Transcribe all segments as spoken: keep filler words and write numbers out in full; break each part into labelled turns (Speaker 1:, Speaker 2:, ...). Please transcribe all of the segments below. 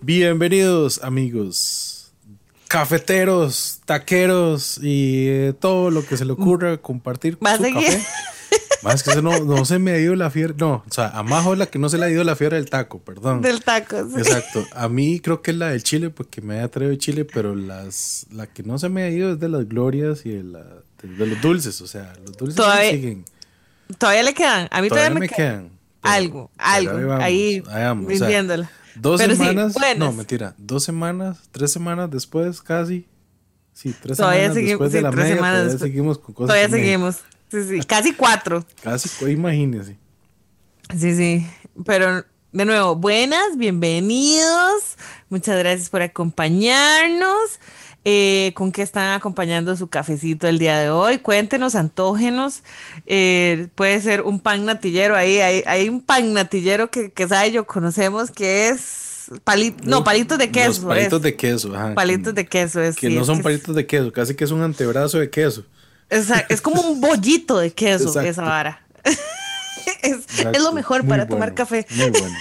Speaker 1: Bienvenidos, amigos, cafeteros, taqueros y eh, todo lo que se le ocurra compartir con su café. Más que eso no, no se me ha ido la fiebre. No, o sea, a Majo es la que no se le ha ido la fiebre del taco, perdón.
Speaker 2: Del taco, sí.
Speaker 1: Exacto. A mí creo que es la del chile, porque me ha traído chile, pero las, la que no se me ha ido es de las glorias y de, la, de, de los dulces. O sea, los dulces
Speaker 2: todavía,
Speaker 1: siguen.
Speaker 2: Todavía le quedan. A mí todavía, todavía me, me quedan. quedan
Speaker 1: pero,
Speaker 2: algo, algo. Ahí, vamos, ahí, ahí vamos. Rindiéndola. O sea,
Speaker 1: dos
Speaker 2: pero
Speaker 1: semanas.
Speaker 2: Sí,
Speaker 1: no, mentira. Dos semanas, tres semanas después, casi. Sí, tres
Speaker 2: todavía
Speaker 1: semanas
Speaker 2: seguimos,
Speaker 1: después de
Speaker 2: sí,
Speaker 1: la media, todavía
Speaker 2: después.
Speaker 1: seguimos con cosas.
Speaker 2: Todavía seguimos. Sí, sí, casi cuatro.
Speaker 1: Casi, imagínese.
Speaker 2: Sí, sí. Pero, de nuevo, buenas, bienvenidos. Muchas gracias por acompañarnos. Eh, ¿Con qué están acompañando su cafecito el día de hoy? Cuéntenos, antógenos. Eh, puede ser un pan natillero ahí. Hay, hay un pan natillero que, que sabe yo, conocemos que es. Palito, no, palitos de queso.
Speaker 1: Los palitos
Speaker 2: es.
Speaker 1: de queso, ajá.
Speaker 2: Palitos de queso. Es,
Speaker 1: que
Speaker 2: sí,
Speaker 1: no
Speaker 2: es
Speaker 1: son
Speaker 2: que
Speaker 1: palitos
Speaker 2: es,
Speaker 1: de queso, casi que es un antebrazo de queso.
Speaker 2: Es, es como un bollito de queso. Exacto. Esa vara. es, es lo mejor
Speaker 1: muy
Speaker 2: para
Speaker 1: bueno,
Speaker 2: tomar café.
Speaker 1: Muy bueno.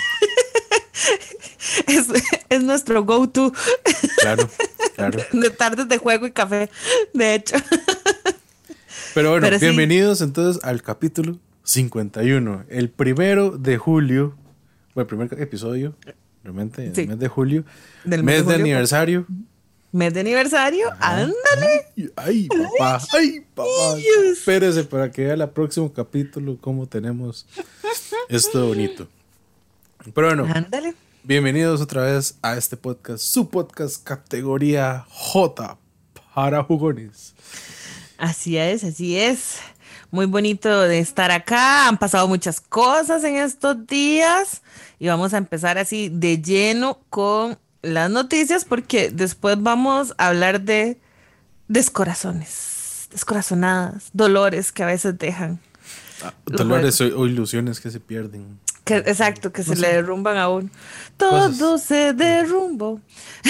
Speaker 2: es, es nuestro go-to.
Speaker 1: Claro, claro.
Speaker 2: De tardes de juego y café, de hecho.
Speaker 1: Pero bueno,
Speaker 2: Pero
Speaker 1: bienvenidos
Speaker 2: sí.
Speaker 1: entonces al capítulo cincuenta y uno. El primero de julio. Bueno, el primer episodio. Realmente, sí. El mes de julio.
Speaker 2: Del
Speaker 1: mes, mes de,
Speaker 2: de julio,
Speaker 1: aniversario.
Speaker 2: Mes de aniversario, Ajá. ándale.
Speaker 1: Ay, ay, papá, ay, papá. Dios. Espérese para que vea el próximo capítulo cómo tenemos esto bonito. Pero bueno,
Speaker 2: ándale.
Speaker 1: Bienvenidos otra vez a este podcast, su podcast categoría J para jugones.
Speaker 2: Así es, así es. Muy bonito de estar acá. Han pasado muchas cosas en estos días y vamos a empezar así de lleno con las noticias porque después vamos a hablar de descorazones, descorazonadas, dolores que a veces dejan.
Speaker 1: Ah, dolores o, o ilusiones que se pierden.
Speaker 2: Que, exacto, que no se sé. le derrumban a uno. Todo Cosas. se derrumbó.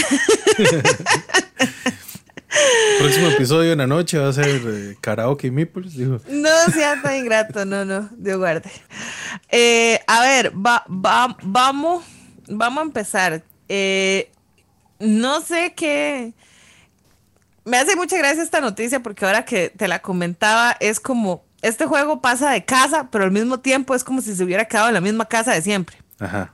Speaker 1: Próximo episodio en la noche va a ser eh, karaoke y meeples, dijo.
Speaker 2: No sea tan ingrato, no, no, Dios guarde. Eh, a ver, va, va, vamos, vamos a empezar. Eh, no sé qué. Me hace mucha gracia esta noticia porque ahora que te la comentaba es como este juego pasa de casa, pero al mismo tiempo es como si se hubiera quedado en la misma casa de siempre.
Speaker 1: Ajá.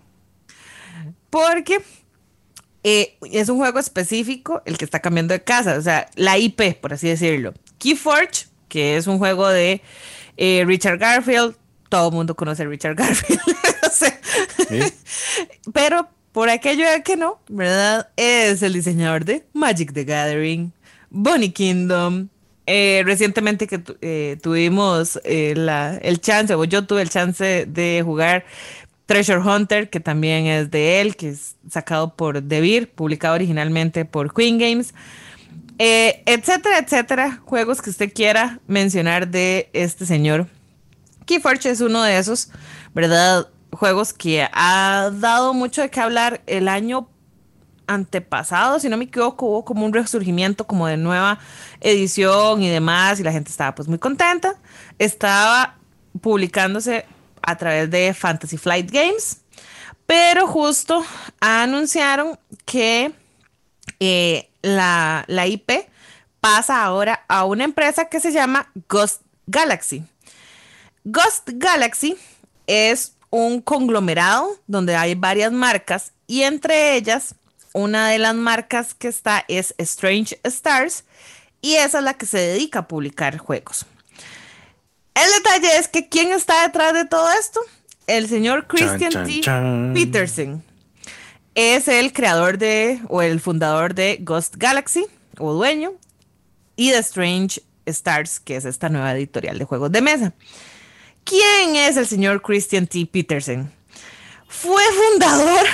Speaker 2: Porque eh, es un juego específico el que está cambiando de casa, o sea, la I P, por así decirlo. Keyforge, que es un juego de eh, Richard Garfield, todo el mundo conoce a Richard Garfield, o sea, ¿sí? Pero por aquello de que no, ¿verdad? Es el diseñador de Magic the Gathering, Bunny Kingdom. Eh, recientemente que eh, tuvimos eh, la, el chance, o yo tuve el chance de jugar Treasure Hunter, que también es de él, que es sacado por Devir, publicado originalmente por Queen Games, eh, etcétera, etcétera. Juegos que usted quiera mencionar de este señor. Keyforge es uno de esos, ¿verdad? Juegos que ha dado mucho de qué hablar el año antepasado, si no me equivoco, hubo como un resurgimiento como de nueva edición y demás, y la gente estaba pues muy contenta. Estaba publicándose a través de Fantasy Flight Games, pero justo anunciaron que eh, la, la I P pasa ahora a una empresa que se llama Ghost Galaxy. Ghost Galaxy es un conglomerado donde hay varias marcas y entre ellas una de las marcas que está es Strange Stars y esa es la que se dedica a publicar juegos. El detalle es que ¿quién está detrás de todo esto? El señor Christian chan, chan, T. Chan. Peterson. Es el creador de, o el fundador de Ghost Galaxy, o dueño, y de Strange Stars, que es esta nueva editorial de juegos de mesa. ¿Quién es el señor Christian T. Peterson? Fue fundador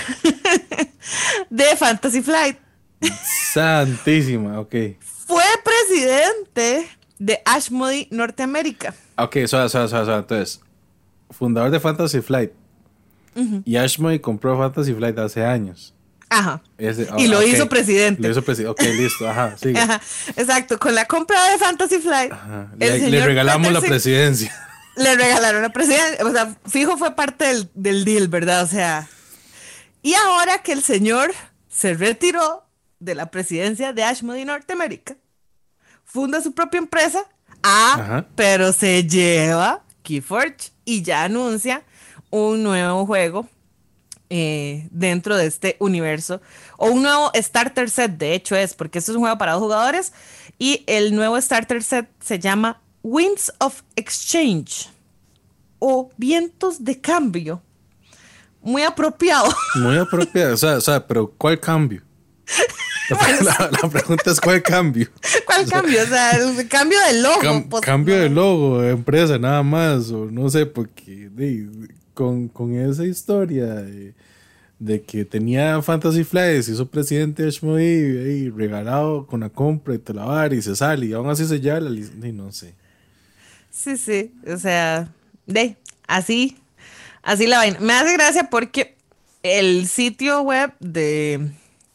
Speaker 2: de Fantasy Flight.
Speaker 1: Santísima, ok.
Speaker 2: Fue presidente de Ashmodee Norteamérica.
Speaker 1: Ok, suave, suave, suave. Entonces, fundador de Fantasy Flight. Uh-huh. Y Ashmodee compró Fantasy Flight hace años.
Speaker 2: Ajá.
Speaker 1: Ese, oh,
Speaker 2: y lo
Speaker 1: okay.
Speaker 2: hizo presidente.
Speaker 1: Lo hizo presidente. Ok, listo. Ajá, sigue.
Speaker 2: Ajá. Exacto. Con la compra de Fantasy Flight.
Speaker 1: Le, le regalamos Peterson, la presidencia.
Speaker 2: Le regalaron la presidencia. O sea, fijo fue parte del, del deal, ¿verdad? O sea. Y ahora que el señor se retiró de la presidencia de Ashmody Norteamérica, funda su propia empresa, ah, Ajá. pero se lleva Keyforge y ya anuncia un nuevo juego eh, dentro de este universo, o un nuevo starter set, de hecho es, porque este es un juego para dos jugadores, y el nuevo starter set se llama Winds of Exchange, o vientos de cambio. Muy apropiado.
Speaker 1: Muy apropiado, o sea, o sea, pero ¿cuál cambio? La, la, la pregunta es ¿cuál cambio?
Speaker 2: ¿Cuál o sea, cambio? O sea, el cambio de logo.
Speaker 1: Cam, pues, cambio no. de logo, de empresa, nada más. O no sé, porque de, con, con esa historia de, de que tenía Fantasy Flight, se hizo presidente de Ashmody y regalado con la compra y te la va y se sale y aún así se lleva la licencia. No sé.
Speaker 2: Sí, sí. O sea, de así, así la vaina. Me hace gracia porque el sitio web de.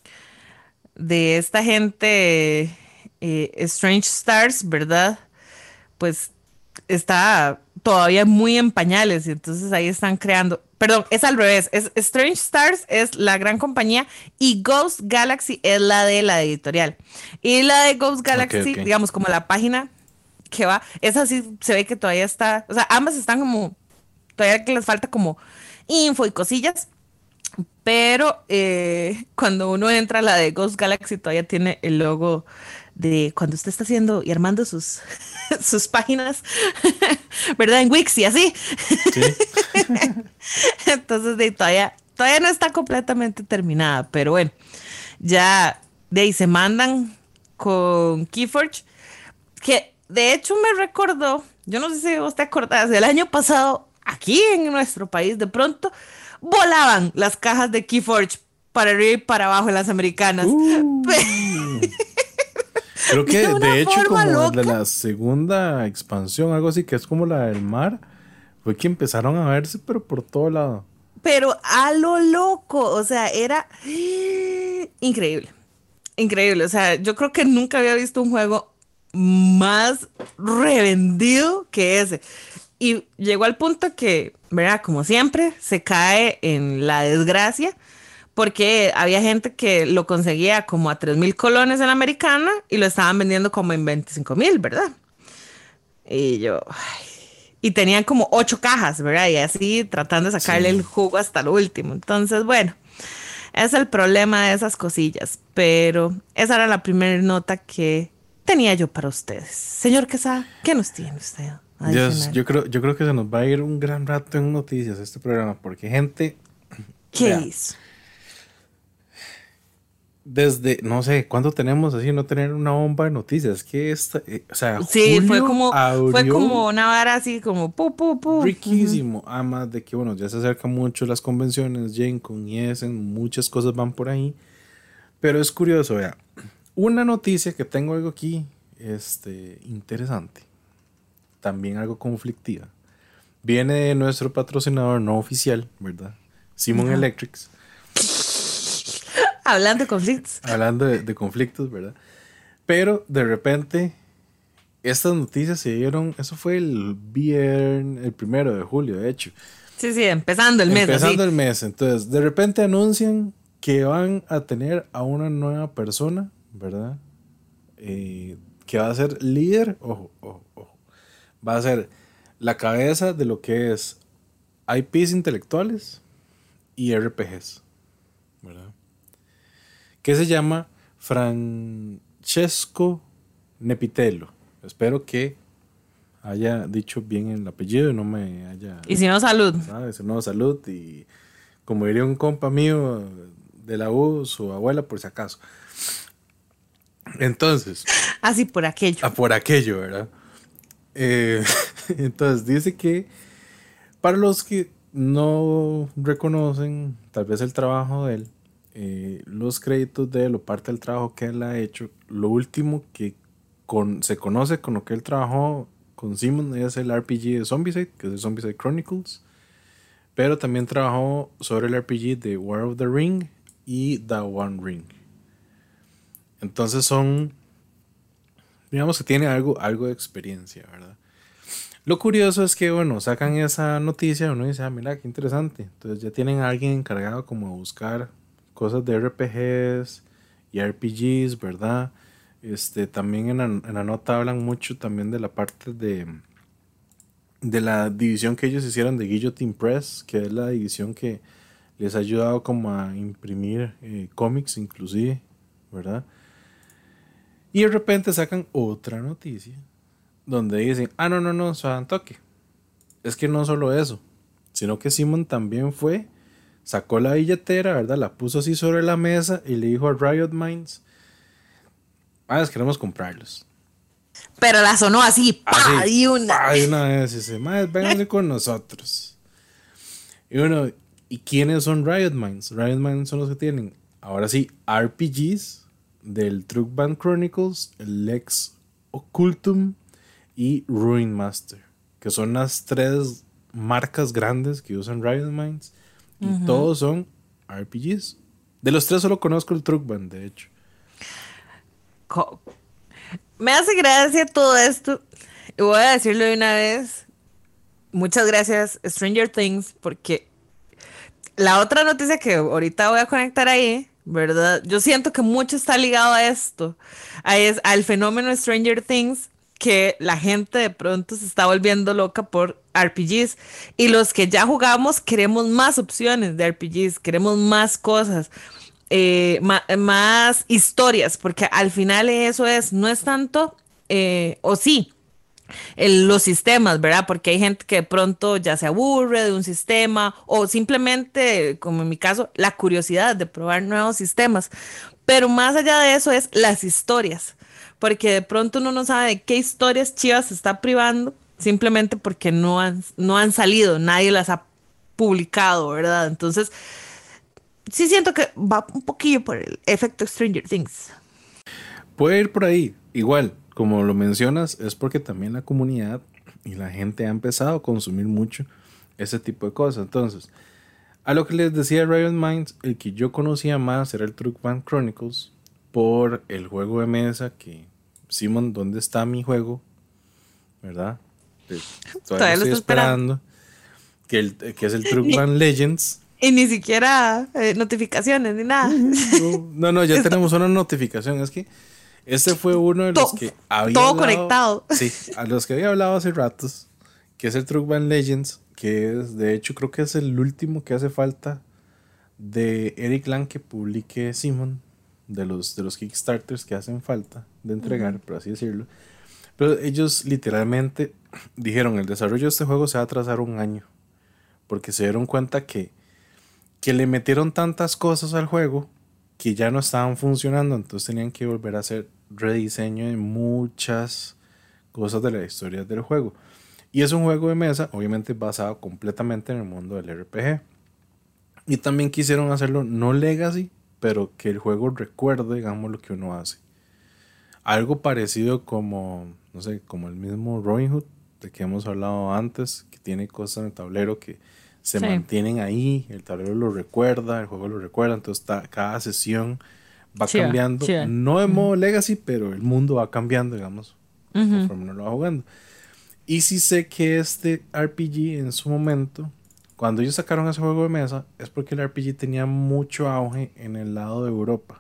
Speaker 2: de esta gente eh, Strange Stars, ¿verdad? Pues está todavía muy en pañales y entonces ahí están creando, perdón, es al revés, es Strange Stars es la gran compañía y Ghost Galaxy es la de la editorial. Y la de Ghost Galaxy, okay, okay. digamos como la página que va, esa sí se ve que todavía está, o sea, ambas están como, todavía que les falta como info y cosillas. Pero eh, cuando uno entra a la de Ghost Galaxy todavía tiene el logo de cuando usted está haciendo y armando sus, sus páginas, ¿verdad? En Wix y así. Sí. Entonces de, todavía, todavía no está completamente terminada, pero bueno, ya de ahí se mandan con Keyforge, que de hecho me recordó, yo no sé si vos te acordás, el año pasado aquí en nuestro país de pronto volaban las cajas de Keyforge para arriba y para abajo en las americanas. Uh,
Speaker 1: creo que de, de hecho como loca. De la segunda expansión, algo así, que es como la del mar, fue que empezaron a verse, pero por todo lado.
Speaker 2: Pero a lo loco, o sea, era increíble, increíble. O sea, yo creo que nunca había visto un juego más revendido que ese. Y llegó al punto que, ¿verdad? Como siempre, se cae en la desgracia porque había gente que lo conseguía como a tres mil colones en la americana y lo estaban vendiendo como en veinticinco mil, ¿verdad? Y yo... Ay, y tenían como ocho cajas, ¿verdad? Y así tratando de sacarle sí. el jugo hasta lo último. Entonces, bueno, es el problema de esas cosillas. Pero esa era la primera nota que tenía yo para ustedes. Señor Quesada, ¿qué nos tiene usted?
Speaker 1: Dios, yo creo, yo creo que se nos va a ir un gran rato en noticias este programa, porque gente...
Speaker 2: ¿Qué vea, hizo?
Speaker 1: Desde, no sé, ¿cuánto tenemos así no tener una bomba de noticias? Que esta, eh, o sea,
Speaker 2: sí, fue como, fue como una vara así, como pu, pu, pu.
Speaker 1: Riquísimo, uh-huh. Además de que, bueno, ya se acercan mucho las convenciones, Gen Con y Essen, muchas cosas van por ahí. Pero es curioso, vea, una noticia que tengo algo aquí, este, interesante. También algo conflictiva. Viene de nuestro patrocinador no oficial, ¿verdad? Simon uh-huh. Electrics.
Speaker 2: Hablando de conflictos.
Speaker 1: Hablando de, de conflictos, ¿verdad? Pero de repente, estas noticias se dieron, eso fue el viernes, el primero de julio, de hecho.
Speaker 2: Sí, sí, empezando el mes.
Speaker 1: Empezando
Speaker 2: así.
Speaker 1: el mes. Entonces, de repente anuncian que van a tener a una nueva persona, ¿verdad? Eh, que va a ser líder, ojo, ojo, ojo. Va a ser la cabeza de lo que es I Ps intelectuales y R P Gs, ¿verdad? Que se llama Francesco Nepitello. Espero que haya dicho bien el apellido y no me haya...
Speaker 2: Y si no, salud.
Speaker 1: ¿Sabes? Si no, salud. Y como diría un compa mío de la U, su abuela, por si acaso. Entonces...
Speaker 2: Así por aquello.
Speaker 1: Ah, por aquello, ¿verdad? Eh, entonces dice que para los que no reconocen tal vez el trabajo de él, eh, los créditos de él o parte del trabajo que él ha hecho, lo último que con, se conoce con lo que él trabajó con Simon es el R P G de Zombicide, que es el Zombicide Chronicles, pero también trabajó sobre el R P G de War of the Ring y The One Ring. Entonces son, digamos que tiene algo, algo de experiencia, ¿verdad? Lo curioso es que, bueno, sacan esa noticia, uno dice, ah, mira, qué interesante. Entonces ya tienen a alguien encargado como de buscar cosas de R P Gs y R P Gs, ¿verdad? Este, también en la, en la nota hablan mucho también de la parte de, de la división que ellos hicieron de Guillotine Press, que es la división que les ha ayudado como a imprimir eh, cómics inclusive, ¿verdad? Y de repente sacan otra noticia donde dicen, ah, no, no, no, suavan toque. Es que no solo eso, sino que Simon también fue, sacó la billetera, ¿verdad? La puso así sobre la mesa y le dijo a Riot Minds, ah, queremos comprarlos.
Speaker 2: Pero la sonó así, pa,
Speaker 1: así,
Speaker 2: y una.
Speaker 1: Pa, y una vez, y dice, más, vénganse con nosotros. Y bueno, ¿y quiénes son Riot Minds? Riot Minds son los que tienen, ahora sí, R P Gs del Truck Band Chronicles, el Lex Occultum y Ruin Master, que son las tres marcas grandes que usan Riot Minds, y uh-huh. todos son R P Gs. De los tres solo conozco el Truck Band, de hecho.
Speaker 2: Co- Me hace gracia todo esto, y voy a decirlo de una vez. Muchas gracias, Stranger Things, porque la otra noticia que ahorita voy a conectar ahí, ¿verdad? Yo siento que mucho está ligado a esto, a es, al fenómeno Stranger Things, que la gente de pronto se está volviendo loca por R P Gs, y los que ya jugamos queremos más opciones de R P Gs, queremos más cosas, eh, ma- más historias, porque al final eso es, no es tanto, eh, o sí, el, los sistemas, ¿verdad? Porque hay gente que de pronto ya se aburre de un sistema o simplemente, como en mi caso, la curiosidad de probar nuevos sistemas. Pero más allá de eso es las historias, porque de pronto uno no sabe de qué historias chivas se está privando simplemente porque no han, no han salido, nadie las ha publicado, ¿verdad? Entonces, sí siento que va un poquillo por el efecto Stranger Things.
Speaker 1: Puede ir por ahí, igual. Como lo mencionas, es porque también la comunidad y la gente ha empezado a consumir mucho ese tipo de cosas. Entonces, a lo que les decía Riot Minds, el que yo conocía más era el Truck Band Chronicles por el juego de mesa que, Simon, ¿dónde está mi juego? ¿Verdad? Todavía, Todavía lo estoy esperando. esperando. Que, el, que es el Truck Band Legends.
Speaker 2: Y ni siquiera eh, notificaciones ni nada.
Speaker 1: No, no, no ya tenemos una notificación. Es que este fue uno de los que había
Speaker 2: todo
Speaker 1: hablado,
Speaker 2: conectado.
Speaker 1: Sí, a los que había hablado hace ratos, que es el Truck Band Legends, que es, de hecho, creo que es el último que hace falta de Eric Lang que publique Simon, de los, de los Kickstarters que hacen falta de entregar, uh-huh. por así decirlo. Pero ellos literalmente dijeron, el desarrollo de este juego se va a atrasar un año, porque se dieron cuenta que, que le metieron tantas cosas al juego que ya no estaban funcionando, entonces tenían que volver a hacer rediseño de muchas cosas de la historia del juego. Y es un juego de mesa, obviamente basado completamente en el mundo del R P G. Y también quisieron hacerlo no legacy, pero que el juego recuerde, digamos, lo que uno hace. Algo parecido como, no sé, como el mismo Robin Hood, de que hemos hablado antes, que tiene cosas en el tablero que se sí. mantienen ahí, el tablero lo recuerda, el juego lo recuerda, entonces está, cada sesión va chiva, cambiando, chiva. no de modo uh-huh. legacy, pero el mundo va cambiando, digamos, uh-huh. conforme uno lo va jugando. Y sí sé que este R P G en su momento, cuando ellos sacaron ese juego de mesa, es porque el R P G tenía mucho auge en el lado de Europa.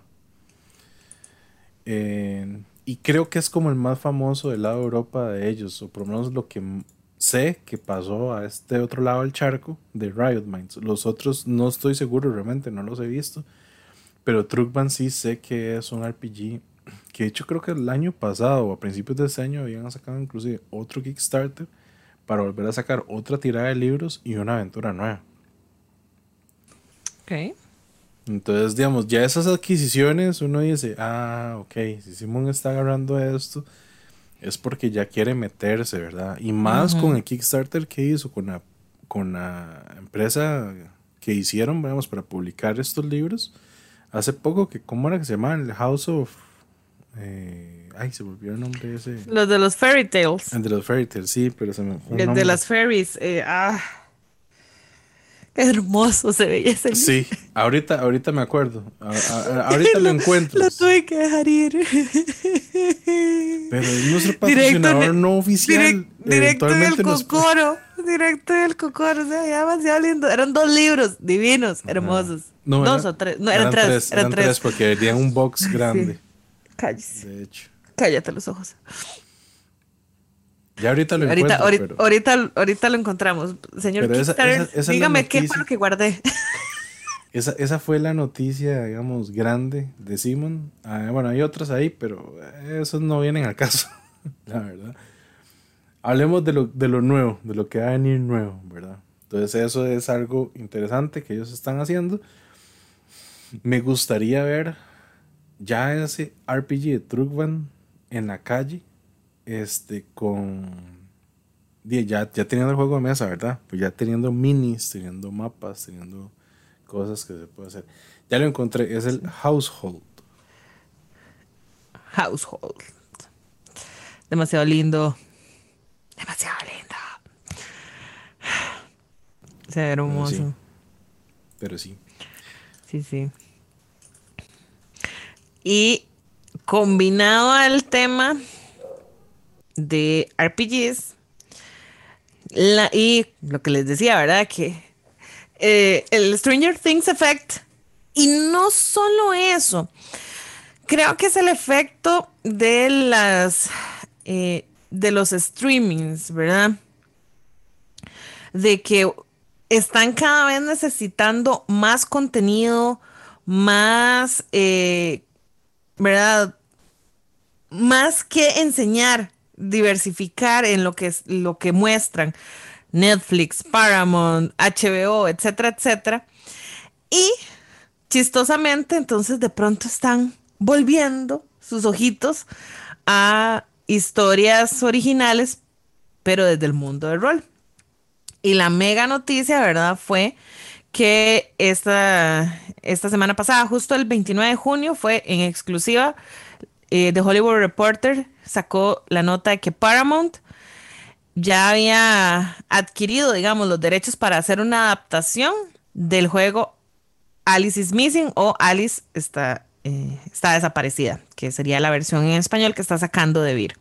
Speaker 1: Eh, y creo que es como el más famoso del lado de Europa de ellos, o por lo menos lo que sé que pasó a este otro lado del charco de Riot Minds. Los otros no estoy seguro realmente, no los he visto, pero Truck Band sí sé que es un R P G que de hecho creo que el año pasado o a principios de este año habían sacado inclusive otro Kickstarter para volver a sacar otra tirada de libros y una aventura nueva.
Speaker 2: Ok.
Speaker 1: Entonces, digamos, ya esas adquisiciones uno dice, ah, ok, si Simon está agarrando esto es porque ya quiere meterse, ¿verdad? Y más uh-huh. con el Kickstarter que hizo, con la, con la empresa que hicieron, digamos, para publicar estos libros. Hace poco, que ¿cómo era que se llamaba? El House of... Eh, ay, se volvió el nombre ese.
Speaker 2: Los de los Fairy Tales.
Speaker 1: El de los Fairy Tales, sí, pero se me fue el
Speaker 2: El
Speaker 1: nombre.
Speaker 2: de las fairies. Eh, ah, qué hermoso se veía ese libro.
Speaker 1: Sí, ahorita, ahorita me acuerdo. A, a, ahorita lo, lo encuentro.
Speaker 2: Lo tuve que dejar ir.
Speaker 1: Pero es nuestro patrocinador no oficial.
Speaker 2: Direct, directo en el Cocoro. directo del Cocor, o sea, ya demasiado lindo. Eran dos libros divinos, hermosos.
Speaker 1: No,
Speaker 2: dos
Speaker 1: era,
Speaker 2: o tres, no, eran, eran tres, tres. Eran,
Speaker 1: eran tres. tres porque tenían un box grande.
Speaker 2: Sí. Cállese.
Speaker 1: De hecho.
Speaker 2: Cállate los ojos.
Speaker 1: Ya ahorita lo
Speaker 2: ahorita,
Speaker 1: encuentro,
Speaker 2: ahorita,
Speaker 1: pero...
Speaker 2: ahorita, ahorita lo encontramos. Señor
Speaker 1: pero
Speaker 2: Kickstarter,
Speaker 1: esa, esa, esa
Speaker 2: dígame
Speaker 1: es
Speaker 2: qué fue lo que guardé.
Speaker 1: Esa, esa fue la noticia, digamos, grande de Simon. Ah, bueno, hay otras ahí, pero esos no vienen al caso, la verdad. Hablemos de lo, de lo nuevo, de lo que va a venir nuevo, ¿verdad? Entonces eso es algo interesante que ellos están haciendo. Me gustaría ver ya ese R P G de Trugvan en la calle, este, con... Ya, ya teniendo el juego de mesa, ¿verdad? Pues ya teniendo minis, teniendo mapas, teniendo... cosas que se puede hacer. Ya lo encontré, es el Household.
Speaker 2: Household. Demasiado lindo. Demasiado lindo. Se ve hermoso.
Speaker 1: Pero sí.
Speaker 2: Pero sí. Sí, sí. Y combinado al tema de R P Gs, la, y lo que les decía, ¿verdad? Que Eh, el Stranger Things Effect. Y no solo eso. Creo que es el efecto de las eh, de los streamings, ¿verdad? De que están cada vez necesitando más contenido, más, eh, ¿verdad? Más que enseñar, diversificar en lo que, lo que muestran. Netflix, Paramount, H B O, etcétera, etcétera. Y chistosamente, entonces de pronto están volviendo sus ojitos a historias originales, pero desde el mundo del rol. Y la mega noticia, ¿verdad? Fue que esta, esta semana pasada, justo el veintinueve de junio, fue en exclusiva, eh, The Hollywood Reporter sacó la nota de que Paramount ya había adquirido, digamos, los derechos para hacer una adaptación del juego Alice is Missing o Alice está, eh, está desaparecida, que sería la versión en español que está sacando de Vir.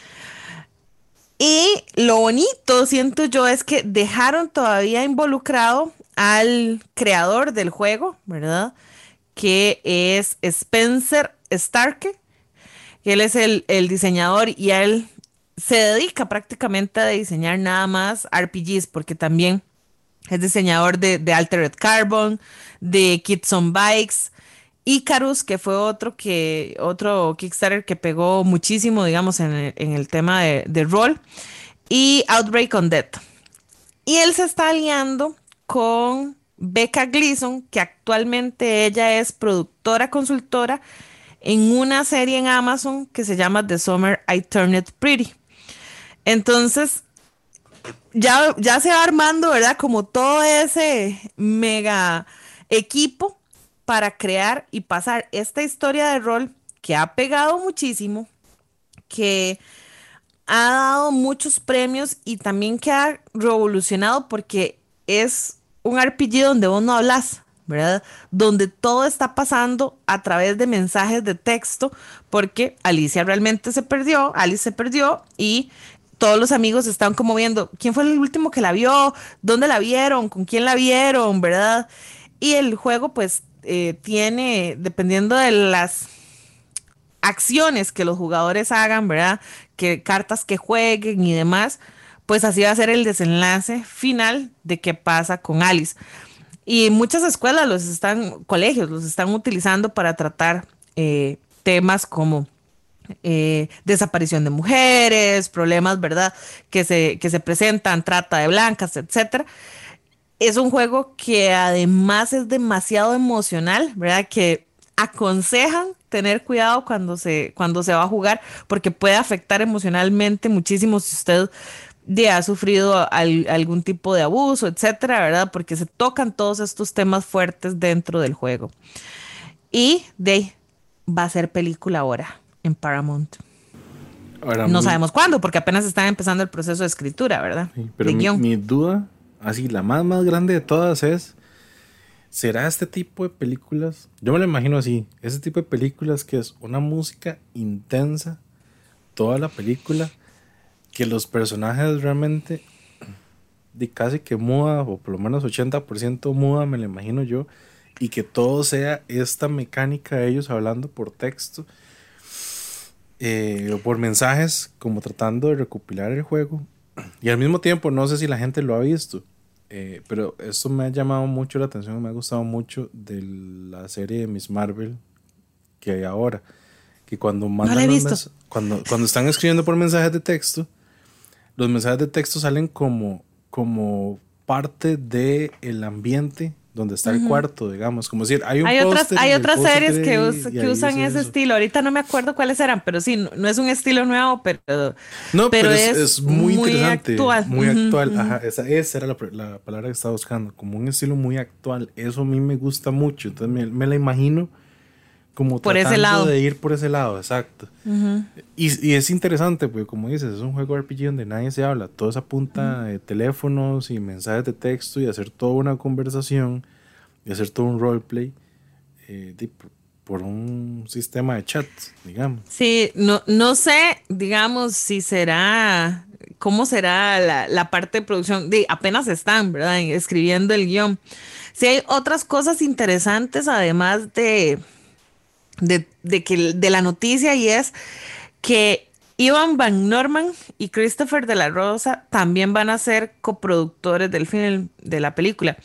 Speaker 2: Y lo bonito, siento yo, es que dejaron todavía involucrado al creador del juego, ¿verdad? Que es Spencer Starke, que él es el, el diseñador y a él se dedica prácticamente a diseñar nada más R P Gs, porque también es diseñador de, de Altered Carbon, de Kids on Bikes, Icarus, que fue otro que otro Kickstarter que pegó muchísimo, digamos, en el, en el tema de, de rol, y Outbreak Undead. Y él se está aliando con Becca Gleason, que actualmente ella es productora consultora en una serie en Amazon que se llama The Summer I Turned Pretty. Entonces, ya, ya se va armando, ¿verdad? Como todo ese mega equipo para crear y pasar esta historia de rol que ha pegado muchísimo, que ha dado muchos premios y también que ha revolucionado porque es un R P G donde vos no hablas, ¿verdad? Donde todo está pasando a través de mensajes de texto, porque Alicia realmente se perdió, Alice se perdió y todos los amigos están como viendo quién fue el último que la vio, dónde la vieron, con quién la vieron, ¿verdad? Y el juego pues eh, tiene, dependiendo de las acciones que los jugadores hagan, ¿verdad? Que cartas que jueguen y demás, pues así va a ser el desenlace final de qué pasa con Alice. Y muchas escuelas los están, colegios los están utilizando para tratar eh, temas como eh, desaparición de mujeres, problemas, ¿verdad? Que se, que se presentan, trata de blancas, etcétera. Es un juego que además es demasiado emocional, ¿verdad? Que aconsejan tener cuidado cuando se, cuando se va a jugar, porque puede afectar emocionalmente muchísimo si usted ya ha sufrido al, algún tipo de abuso, etcétera, ¿verdad? Porque se tocan todos estos temas fuertes dentro del juego. Y de va a ser película ahora en Paramount. Ahora, no mi, sabemos cuándo, porque apenas están empezando el proceso de escritura, ¿verdad?
Speaker 1: Sí, pero
Speaker 2: de
Speaker 1: mi,
Speaker 2: guión.
Speaker 1: mi duda, así la más, más grande de todas es, ¿será este tipo de películas? Yo me lo imagino así, ese tipo de películas que es una música intensa, toda la película, que los personajes realmente de casi que muda, o por lo menos ochenta por ciento muda, me lo imagino yo, y que todo sea esta mecánica de ellos hablando por texto eh, o por mensajes, como tratando de recopilar el juego. Y al mismo tiempo, no sé si la gente lo ha visto, eh, pero esto me ha llamado mucho la atención, me ha gustado mucho de la serie de Miss Marvel que hay ahora, que cuando mandan
Speaker 2: no
Speaker 1: los mens- cuando, cuando están escribiendo por mensajes de texto, los mensajes de texto salen como, como parte del ambiente donde está uh-huh. el cuarto, digamos, como decir, hay un
Speaker 2: hay otras, hay otras series que, us, que usan ese
Speaker 1: eso.
Speaker 2: estilo. Ahorita no me acuerdo cuáles eran, pero sí, no, no es un estilo nuevo, pero
Speaker 1: no, pero, pero es, es, es muy, muy interesante,
Speaker 2: actual.
Speaker 1: muy
Speaker 2: uh-huh,
Speaker 1: actual.
Speaker 2: uh-huh.
Speaker 1: Ajá, esa, esa era la, la palabra que estaba buscando, como un estilo muy actual. Eso a mí me gusta mucho, entonces me, me la imagino como
Speaker 2: por
Speaker 1: tratando
Speaker 2: ese lado.
Speaker 1: de ir por ese lado, exacto.
Speaker 2: Uh-huh.
Speaker 1: Y, y es interesante, porque como dices, es un juego R P G donde nadie se habla, todo es a punta uh-huh. de teléfonos y mensajes de texto y hacer toda una conversación y hacer todo un roleplay eh, de, por un sistema de chat, digamos.
Speaker 2: Sí, no, no sé, digamos, si será, cómo será la, la parte de producción, de, apenas están, ¿verdad?, escribiendo el guión. Si hay otras cosas interesantes, además de... De, de, que, de la noticia, y es que Ivan Van Norman y Christopher de la Rosa también van a ser coproductores del film de la película.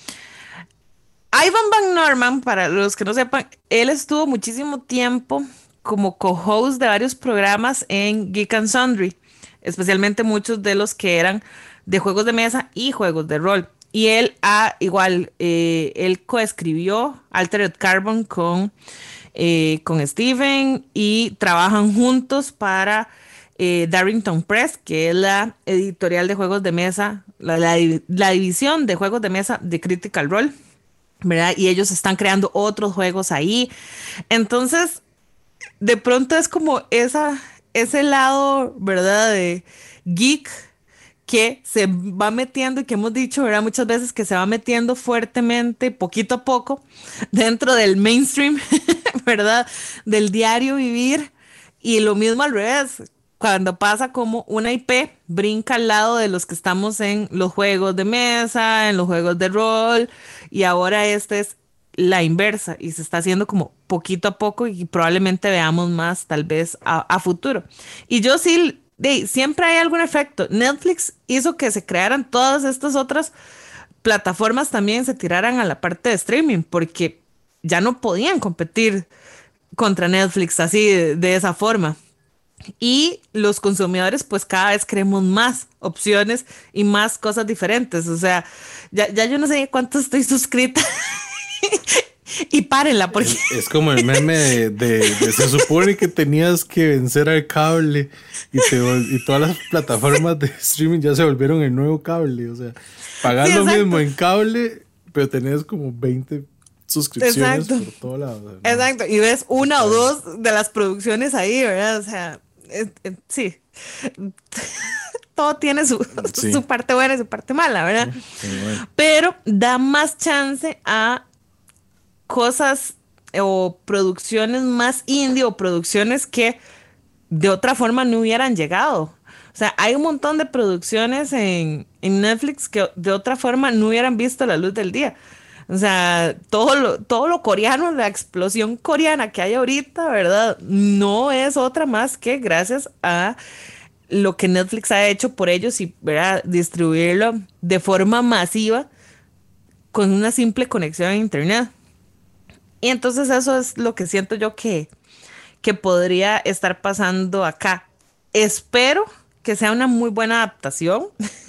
Speaker 2: Ivan Van Norman, para los que no sepan, él estuvo muchísimo tiempo como co-host de varios programas en Geek and Sundry, especialmente muchos de los que eran de juegos de mesa y juegos de rol. Y él ha, igual, eh, él coescribió Altered Carbon con Eh, con Steven, y trabajan juntos para eh, Darrington Press, que es la editorial de juegos de mesa, la, la, la división de juegos de mesa de Critical Role, ¿verdad? Y ellos están creando otros juegos ahí. Entonces, de pronto es como esa, ese lado, ¿verdad?, de geek que se va metiendo, y que hemos dicho, ¿verdad?, muchas veces, que se va metiendo fuertemente, poquito a poco, dentro del mainstream, ¿verdad?, del diario vivir. Y lo mismo al revés, cuando pasa como una I P brinca al lado de los que estamos en los juegos de mesa, en los juegos de rol, y ahora esta es la inversa, y se está haciendo como poquito a poco, y probablemente veamos más tal vez a, a futuro. Y yo sí... De, siempre hay algún efecto. Netflix hizo que se crearan todas estas otras plataformas, también se tiraran a la parte de streaming, porque ya no podían competir contra Netflix así de, de esa forma. Y los consumidores pues cada vez queremos más opciones y más cosas diferentes. O sea, ya, ya yo no sé cuánto estoy suscrita. Y párenla, porque...
Speaker 1: Es, es como el meme de, de, de se supone que tenías que vencer al cable, y, te, y todas las plataformas de streaming ya se volvieron el nuevo cable. O sea, pagar sí, lo mismo en cable, pero tenés como veinte suscripciones. Exacto. Por todo lado. O sea, no.
Speaker 2: Exacto, y ves una o dos de las producciones ahí, ¿verdad? O sea, es, es, sí. Todo tiene su, sí. su parte buena y su parte mala, ¿verdad? Sí, bueno. Pero da más chance a cosas o producciones más indie, o producciones que de otra forma no hubieran llegado. O sea, hay un montón de producciones en, en Netflix que de otra forma no hubieran visto la luz del día. O sea, todo lo, todo lo coreano, la explosión coreana que hay ahorita, ¿verdad?, no es otra más que gracias a lo que Netflix ha hecho por ellos, y, ¿verdad?, distribuirlo de forma masiva con una simple conexión a internet. Y entonces eso es lo que siento yo que, que podría estar pasando acá. Espero que sea una muy buena adaptación.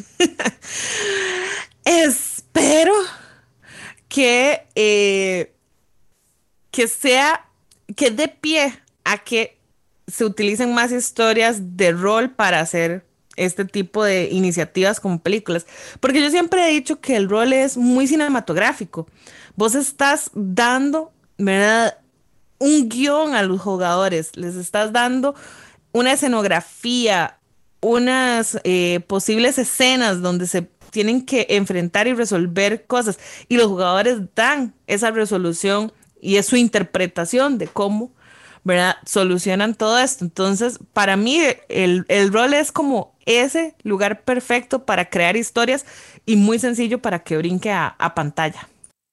Speaker 2: Espero que, eh, que sea, que dé pie a que se utilicen más historias de rol para hacer este tipo de iniciativas como películas. Porque yo siempre he dicho que el rol es muy cinematográfico. Vos estás dando, ¿verdad?, un guión a los jugadores, les estás dando una escenografía, unas eh, posibles escenas donde se tienen que enfrentar y resolver cosas, y los jugadores dan esa resolución y es su interpretación de cómo ¿verdad? Solucionan todo esto. Entonces, para mí, el, el rol es como ese lugar perfecto para crear historias y muy sencillo para que brinque a, a pantalla.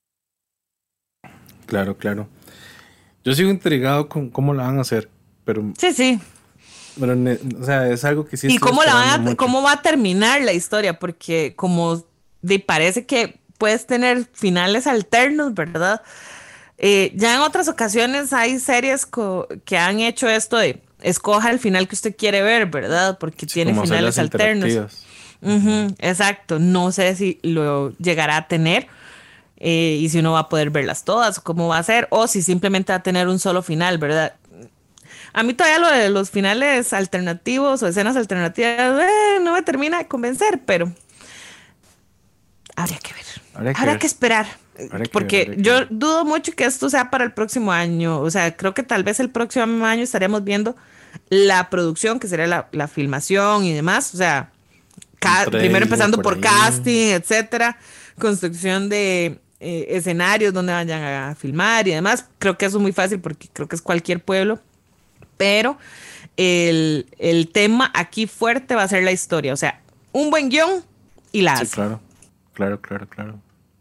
Speaker 1: Claro, claro. Yo sigo intrigado con cómo la van a hacer, pero...
Speaker 2: Sí, sí.
Speaker 1: Pero, o sea, es algo que sí.
Speaker 2: ¿Y cómo la van a, cómo va a terminar la historia? Porque como de, parece que puedes tener finales alternos, ¿verdad? Eh, ya en otras ocasiones hay series co- que han hecho esto de escoja el final que usted quiere ver, ¿verdad? Porque sí, tiene finales alternos. Uh-huh, uh-huh. Exacto. No sé si lo llegará a tener eh, y si uno va a poder verlas todas, o cómo va a ser, o si simplemente va a tener un solo final, ¿verdad? A mí todavía lo de los finales alternativos o escenas alternativas eh, no me termina de convencer, pero habría que ver. Habría que, ver. que esperar. Que porque ver, yo ver. dudo mucho que esto sea para el próximo año. O sea, creo que tal vez el próximo año estaremos viendo la producción, que sería la, la filmación y demás. O sea, ca- primero empezando por, por casting, etcétera, construcción de eh, escenarios donde vayan a filmar y demás. Creo que eso es muy fácil porque creo que es cualquier pueblo. Pero el, el tema aquí fuerte va a ser la historia. O sea, un buen guión y la
Speaker 1: sí, hace. Claro, claro, claro, claro.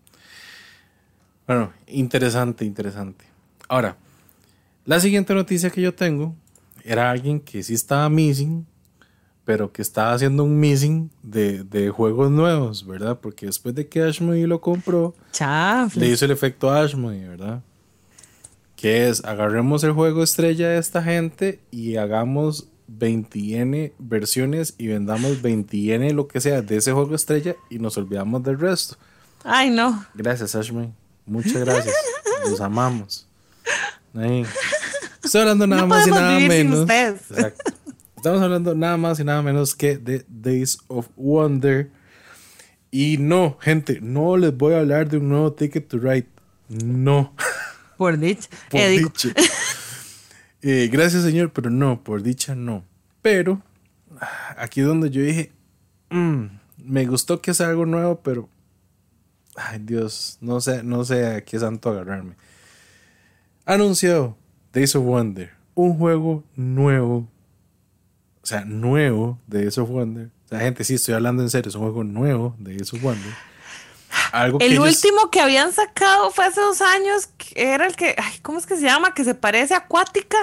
Speaker 1: Bueno, interesante, interesante. Ahora, la siguiente noticia que yo tengo era alguien que sí estaba missing, pero que estaba haciendo un missing de, de juegos nuevos, ¿verdad? Porque después de que Ashmody lo compró,
Speaker 2: Chafle.
Speaker 1: le hizo el efecto Ashmody, ¿verdad? Que es, agarremos el juego estrella de esta gente y hagamos veinte N versiones y vendamos veinte N lo que sea de ese juego estrella y nos olvidamos del resto.
Speaker 2: Ay, no.
Speaker 1: Gracias, Ashmody. Muchas gracias. Los amamos. Ahí. Estoy hablando nada no más y nada menos. Exacto. Estamos hablando nada más y nada menos que de Days of Wonder. Y no, gente, no les voy a hablar de un nuevo Ticket to Ride. No.
Speaker 2: Por dicha.
Speaker 1: Por eh, dicha. eh, gracias, señor, pero no, por dicha no. Pero aquí es donde yo dije, mmm, me gustó que sea algo nuevo, pero ay Dios, no sé, no sé a qué santo agarrarme. Anunciado Days of Wonder, un juego nuevo, o sea, nuevo de Days of Wonder. O sea, gente, sí, estoy hablando en serio, es un juego nuevo de Days of Wonder. Algo
Speaker 2: el
Speaker 1: que
Speaker 2: último
Speaker 1: ellos...
Speaker 2: que habían sacado fue hace dos años, que era el que, ay, ¿cómo es que se llama? Que se parece a Acuática.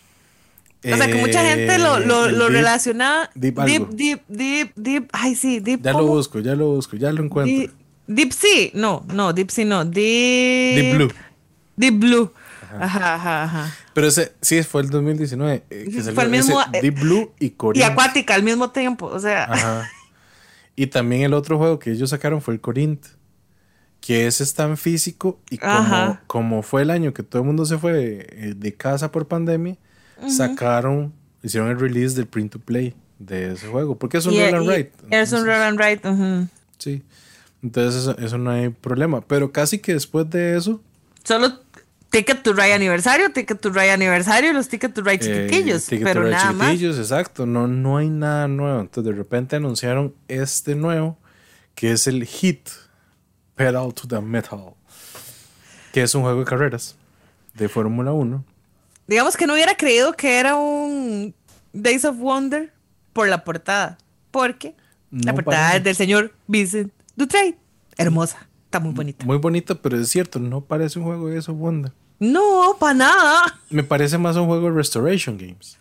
Speaker 2: O sea, que mucha gente lo, lo, lo deep, relaciona.
Speaker 1: Deep,
Speaker 2: deep, deep, deep, deep. Ay, sí, Deep.
Speaker 1: Ya ¿cómo? Lo busco, ya lo busco, ya lo encuentro.
Speaker 2: Deep, Deep Sea, no, no, Deep Sea no. Deep,
Speaker 1: Deep Blue.
Speaker 2: Deep Blue. Ajá, ajá, ajá. ajá.
Speaker 1: Pero ese sí fue el dos mil diecinueve. Eh, que salió fue el mismo. Ese Deep Blue y Corinth.
Speaker 2: Y Acuática al mismo tiempo, o sea.
Speaker 1: Ajá. Y también el otro juego que ellos sacaron fue el Corinth. Que ese está en físico y como, como fue el año que todo el mundo se fue de, de casa por pandemia, uh-huh. sacaron, hicieron el release del print to play de ese juego, porque es un yeah, roll and write.
Speaker 2: Es un roll and write. Uh-huh.
Speaker 1: Sí, entonces eso, eso no hay problema, pero casi que después de eso...
Speaker 2: Solo Ticket to Ride aniversario, Ticket to Ride aniversario y los Ticket to Ride chiquitillos, eh, ticket pero to ride nada chiquitillos,
Speaker 1: más. Exacto, no, no hay nada nuevo, entonces de repente anunciaron este nuevo, que es el Hit Pedal to the Metal, que es un juego de carreras de Fórmula uno.
Speaker 2: Digamos que no hubiera creído que era un Days of Wonder por la portada, porque no la portada parece. Es del señor Vincent Dutrait. Hermosa, está muy bonita.
Speaker 1: Muy bonita, pero es cierto, no parece un juego de Days of Wonder.
Speaker 2: No, para nada.
Speaker 1: Me parece más un juego de Restoration Games.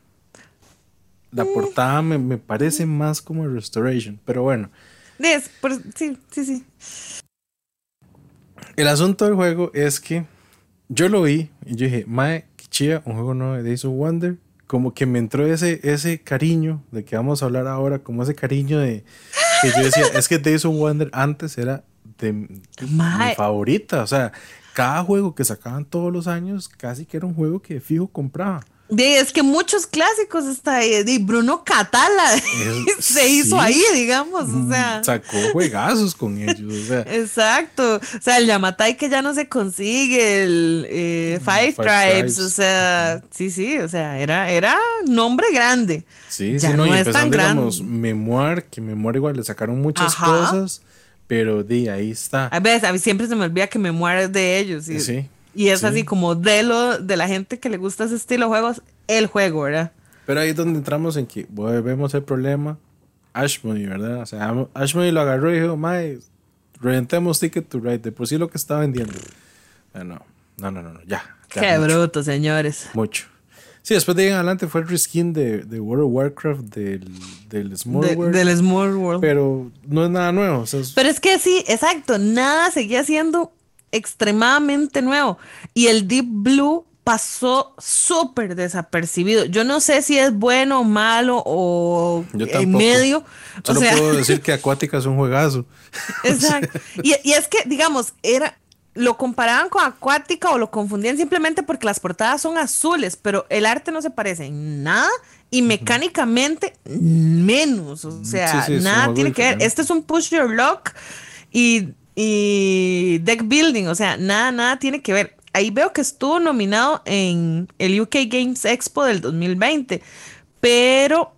Speaker 1: La mm. portada me, me parece más como Restoration, pero bueno.
Speaker 2: Es, por, sí, sí, sí.
Speaker 1: El asunto del juego es que yo lo vi y yo dije, mae, qué chida, un juego nuevo de Days of Wonder. Como que me entró ese, ese cariño de que vamos a hablar ahora, como ese cariño de que yo decía, es que Days of Wonder antes era de, de mi favorita. O sea, cada juego que sacaban todos los años, casi que era un juego que fijo compraba.
Speaker 2: De, es que muchos clásicos está ahí, de Bruno Catala es, se sí, hizo ahí, digamos, o sea.
Speaker 1: Sacó juegazos con ellos, o sea.
Speaker 2: Exacto, o sea, el Yamatai que ya no se consigue, el eh, Five, Five Tribes, Tribes, o sea, sí, sí, o sea, era, era nombre grande.
Speaker 1: Sí, ya sí, no, no y empezando, digamos, Memoir, que Memoir igual le sacaron muchas Ajá. cosas, pero de ahí está.
Speaker 2: A veces, a mí siempre se me olvida que Memoir es de ellos. Y,
Speaker 1: sí.
Speaker 2: Y es
Speaker 1: Sí.
Speaker 2: así como de lo de la gente que le gusta ese estilo de juegos, el juego, ¿verdad?
Speaker 1: Pero ahí es donde entramos en que volvemos el problema. Ashmody, ¿verdad? O sea, Ashmody lo agarró y dijo, mae, reventemos Ticket to Ride. De por sí lo que está vendiendo. Ah, no, no, no, no, no, ya. ya
Speaker 2: Qué
Speaker 1: mucho,
Speaker 2: bruto, señores.
Speaker 1: mucho. Sí, después de ahí en adelante fue el reskin de, de World of Warcraft del, del Small
Speaker 2: De-
Speaker 1: World.
Speaker 2: del Small World.
Speaker 1: Pero no es nada nuevo. O sea, es-
Speaker 2: Pero es que sí, exacto, nada seguía siendo extremadamente nuevo. Y el Deep Blue pasó súper desapercibido. Yo no sé si es bueno o malo o
Speaker 1: Yo
Speaker 2: en
Speaker 1: tampoco.
Speaker 2: medio. O
Speaker 1: Solo
Speaker 2: sea,
Speaker 1: puedo decir que Aquática es un juegazo.
Speaker 2: exacto. Y, y es que, digamos, era, lo comparaban con Acuática o lo confundían simplemente porque las portadas son azules, pero el arte no se parece en nada y mecánicamente menos. O sea,
Speaker 1: Sí, sí, es un
Speaker 2: nada
Speaker 1: juego
Speaker 2: tiene que ver.
Speaker 1: diferente.
Speaker 2: Este es un push your luck y, y deck building. O sea, nada, nada tiene que ver. Ahí veo que estuvo nominado en el U K Games Expo del dos mil veinte, pero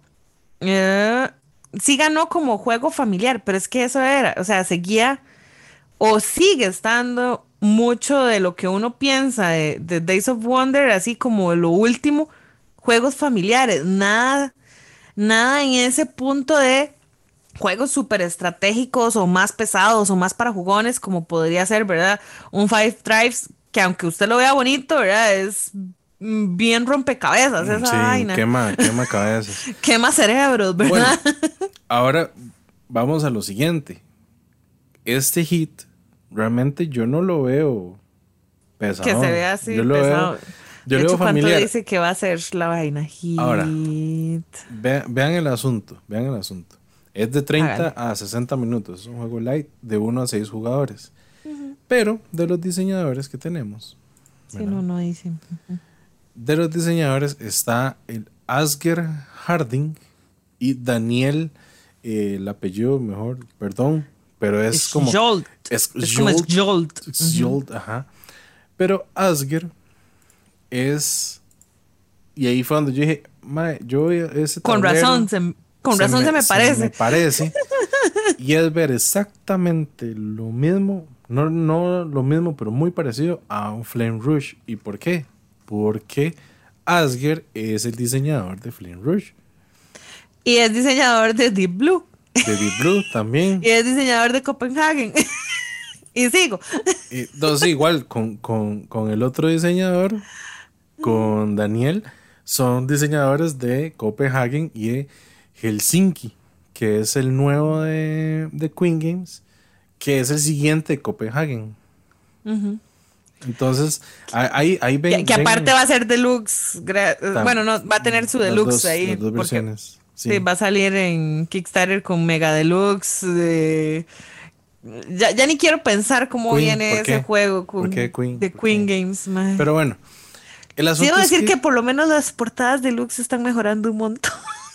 Speaker 2: eh, sí ganó como juego familiar, pero es que eso era, o sea, seguía o sigue estando mucho de lo que uno piensa de, de Days of Wonder, así como lo último, juegos familiares, nada, nada en ese punto de juegos súper estratégicos o más pesados o más para jugones, como podría ser, ¿verdad? Un Five Tribes, que aunque usted lo vea bonito, ¿verdad? Es mm, bien rompecabezas esa
Speaker 1: Sí,
Speaker 2: vaina.
Speaker 1: quema, quema cabezas.
Speaker 2: Quema cerebros,
Speaker 1: Bueno,
Speaker 2: ¿verdad?
Speaker 1: ahora vamos a lo siguiente. Este hit, realmente yo no lo veo pesado.
Speaker 2: Que se vea así
Speaker 1: yo lo
Speaker 2: pesado.
Speaker 1: Veo, yo
Speaker 2: De
Speaker 1: lo
Speaker 2: hecho,
Speaker 1: veo
Speaker 2: ¿cuánto
Speaker 1: familiar.
Speaker 2: dice que va a ser la vaina? Hit.
Speaker 1: Ahora, Ve- vean el asunto, vean el asunto. Es de treinta
Speaker 2: Hágale.
Speaker 1: a sesenta minutos. Es un juego light de uno a seis jugadores. Pero de los diseñadores que tenemos,
Speaker 2: Sí,
Speaker 1: ¿verdad?
Speaker 2: no, no dice.
Speaker 1: De los diseñadores está el Asger Harding y Daniel, eh, el apellido mejor, perdón, pero es, como
Speaker 2: Jolt.
Speaker 1: es,
Speaker 2: Es como es Jolt.
Speaker 1: es Jolt, ajá. Pero Asger es, y ahí fue donde yo dije, mae, yo ese
Speaker 2: Con
Speaker 1: tablero
Speaker 2: razón, se, con razón se me parece.
Speaker 1: me parece. Y es ver exactamente lo mismo, no, no lo mismo, pero muy parecido a un Flame Rush. ¿Y por qué? Porque Asger es el diseñador de Flame Rush.
Speaker 2: Y es diseñador de Deep Blue.
Speaker 1: De Deep Blue también.
Speaker 2: Y es diseñador de Copenhagen. Y sigo.
Speaker 1: Y, entonces, igual con, con, con el otro diseñador, con Daniel, son diseñadores de Copenhagen y de Helsinki, que es el nuevo de, de Queen Games, que es el siguiente de Copenhagen.
Speaker 2: Ujú.
Speaker 1: Entonces, ahí, ahí ven.
Speaker 2: Que, que
Speaker 1: ven
Speaker 2: aparte va a ser deluxe. gra-
Speaker 1: tam-
Speaker 2: Bueno, no, va a tener su
Speaker 1: las
Speaker 2: deluxe
Speaker 1: dos-
Speaker 2: ahí.
Speaker 1: las dos
Speaker 2: porque-
Speaker 1: versiones. Sí.
Speaker 2: Sí, va a salir en Kickstarter con Mega Deluxe. de- Ya, ya ni quiero pensar cómo
Speaker 1: Queen,
Speaker 2: viene
Speaker 1: ¿por
Speaker 2: ese
Speaker 1: qué?
Speaker 2: juego con,
Speaker 1: ¿Por qué Queen?
Speaker 2: de
Speaker 1: ¿Por
Speaker 2: Queen
Speaker 1: qué?
Speaker 2: Games. mae.
Speaker 1: Pero bueno, el
Speaker 2: Sí,
Speaker 1: asunto
Speaker 2: debo
Speaker 1: es
Speaker 2: decir que...
Speaker 1: que,
Speaker 2: por lo menos las portadas deluxe están mejorando un montón.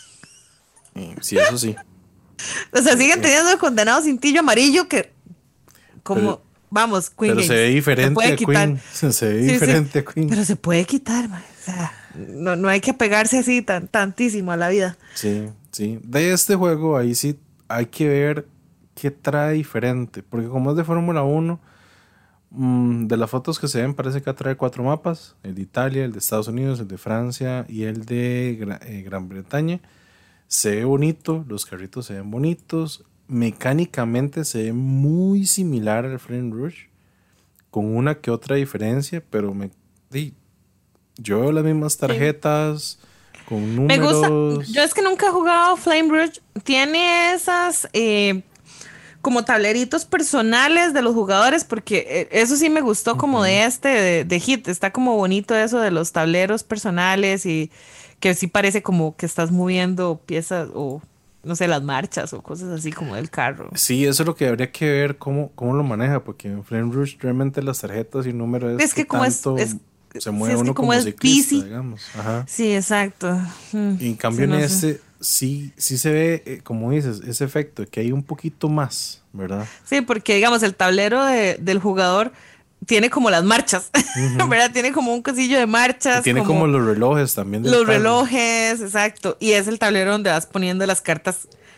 Speaker 1: Eh, sí, eso sí.
Speaker 2: O sea, siguen teniendo el condenado cintillo amarillo que, como,
Speaker 1: Pero-
Speaker 2: vamos, Queen
Speaker 1: Pero
Speaker 2: Games.
Speaker 1: se ve diferente
Speaker 2: puede
Speaker 1: a
Speaker 2: quitar.
Speaker 1: Queen. Se ve
Speaker 2: Sí, sí,
Speaker 1: diferente a Queen.
Speaker 2: Pero se puede quitar, mae. O sea, no, no hay que apegarse así tan, tantísimo a la vida.
Speaker 1: Sí, sí. De este juego, ahí sí hay que ver qué trae diferente. Porque como es de Fórmula uno, mm, de las fotos que se ven, parece que trae cuatro mapas: el de Italia, el de Estados Unidos, el de Francia y el de Gra- eh, Gran Bretaña. Se ve bonito, los carritos se ven bonitos. Mecánicamente se ve muy similar al Flame Rush, con una que otra diferencia, pero me, di, yo veo las mismas tarjetas con
Speaker 2: Me
Speaker 1: números.
Speaker 2: gusta. Yo es que nunca he jugado Flame Rush. Tiene esas eh, como tableritos personales de los jugadores, porque eh, eso sí me gustó como de este, de, de Hit. Está como bonito eso de los tableros personales y que sí parece como que estás moviendo piezas o no sé, las marchas o cosas así como del carro.
Speaker 1: Sí, eso es lo que habría que ver cómo, cómo lo maneja, porque en Flame Rush realmente las tarjetas y números
Speaker 2: Es que
Speaker 1: qué
Speaker 2: como es-
Speaker 1: tanto
Speaker 2: es-
Speaker 1: se
Speaker 2: sí,
Speaker 1: mueve
Speaker 2: es que
Speaker 1: uno
Speaker 2: como
Speaker 1: como
Speaker 2: es
Speaker 1: ciclista,
Speaker 2: bici.
Speaker 1: digamos. Ajá.
Speaker 2: Sí, exacto. Mm,
Speaker 1: Y en cambio
Speaker 2: sí, no
Speaker 1: en
Speaker 2: sé.
Speaker 1: este sí, sí se ve, eh, como dices, ese efecto de que hay un poquito más, ¿verdad?
Speaker 2: Sí, porque digamos, el tablero de- del jugador tiene como las marchas, ¿verdad? Tiene como un cosillo de marchas.
Speaker 1: Y tiene como, los relojes también. del
Speaker 2: los
Speaker 1: carro.
Speaker 2: relojes, exacto. Y es el tablero donde vas poniendo las cartas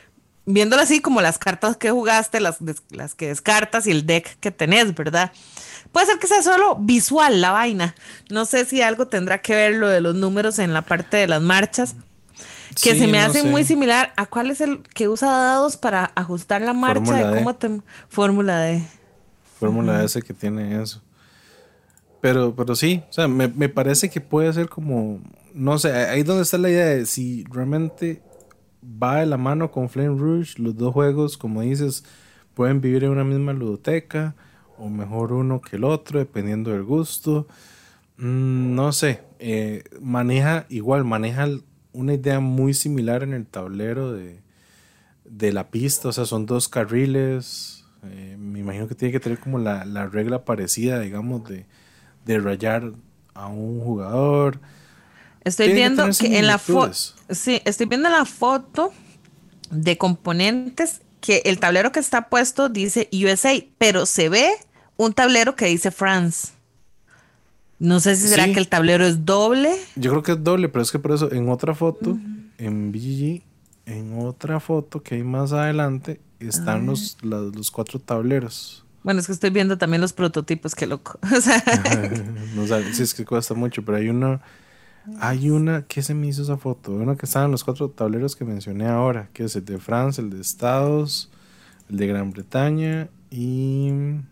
Speaker 2: viéndolo así como las cartas que jugaste, las, las que descartas y el deck que tenés, ¿verdad? Puede ser que sea solo visual la vaina. No sé si algo tendrá que ver lo de los números en la parte de las marchas, que
Speaker 1: Sí,
Speaker 2: se me
Speaker 1: no
Speaker 2: hace
Speaker 1: sé.
Speaker 2: muy similar a cuál es el que usa dados para ajustar la marcha
Speaker 1: Fórmula
Speaker 2: de
Speaker 1: D.
Speaker 2: cómo te... Fórmula D.
Speaker 1: Fórmula S que tiene eso. Pero, pero sí, o sea, me, me parece que puede ser como, no sé, ahí donde está la idea de si realmente va de la mano con Flame Rouge, los dos juegos, como dices, pueden vivir en una misma ludoteca, o mejor uno que el otro, dependiendo del gusto. Mm, no sé, eh, maneja igual, maneja una idea muy similar en el tablero de, de la pista, o sea, son dos carriles. Eh, me imagino que tiene que tener como la, la regla parecida, digamos, de, de rayar a un jugador.
Speaker 2: Estoy
Speaker 1: Tiene que
Speaker 2: viendo
Speaker 1: tener
Speaker 2: que en la foto,
Speaker 1: similitudes.
Speaker 2: sí, estoy viendo la foto de componentes que el tablero que está puesto dice U S A, pero se ve un tablero que dice France. No sé si será que
Speaker 1: Sí,
Speaker 2: el tablero es doble.
Speaker 1: yo creo que es doble, pero es que por eso en otra foto, en B G G, en otra foto que hay más adelante, están los, las- los cuatro tableros.
Speaker 2: Bueno, es que estoy viendo también los prototipos, qué loco. O sea,
Speaker 1: No sé si es que cuesta mucho, pero hay una, hay una, ¿qué se me hizo esa foto? Una que estaban los cuatro tableros que mencioné ahora, que es el de Francia, el de Estados, el de Gran Bretaña y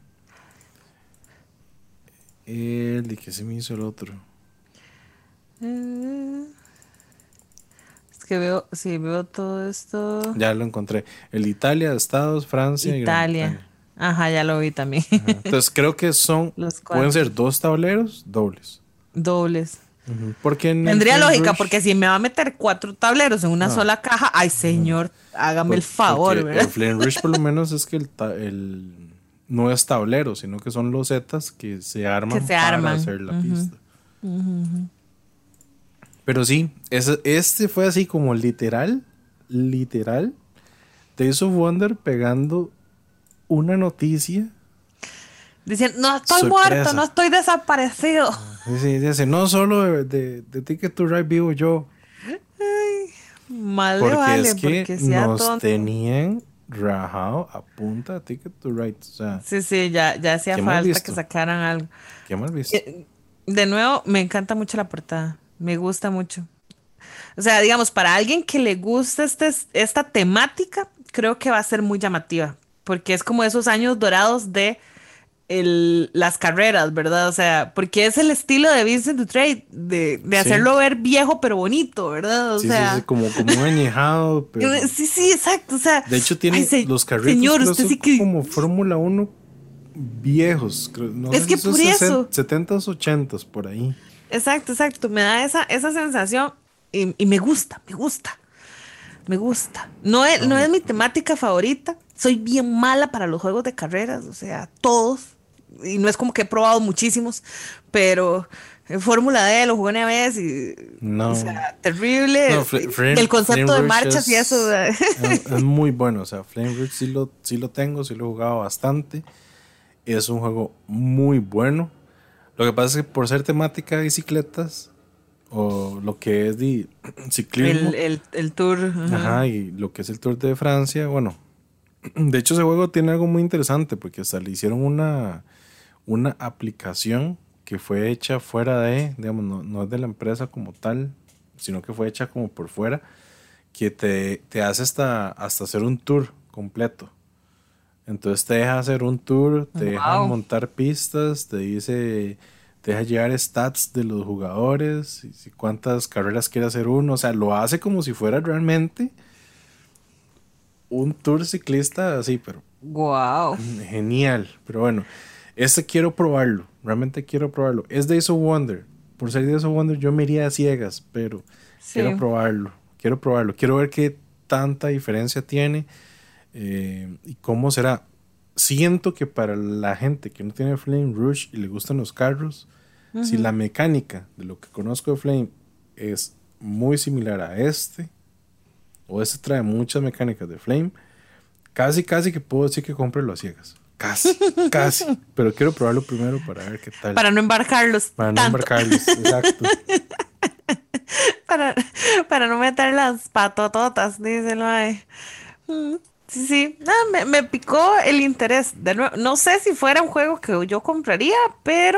Speaker 1: el de qué se me hizo el otro.
Speaker 2: eh, es que veo, sí, veo todo esto.
Speaker 1: Ya lo encontré. El de Italia, Estados, Francia y Gran
Speaker 2: Italia.
Speaker 1: Bretaña.
Speaker 2: Ajá, ya lo vi también.
Speaker 1: Ajá. Entonces creo que son,
Speaker 2: Los
Speaker 1: pueden
Speaker 2: cuatro
Speaker 1: ser dos tableros dobles.
Speaker 2: dobles.
Speaker 1: Ujú. Porque en el
Speaker 2: Tendría
Speaker 1: Flame
Speaker 2: lógica,
Speaker 1: Rush,
Speaker 2: porque si me va a meter cuatro tableros en una
Speaker 1: no,
Speaker 2: sola caja, ay señor, hágame el
Speaker 1: por-
Speaker 2: favor,
Speaker 1: porque
Speaker 2: ¿verdad?
Speaker 1: el Flame Rush por lo menos es que el, ta- el no es tablero, sino que son losetas que se arman
Speaker 2: Que se
Speaker 1: para
Speaker 2: arman.
Speaker 1: hacer la
Speaker 2: Ujú.
Speaker 1: pista. Pero sí, ese- este fue así como literal, literal, Days of Wonder pegando una noticia
Speaker 2: Dicen, no estoy muerto, no
Speaker 1: sorpresa.
Speaker 2: estoy desaparecido.
Speaker 1: Dice, dice, no solo de, de, de Ticket to Ride vivo yo,
Speaker 2: Mal le
Speaker 1: porque es
Speaker 2: vale,
Speaker 1: que
Speaker 2: porque sea
Speaker 1: nos
Speaker 2: tonto.
Speaker 1: tenían rajado a punta de Ticket to Ride. O sea,
Speaker 2: Sí, sí, ya, ya hacía
Speaker 1: qué mal
Speaker 2: falta que
Speaker 1: visto,
Speaker 2: sacaran algo.
Speaker 1: qué mal visto.
Speaker 2: Eh, De nuevo, me encanta mucho la portada. Me gusta mucho. O sea, digamos, para alguien que le gusta este, esta temática, creo que va a ser muy llamativa. Porque es como esos años dorados de el- las carreras, ¿verdad? O sea, porque es el estilo de Vincent Dutrait, de, de
Speaker 1: Sí,
Speaker 2: hacerlo ver viejo pero bonito, ¿verdad? O
Speaker 1: sí, sí, sí,
Speaker 2: sea,
Speaker 1: como, como un añejado, pero
Speaker 2: eh, sí, sí, exacto. O sea,
Speaker 1: de hecho
Speaker 2: ay,
Speaker 1: tiene
Speaker 2: se-
Speaker 1: los carritos,
Speaker 2: señor,
Speaker 1: creo
Speaker 2: usted
Speaker 1: son
Speaker 2: sí que.
Speaker 1: como Fórmula uno viejos, creo, no
Speaker 2: Es
Speaker 1: sé si
Speaker 2: que
Speaker 1: son
Speaker 2: por eso.
Speaker 1: setentas, ochentas por ahí.
Speaker 2: Exacto, exacto. Me da esa, esa sensación y, y me gusta, me gusta, me gusta. No es, no
Speaker 1: No,
Speaker 2: es mi temática favorita. Soy bien mala para los juegos de carreras, o sea, todos. Y no es como que he probado muchísimos, pero en Fórmula D lo jugué una vez y, o
Speaker 1: no,
Speaker 2: sea, terrible.
Speaker 1: no, Fl- Flame,
Speaker 2: El
Speaker 1: Flame
Speaker 2: concepto de
Speaker 1: Rush
Speaker 2: marchas y eso.
Speaker 1: es, es, es muy bueno, o sea, Flame Rush sí lo, sí lo tengo, sí lo he jugado bastante. Es un juego muy bueno. Lo que pasa es que por ser temática de bicicletas o lo que es de ciclismo,
Speaker 2: El, el, el tour. Ajá.
Speaker 1: ajá, y lo que es el Tour de Francia, bueno, de hecho ese juego tiene algo muy interesante porque hasta le hicieron una, una aplicación que fue hecha fuera de, digamos, no, no es de la empresa como tal, sino que fue hecha como por fuera, que te, te hace hasta, hasta hacer un tour completo. Entonces te deja hacer un tour, te deja
Speaker 2: Wow.
Speaker 1: montar pistas, te dice, te deja llevar stats de los jugadores, y si cuántas carreras quiere hacer uno, o sea, lo hace como si fuera realmente un tour ciclista así, pero
Speaker 2: Wow.
Speaker 1: genial. Pero bueno, este quiero probarlo, realmente quiero probarlo. Es Days of Wonder, por ser Days of Wonder yo me iría a ciegas, pero
Speaker 2: Sí.
Speaker 1: quiero probarlo, quiero probarlo, quiero ver qué tanta diferencia tiene. Eh, y cómo será. Siento que para la gente que no tiene Flame Rush y le gustan los carros, uh-huh. Si la mecánica de lo que conozco de Flame es muy similar a este, o este trae muchas mecánicas de Flame, casi, casi que puedo decir que cómprelo a ciegas. Casi, casi. Pero quiero probarlo primero para ver qué tal.
Speaker 2: Para no embarcarlos.
Speaker 1: Para no
Speaker 2: tanto.
Speaker 1: embarcarlos, exacto.
Speaker 2: para, para no meter las patototas, díselo ahí. Sí, sí. No, me, me picó el interés. De nuevo, no sé si fuera un juego que yo compraría, pero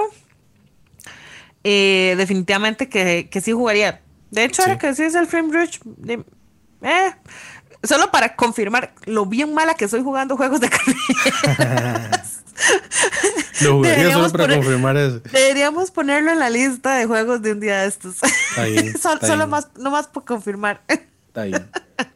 Speaker 2: eh, definitivamente que, que sí jugaría. De hecho,
Speaker 1: Sí.
Speaker 2: ahora que decís el Frame Rush, de- eh, solo para confirmar lo bien mala que soy jugando juegos de carreras.
Speaker 1: Lo jugaría solo
Speaker 2: Deberíamos
Speaker 1: para
Speaker 2: poner-
Speaker 1: confirmar eso.
Speaker 2: Deberíamos ponerlo en la lista de juegos de un día de estos.
Speaker 1: Está bien,
Speaker 2: Sol-
Speaker 1: está
Speaker 2: solo
Speaker 1: bien.
Speaker 2: más, no más por confirmar.
Speaker 1: Está bien.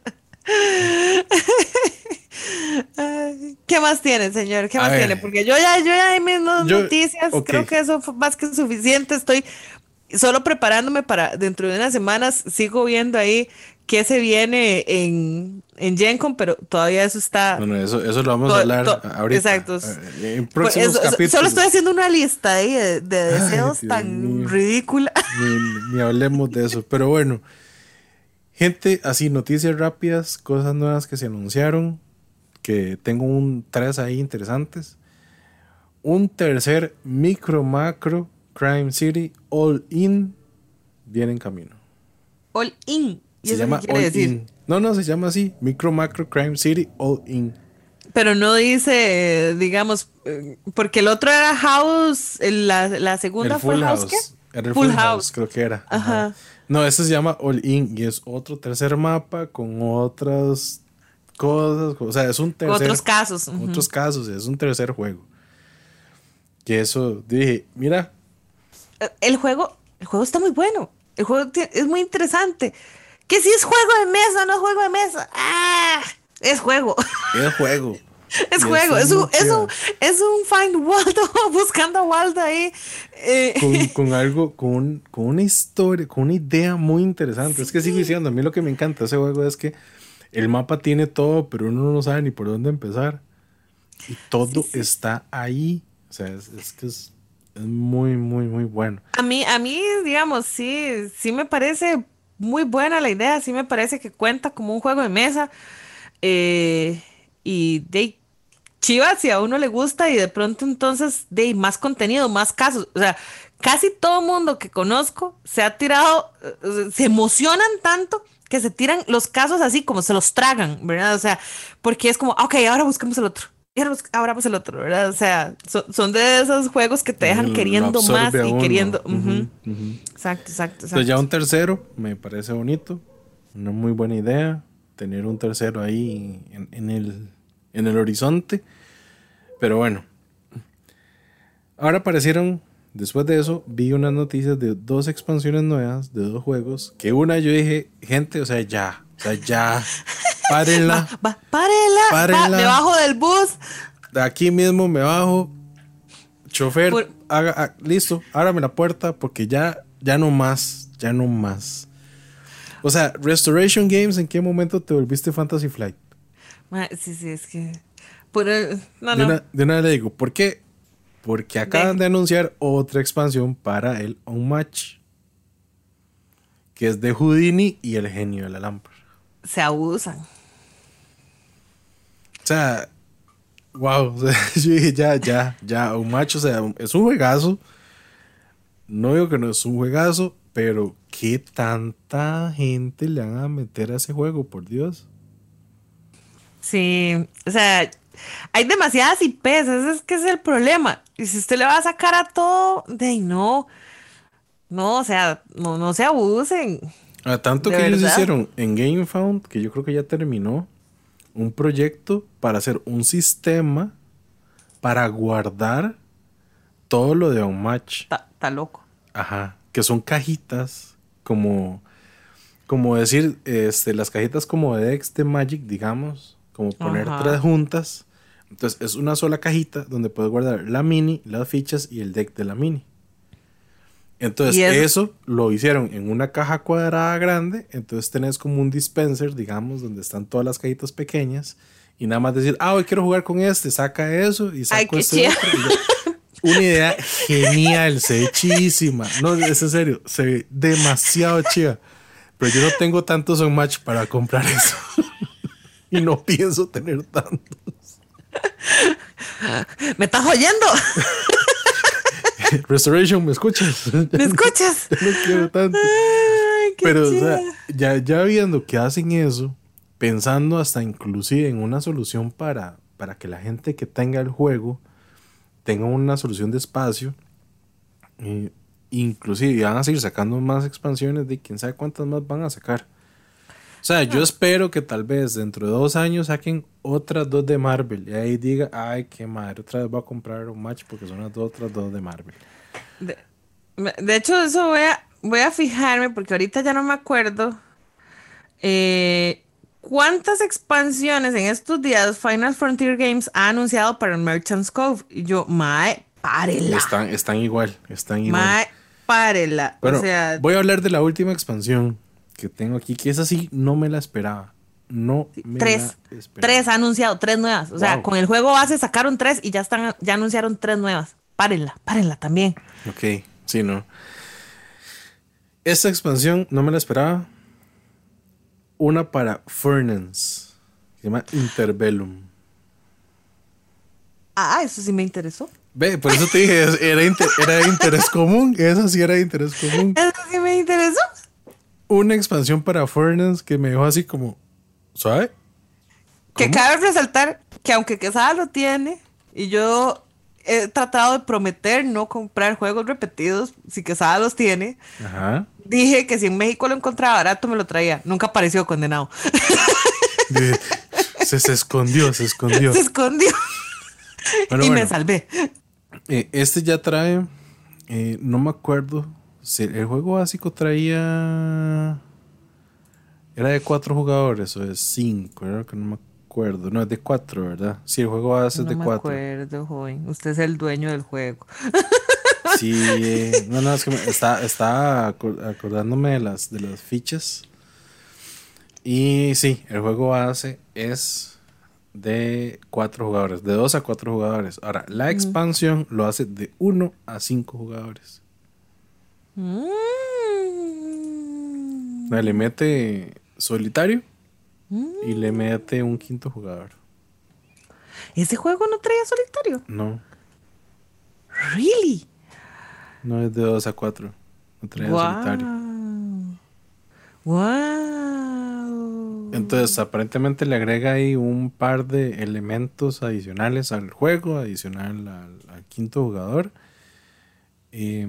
Speaker 2: Ay, ¿qué más tiene, señor? ¿Qué
Speaker 1: A
Speaker 2: más
Speaker 1: ver.
Speaker 2: tiene? Porque yo ya, yo ya en mis no-
Speaker 1: Yo-
Speaker 2: noticias,
Speaker 1: ok.
Speaker 2: creo que eso fue más que suficiente. Estoy solo preparándome para dentro de unas semanas. Sigo viendo ahí qué se viene en, en Gen Con, pero todavía eso está.
Speaker 1: Bueno, eso, eso lo vamos
Speaker 2: to-
Speaker 1: a hablar
Speaker 2: to-
Speaker 1: ahorita.
Speaker 2: exacto.
Speaker 1: eh, En
Speaker 2: Pues
Speaker 1: próximos
Speaker 2: eso- eso-
Speaker 1: capítulos.
Speaker 2: solo estoy haciendo una lista ahí de, de
Speaker 1: Ay,
Speaker 2: deseos
Speaker 1: Dios
Speaker 2: tan
Speaker 1: mío.
Speaker 2: ridícula.
Speaker 1: Ni, ni hablemos de eso. Pero bueno, gente, así, noticias rápidas, cosas nuevas que se anunciaron. Que tengo un tres ahí interesantes. Un tercer micro macro Crime City All In viene en camino.
Speaker 2: All in. ¿Y
Speaker 1: Se
Speaker 2: eso
Speaker 1: llama
Speaker 2: qué quiere
Speaker 1: All
Speaker 2: decir?
Speaker 1: In. No, no, se llama así. Micro Macro Crime City All In.
Speaker 2: Pero no dice, eh, digamos, eh, porque el otro era House, el- la, la segunda
Speaker 1: El
Speaker 2: fue
Speaker 1: Full
Speaker 2: House,
Speaker 1: House.
Speaker 2: ¿qué?
Speaker 1: Era el
Speaker 2: Full
Speaker 1: Full House,
Speaker 2: House.
Speaker 1: creo que era.
Speaker 2: Ajá.
Speaker 1: No, este se llama All In y es otro tercer mapa con otras cosas. O sea, es un tercer.
Speaker 2: Otros casos.
Speaker 1: con
Speaker 2: Ujú.
Speaker 1: Otros casos, es un tercer juego. Que eso, dije, mira,
Speaker 2: Eh, El juego, el juego está muy bueno. El juego ti- es muy interesante. Que si es juego de mesa, no es juego de mesa. ¡Ah! Es juego.
Speaker 1: es juego.
Speaker 2: Es
Speaker 1: Y
Speaker 2: juego.
Speaker 1: eso
Speaker 2: Es un,
Speaker 1: muy
Speaker 2: es un,
Speaker 1: chido.
Speaker 2: es un Find Waldo buscando a Waldo ahí. Eh,
Speaker 1: Con, con algo, con, un- con una historia, con una idea muy interesante. Es que sigo diciendo, a mí lo que me encanta de ese juego es que el mapa tiene todo, pero uno no sabe ni por dónde empezar. Y todo
Speaker 2: Sí, sí.
Speaker 1: está ahí. O sea, es, es que es, es muy, muy, muy bueno.
Speaker 2: A mí, a mí, digamos, sí, sí me parece muy buena la idea, sí me parece que cuenta como un juego de mesa. eh, y de Chivas, si a uno le gusta, y de pronto entonces de más contenido, más casos. O sea, casi todo mundo que conozco se ha tirado, eh, se emocionan tanto que se tiran los casos así como se los tragan, ¿verdad? O sea, porque es como, ok, ahora busquemos el otro. Y ahora bus- ahora vamos el otro, ¿verdad? O sea, so- son de esos juegos que te dejan
Speaker 1: Lo
Speaker 2: queriendo
Speaker 1: absorbe
Speaker 2: más
Speaker 1: a
Speaker 2: y
Speaker 1: uno.
Speaker 2: queriendo.
Speaker 1: Ujú,
Speaker 2: Ujú.
Speaker 1: ujú.
Speaker 2: Exacto, exacto,
Speaker 1: Entonces ya
Speaker 2: exacto.
Speaker 1: un tercero me parece bonito. Una muy buena idea. Tener un tercero ahí en, en el, en el horizonte. Pero bueno. Ahora aparecieron, después de eso, vi unas noticias de dos expansiones nuevas de dos juegos. Que una yo dije, gente, o sea, ya. O sea, ya. Párenla.
Speaker 2: Va, párela, va,
Speaker 1: Párenla.
Speaker 2: me bajo del bus.
Speaker 1: De aquí mismo me bajo. Chofer,
Speaker 2: Por-
Speaker 1: haga, ah, listo, ábrame la puerta porque ya, ya no más, ya no más. O sea, Restoration Games, ¿en qué momento te volviste Fantasy Flight?
Speaker 2: Ma, sí, sí, es que. por el- no,
Speaker 1: De
Speaker 2: no.
Speaker 1: una, de una vez le digo, ¿por qué? Porque acaban
Speaker 2: De-
Speaker 1: de anunciar otra expansión para el Unmatch, que es de Houdini y el genio de la lámpara.
Speaker 2: Se abusan.
Speaker 1: O sea, wow, o sea, yo dije, ya, ya, ya, Unmatch, o sea, es un juegazo. No digo que no es un juegazo, pero ¿qué tanta gente le van a meter a ese juego, por Dios?
Speaker 2: Sí, o sea, hay demasiadas I Pes, ese es que es el problema. Y si usted le va a sacar a todo, de ahí no. No, o sea, no, no se abusen.
Speaker 1: A tanto
Speaker 2: ¿De
Speaker 1: que ellos
Speaker 2: verdad?
Speaker 1: hicieron en GameFound, que yo creo que ya terminó, un proyecto para hacer un sistema para guardar todo lo de Unmatch.
Speaker 2: Está está loco.
Speaker 1: Ajá, que son cajitas como, como decir, este, las cajitas como de decks de Magic, digamos, como poner
Speaker 2: Ajá.
Speaker 1: tres juntas. Entonces es una sola cajita donde puedes guardar la mini, las fichas y el deck de la mini. Entonces
Speaker 2: Y es-
Speaker 1: eso lo hicieron en una caja cuadrada grande. Entonces tenés como un dispenser, digamos, donde están todas las cajitas pequeñas. Y nada más decir, ah, hoy quiero jugar con este, saca eso y saco
Speaker 2: Ay, qué
Speaker 1: este
Speaker 2: chido.
Speaker 1: otro. Y ya. Una idea genial, se ve chidísima. No, es en serio, se ve demasiado chida. Pero yo no tengo tantos Unmatch para comprar eso. Y no pienso tener tantos.
Speaker 2: ¿Me estás oyendo?
Speaker 1: Restoration, ¿me escuchas?
Speaker 2: ¿Me escuchas?
Speaker 1: No quiero tanto.
Speaker 2: Ay, qué
Speaker 1: Pero, o
Speaker 2: chido.
Speaker 1: sea, ya, ya viendo que hacen eso, pensando hasta inclusive en una solución para, para que la gente que tenga el juego tenga una solución de espacio. Eh, inclusive van a seguir sacando más expansiones, de quién sabe cuántas más van a sacar. O sea, yo espero que tal vez dentro de dos años saquen otras dos de Marvel. Y ahí diga, ay, qué madre, otra vez voy a comprar un match porque son las dos, otras dos de Marvel.
Speaker 2: De, de hecho, eso voy a, voy a fijarme porque ahorita ya no me acuerdo. Eh, ¿Cuántas expansiones en estos días Final Frontier Games ha anunciado para el Merchant's Cove? Y yo, mae, párela.
Speaker 1: Están, están igual, están igual.
Speaker 2: Mae, párela.
Speaker 1: Bueno,
Speaker 2: o sea,
Speaker 1: voy a hablar de la última expansión que tengo aquí, que esa sí no me la esperaba. No me
Speaker 2: tres.
Speaker 1: la esperaba.
Speaker 2: Tres ha anunciado, tres nuevas. O wow. sea, con el juego base sacaron tres y ya están, ya anunciaron tres nuevas. Párenla, párenla también.
Speaker 1: Ok, sí, no. Esta expansión no me la esperaba. Una para Furnace, se llama Interbellum.
Speaker 2: Ah, eso sí me interesó.
Speaker 1: Ve, por eso te dije, era, inter, era de interés común. Eso sí era de interés común.
Speaker 2: Eso sí me interesó.
Speaker 1: Una expansión para Furnace que me dejó así como, ¿sabe?
Speaker 2: Que cabe resaltar que aunque Quesada lo tiene, y yo he tratado de prometer no comprar juegos repetidos si Quesada los tiene.
Speaker 1: Ajá.
Speaker 2: Dije que si en México lo encontraba barato me lo traía. Nunca apareció, condenado.
Speaker 1: Se, se escondió, se escondió.
Speaker 2: Se escondió. Bueno, y bueno, me salvé.
Speaker 1: Eh, este ya trae, eh, no me acuerdo, si el juego básico traía, era de cuatro jugadores o de cinco, era que no me acuerdo. No, es de cuatro, ¿verdad? Sí, el juego base es de cuatro.
Speaker 2: No me acuerdo, joven. Usted es el dueño del juego.
Speaker 1: Sí, eh, no, no, es que me, está, está acordándome de las, de las fichas. Y sí, el juego base es de cuatro jugadores, de dos a cuatro jugadores. Ahora, la expansión mm. lo hace de uno a cinco jugadores. Mm. Le mete solitario mm. y le mete un quinto jugador.
Speaker 2: ¿Ese juego no traía solitario?
Speaker 1: No.
Speaker 2: ¿Really?
Speaker 1: No es de dos a cuatro. No traía wow. solitario.
Speaker 2: Wow.
Speaker 1: Entonces, aparentemente le agrega ahí un par de elementos adicionales al juego, adicional al, al quinto jugador. Y,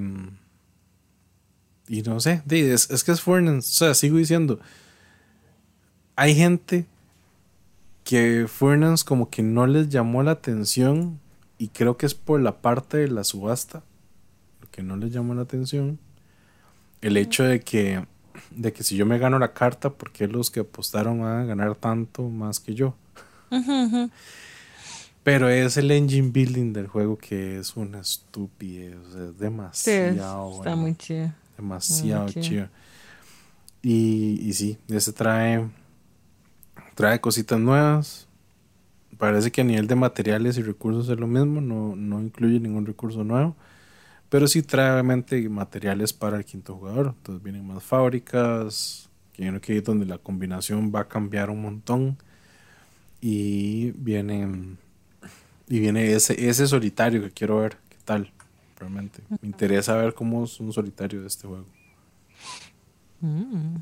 Speaker 1: y no sé, es, es que es Furnace. O sea, sigo diciendo, hay gente que Furnace como que no les llamó la atención, y creo que es por la parte de la subasta que no les llamó la atención. El hecho de que de que si yo me gano la carta, ¿por qué los que apostaron van a ganar tanto más que yo? Uh-huh, uh-huh. Pero es el engine building del juego que es una estupidez. O sea, es demasiado
Speaker 2: sí, está bueno, muy chido.
Speaker 1: Demasiado muy chido. chido. Y, y sí, ese trae trae cositas nuevas. Parece que a nivel de materiales y recursos es lo mismo, no, no incluye ningún recurso nuevo. Pero sí trae obviamente materiales para el quinto jugador. Entonces vienen más fábricas, que yo creo que donde la combinación va a cambiar un montón. Y viene, y viene ese, ese solitario que quiero ver qué tal realmente. Me interesa ver cómo es un solitario de este juego.
Speaker 2: Mm.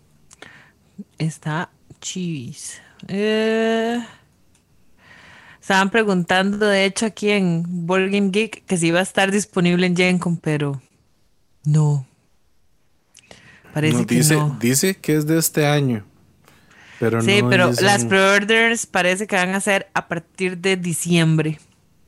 Speaker 2: Está chivis. Eh... Estaban preguntando, de hecho, aquí en Board Game Geek que si iba a estar disponible en Gen-Con, pero no. Parece
Speaker 1: no,
Speaker 2: que
Speaker 1: dice,
Speaker 2: no.
Speaker 1: Dice que es de este año, pero
Speaker 2: sí,
Speaker 1: no
Speaker 2: pero
Speaker 1: dicen...
Speaker 2: las pre-orders parece que van a ser a partir de diciembre.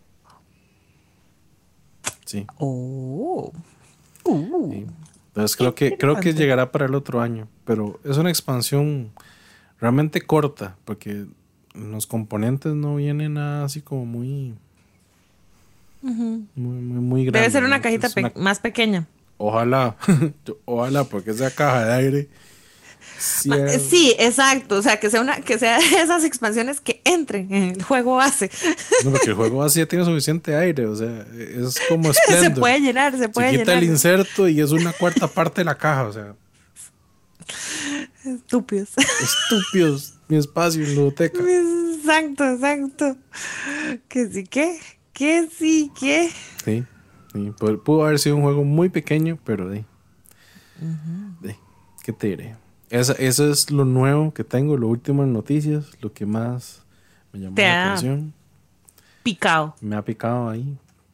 Speaker 1: Sí.
Speaker 2: Oh. Uh.
Speaker 1: Sí. Entonces creo que, creo que llegará para el otro año, pero es una expansión realmente corta, porque los componentes no vienen nada así como muy, uh-huh. muy, muy, muy grande.
Speaker 2: Debe ser una cajita pe- una... más pequeña.
Speaker 1: Ojalá, ojalá, porque esa caja de aire.
Speaker 2: Sí, es... sí, exacto. O sea, que sea una, que sea esas expansiones que entren en el juego base.
Speaker 1: No, porque el juego base ya tiene suficiente aire. O sea, es como Splendor.
Speaker 2: Se puede llenar, se puede
Speaker 1: se quita
Speaker 2: llenar.
Speaker 1: el inserto y es una cuarta parte de la caja. O sea,
Speaker 2: estúpidos.
Speaker 1: Estúpidos. Mi espacio en la biblioteca.
Speaker 2: Exacto, exacto. Que sí, que, que sí, que.
Speaker 1: Sí, sí. Pudo haber sido un juego muy pequeño, pero de. Uh-huh. de ¿Qué te diré? Esa, eso es lo nuevo que tengo, lo último en noticias, lo que más me llamó
Speaker 2: Te
Speaker 1: la
Speaker 2: ha
Speaker 1: atención.
Speaker 2: picado.
Speaker 1: Me ha picado ahí.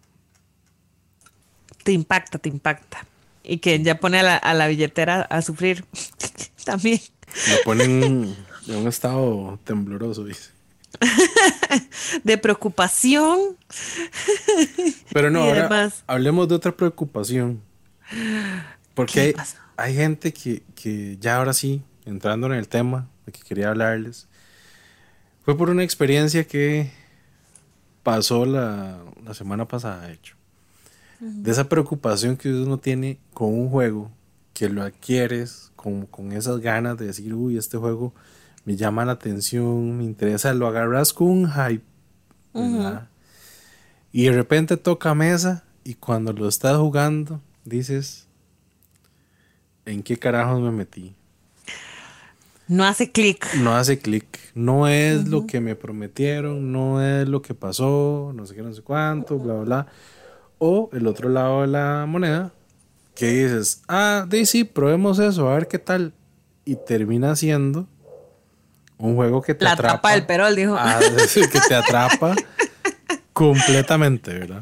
Speaker 2: Te impacta, te impacta. Y que ya pone a la, a la billetera a sufrir también.
Speaker 1: Lo ponen en un estado tembloroso, dice.
Speaker 2: De preocupación.
Speaker 1: Pero no,
Speaker 2: Y
Speaker 1: ahora
Speaker 2: demás.
Speaker 1: hablemos de otra preocupación. Porque
Speaker 2: ¿Qué
Speaker 1: hay,
Speaker 2: pasa?
Speaker 1: hay gente que, que ya ahora sí, entrando en el tema de que quería hablarles, fue por una experiencia que pasó la, la semana pasada, de hecho. De esa preocupación que uno tiene con un juego, que lo adquieres con, con esas ganas de decir, uy, este juego me llama la atención, me interesa, lo agarras con un hype,
Speaker 2: Ujú.
Speaker 1: ¿verdad? Y de repente toca mesa y cuando lo estás jugando, dices, ¿en qué carajos me metí?
Speaker 2: No hace clic.
Speaker 1: No hace clic, no es lo
Speaker 2: Ujú.
Speaker 1: que me prometieron, no es lo que pasó, no sé qué, no sé cuánto, bla, bla, bla. O el otro lado de la moneda, que dices, ah, de sí, probemos eso, a ver qué tal. Y termina siendo un juego que te
Speaker 2: La tapa del
Speaker 1: atrapa,
Speaker 2: perol, dijo.
Speaker 1: ah, que te atrapa completamente, ¿verdad?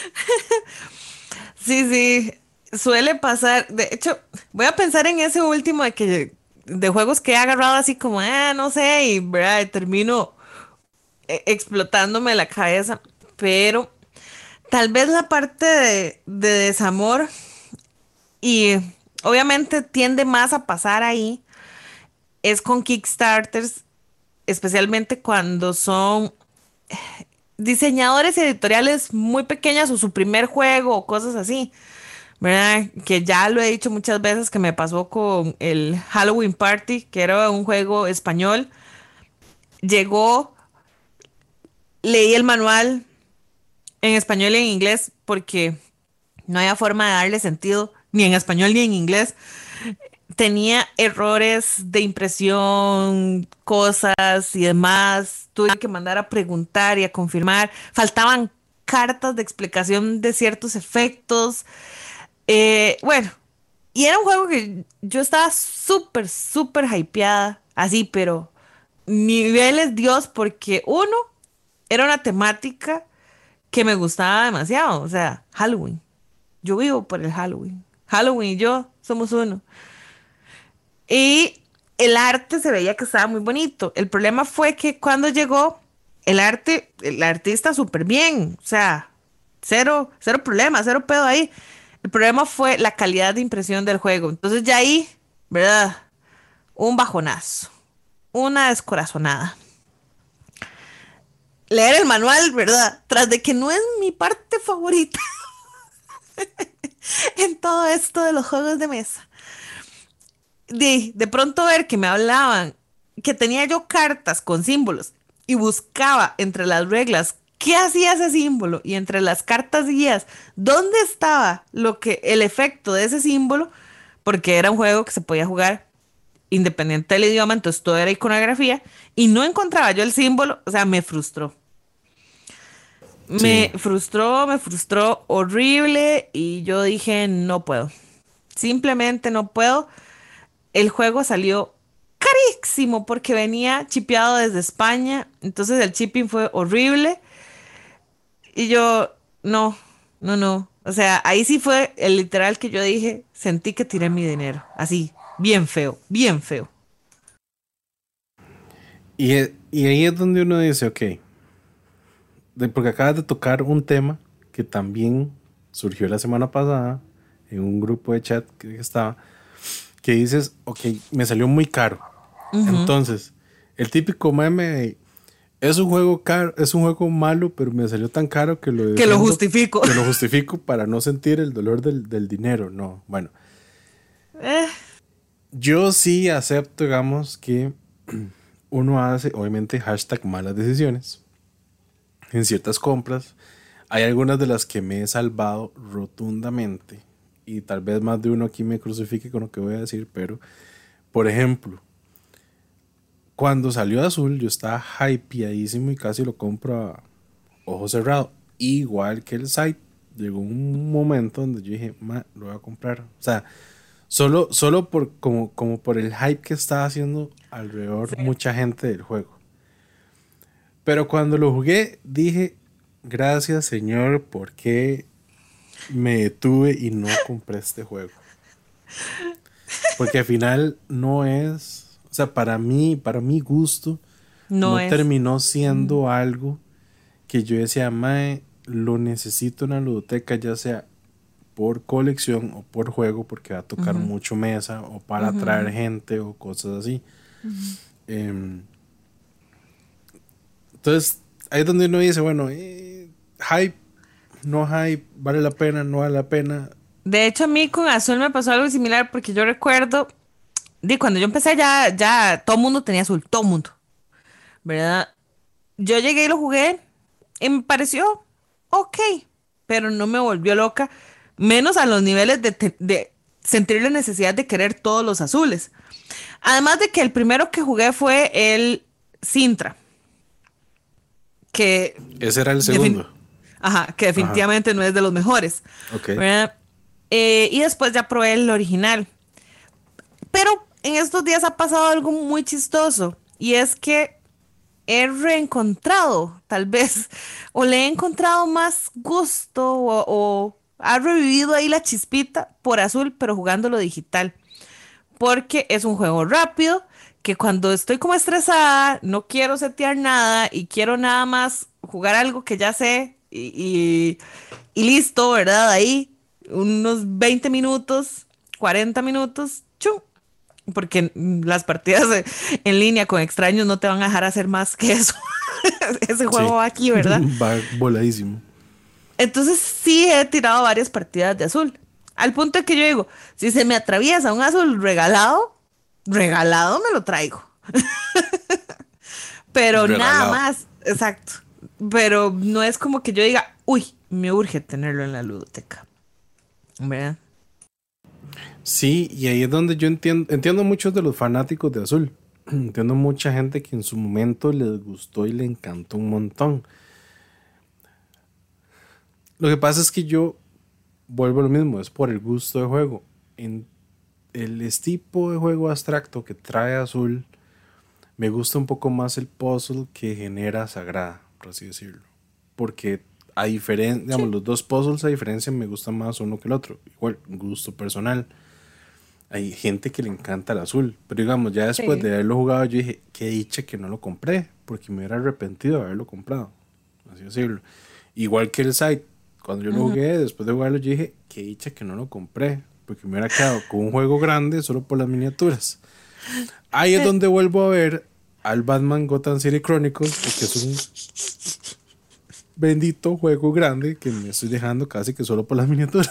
Speaker 2: Sí, sí. Suele pasar. De hecho, voy a pensar en ese último de que de juegos que he agarrado así como, ah, no sé, y, ¿verdad? Y termino eh, explotándome la cabeza. Pero tal vez la parte de, de desamor y obviamente tiende más a pasar ahí es con Kickstarters, especialmente cuando son diseñadores editoriales muy pequeñas o su primer juego o cosas así, ¿verdad? Que ya lo he dicho muchas veces que me pasó con el Halloween Party, que era un juego español. Llegó, leí el manual en español y en inglés porque no había forma de darle sentido, ni en español ni en inglés. Tenía errores de impresión, cosas y demás. Tuve que mandar a preguntar y a confirmar. Faltaban cartas de explicación de ciertos efectos. Eh, bueno, y era un juego que yo estaba súper, súper hypeada. Así, pero niveles Dios, porque uno, era una temática que me gustaba demasiado. O sea, Halloween. Yo vivo por el Halloween. Halloween y yo somos uno. Y el arte se veía que estaba muy bonito. El problema fue que cuando llegó el arte, el artista súper bien, o sea, cero, cero problema, cero pedo ahí. El problema fue la calidad de impresión del juego. Entonces ya ahí, ¿verdad? Un bajonazo, una descorazonada. Leer el manual, ¿verdad? Tras de que no es mi parte favorita en todo esto de los juegos de mesa. de, de pronto ver que me hablaban, que tenía yo cartas con símbolos y buscaba entre las reglas qué hacía ese símbolo y entre las cartas guías dónde estaba lo que el efecto de ese símbolo, porque era un juego que se podía jugar independiente del idioma, entonces todo era iconografía y no encontraba yo el símbolo, o sea, me frustró.
Speaker 1: Sí,
Speaker 2: Me frustró, me frustró horrible y yo dije, no puedo. Simplemente no puedo. El juego salió carísimo porque venía chipeado desde España, entonces el shipping fue horrible y yo, no, no, no. O sea, ahí sí fue el literal que yo dije, sentí que tiré mi dinero, así, bien feo, bien feo.
Speaker 1: y, e- y ahí es donde uno dice, ok, de- porque acabas de tocar un tema que también surgió la semana pasada en un grupo de chat que estaba, que dices, ok, me salió muy caro.
Speaker 2: Ujú.
Speaker 1: Entonces, el típico meme de, es un juego caro, es un juego malo, pero me salió tan caro que lo
Speaker 2: Que lo
Speaker 1: defiendo,
Speaker 2: justifico.
Speaker 1: que lo justifico para no sentir el dolor del, del dinero. No, bueno,
Speaker 2: Eh,
Speaker 1: yo sí acepto, digamos, que uno hace, obviamente, hashtag malas decisiones en ciertas compras. Hay algunas de las que me he salvado rotundamente y tal vez más de uno aquí me crucifique con lo que voy a decir, pero, por ejemplo, cuando salió Azul, yo estaba hypeadísimo y casi lo compro a ojo cerrado. Igual que el site, llegó un momento donde yo dije, ma, lo voy a comprar. O sea, Solo, solo por, como, como por el hype que estaba haciendo alrededor
Speaker 2: Sí.
Speaker 1: mucha gente del juego. Pero cuando lo jugué, dije, gracias Señor, porque me detuve y no compré este juego. Porque al final no es, o sea, para mí, para mi gusto,
Speaker 2: No
Speaker 1: no
Speaker 2: es.
Speaker 1: terminó siendo algo que yo decía, mae, lo necesito en la ludoteca, ya sea por colección o por juego, porque va a tocar
Speaker 2: Ujú.
Speaker 1: mucho mesa o para
Speaker 2: Ujú,
Speaker 1: atraer
Speaker 2: ujú.
Speaker 1: gente o cosas así.
Speaker 2: Ujú.
Speaker 1: Em, entonces, ahí es donde uno dice, bueno, eh, hype, no hype, vale la pena, no vale la pena.
Speaker 2: De hecho, a mí con Azul me pasó algo similar porque yo recuerdo, di, cuando yo empecé ya, ya todo el mundo tenía Azul, todo el mundo, ¿verdad? Yo llegué y lo jugué y me pareció ok, pero no me volvió loca, menos a los niveles de, te- de sentir la necesidad de querer todos los azules. Además de que el primero que jugué fue el Sintra, que,
Speaker 1: Ese era el
Speaker 2: defin-
Speaker 1: segundo.
Speaker 2: ajá, que
Speaker 1: Ajá,
Speaker 2: definitivamente no es de los mejores,
Speaker 1: ok.
Speaker 2: ¿verdad? Eh, y después ya probé el original. Pero en estos días ha pasado algo muy chistoso y es que he reencontrado, tal vez, o le he encontrado más gusto o, o ha revivido ahí la chispita por Azul, pero jugándolo digital. Porque es un juego rápido, que cuando estoy como estresada, no quiero setear nada y quiero nada más jugar algo que ya sé y, y, y listo, ¿verdad? Ahí, unos veinte minutos, cuarenta minutos, ¡chum! Porque mm, las partidas de- en línea con extraños no te van a dejar hacer más que eso. Ese juego
Speaker 1: Sí,
Speaker 2: va aquí, ¿verdad?
Speaker 1: va voladísimo.
Speaker 2: Entonces sí he tirado varias partidas de azul. Al punto de que yo digo, si se me atraviesa un azul regalado, regalado me lo traigo. Pero nada
Speaker 1: Regalado.
Speaker 2: más, exacto. Pero no es como que yo diga, uy, me urge tenerlo en la ludoteca. ¿Verdad?
Speaker 1: Sí, y ahí es donde yo entiendo, entiendo muchos de los fanáticos de Azul. Entiendo mucha gente que en su momento les gustó y le encantó un montón. Lo que pasa es que yo vuelvo a lo mismo, es por el gusto de juego. En el tipo de juego abstracto que trae Azul, me gusta un poco más el puzzle que genera Sagrada, por así decirlo. Porque a diferencia, digamos,
Speaker 2: Sí.
Speaker 1: los dos puzzles a diferencia me gusta más uno que el otro. Igual, gusto personal. Hay gente que le encanta el azul, pero digamos, ya después
Speaker 2: Sí.
Speaker 1: de haberlo jugado, yo dije, qué dicha que no lo compré, porque me hubiera arrepentido de haberlo comprado, así decirlo. Igual que el site, cuando yo lo
Speaker 2: Ujú.
Speaker 1: jugué, después de jugarlo, yo dije, qué dicha que no lo compré, porque me hubiera quedado con un juego grande solo por las miniaturas. Ahí es
Speaker 2: Eh,
Speaker 1: donde vuelvo a ver al Batman Gotham City Chronicles, porque es un bendito juego grande que me estoy dejando casi que solo por las miniaturas.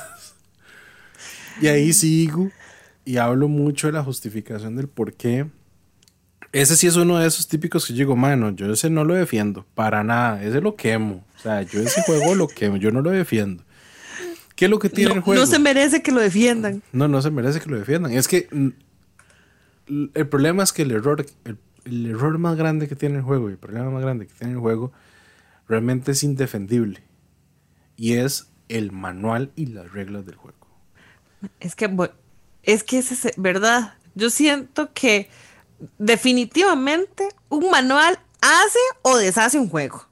Speaker 1: Y ahí sigo y hablo mucho de la justificación del por qué. Ese sí es uno de esos típicos que yo digo, mano, yo ese no lo defiendo, para nada, ese lo quemo. O sea, yo ese juego lo quemo, yo no lo defiendo. ¿Qué es lo que tiene
Speaker 2: no,
Speaker 1: el
Speaker 2: no se
Speaker 1: juego?
Speaker 2: merece que lo defiendan.
Speaker 1: No, no se merece que lo defiendan. Es que mm, el problema es que el error, el, el error más grande que tiene el juego y el problema más grande que tiene el juego realmente es indefendible. Y es el manual y las reglas del juego.
Speaker 2: Es que, bu- es que es ese- ¿verdad? Yo siento que definitivamente un manual hace o deshace un juego.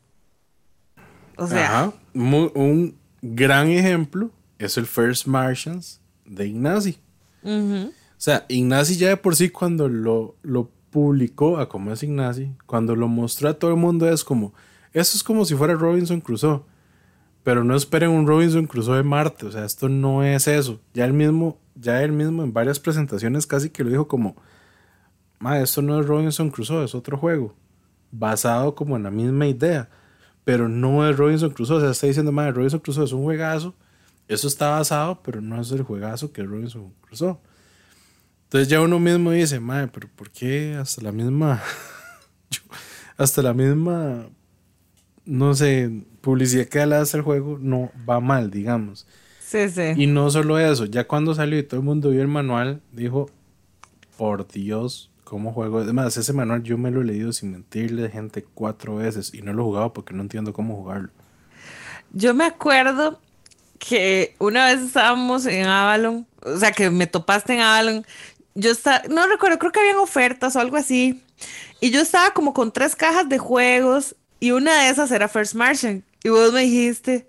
Speaker 2: O sea,
Speaker 1: Ajá. Mu- un gran ejemplo es el First Martians de Ignacy.
Speaker 2: ujú,
Speaker 1: O sea, Ignacy ya de por sí cuando lo, lo publicó a como es Ignacy, cuando lo mostró a todo el mundo es como, eso es como si fuera Robinson Crusoe, pero no esperen un Robinson Crusoe de Marte, o sea, esto no es eso. Ya él mismo, ya él mismo en varias presentaciones casi que lo dijo como, ma, esto no es Robinson Crusoe, es otro juego, basado como en la misma idea, pero no es Robinson Crusoe, o sea, está diciendo, ma, Robinson Crusoe es un juegazo, eso está basado, pero no es el juegazo que es Robinson Crusoe. Entonces ya uno mismo dice, madre, pero ¿por qué hasta la misma, yo- hasta la misma, no sé, publicidad que le hace el juego no va mal, digamos?
Speaker 2: sí, sí.
Speaker 1: Y no solo eso, ya cuando salió y todo el mundo vio el manual, dijo, por Dios, ¿cómo juego? Además, ese manual yo me lo he leído sin mentirle, gente, cuatro veces y no lo he jugado porque no entiendo cómo jugarlo.
Speaker 2: Yo me acuerdo que una vez estábamos en Avalon, o sea, que me topaste en Avalon. Yo estaba, no recuerdo, creo que habían ofertas o algo así. Y yo estaba como con tres cajas de juegos y una de esas era First Martian. Y vos me dijiste,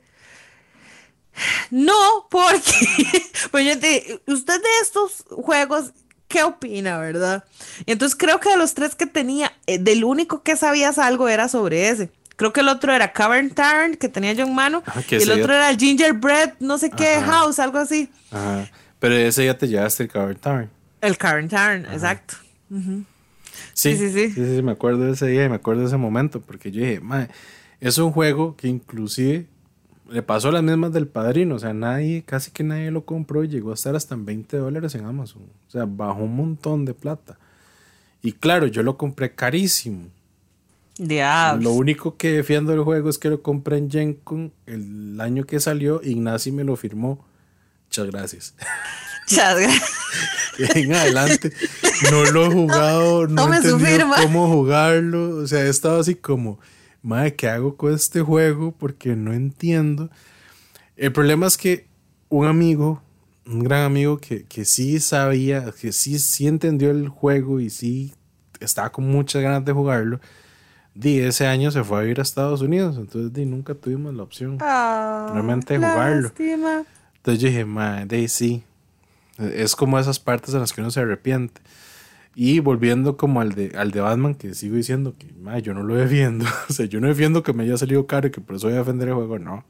Speaker 2: no, porque, pues yo te, usted de estos juegos, ¿qué opina, verdad? Y entonces creo que de los tres que tenía, eh, del único que sabías algo era sobre ese. Creo que el otro era Cavern Tarn, que tenía yo en mano,
Speaker 1: Ajá,
Speaker 2: y el otro era el Gingerbread, no sé qué,
Speaker 1: Ajá.
Speaker 2: House, algo así.
Speaker 1: Ajá. Pero ese ya te llevaste el Cavern Tarn.
Speaker 2: El Cavern Tarn, exacto. Uh-huh.
Speaker 1: Sí,
Speaker 2: Sí, sí, sí.
Speaker 1: sí, sí, sí, me acuerdo de ese día y me acuerdo de ese momento, porque yo dije, mae, es un juego que inclusive le pasó las mismas del Padrino, o sea, nadie, casi que nadie lo compró y llegó a estar hasta en veinte dólares en Amazon, o sea, bajó un montón de plata. Y claro, yo lo compré carísimo.
Speaker 2: Diablos.
Speaker 1: Lo único que defiendo del juego es que lo compré en GenCon el año que salió, Ignacy me lo firmó. Muchas gracias.
Speaker 2: Muchas gracias.
Speaker 1: En adelante no lo he jugado, no, no he entendido cómo jugarlo, o sea, he estado así como, madre, ¿qué hago con este juego? Porque no entiendo. El problema es que un amigo, un gran amigo que, que sí sabía, que sí, sí entendió el juego y sí estaba con muchas ganas de jugarlo, di, ese año se fue a vivir a Estados Unidos, entonces di, nunca tuvimos la opción oh, realmente de jugarlo.
Speaker 2: Lástima.
Speaker 1: Entonces yo dije, madre, sí. Es como esas partes en las que uno se arrepiente. Y volviendo como al de, al de Batman, que sigo diciendo que man, yo no lo defiendo. O sea, yo no defiendo que me haya salido caro y que por eso voy a defender el juego, no.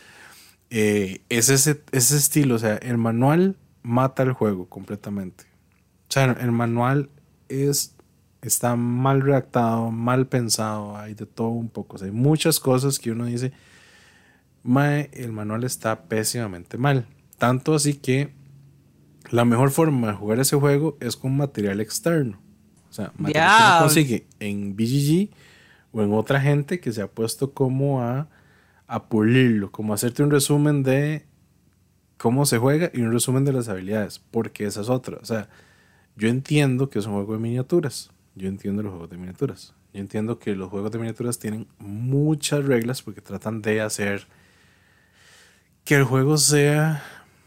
Speaker 1: Eh, es ese, ese estilo, o sea, el manual mata el juego completamente. O sea, el manual es, está mal redactado, mal pensado, hay de todo un poco. O sea, hay muchas cosas que uno dice, mae, el manual está pésimamente mal. Tanto así que la mejor forma de jugar ese juego es con material externo. O sea, material yeah. que uno consigue en B G G o en otra gente que se ha puesto como a, a pulirlo, como a hacerte un resumen de cómo se juega y un resumen de las habilidades, porque esa es otra. O sea, yo entiendo que es un juego de miniaturas. Yo entiendo los juegos de miniaturas. Yo entiendo que los juegos de miniaturas tienen muchas reglas porque tratan de hacer que el juego sea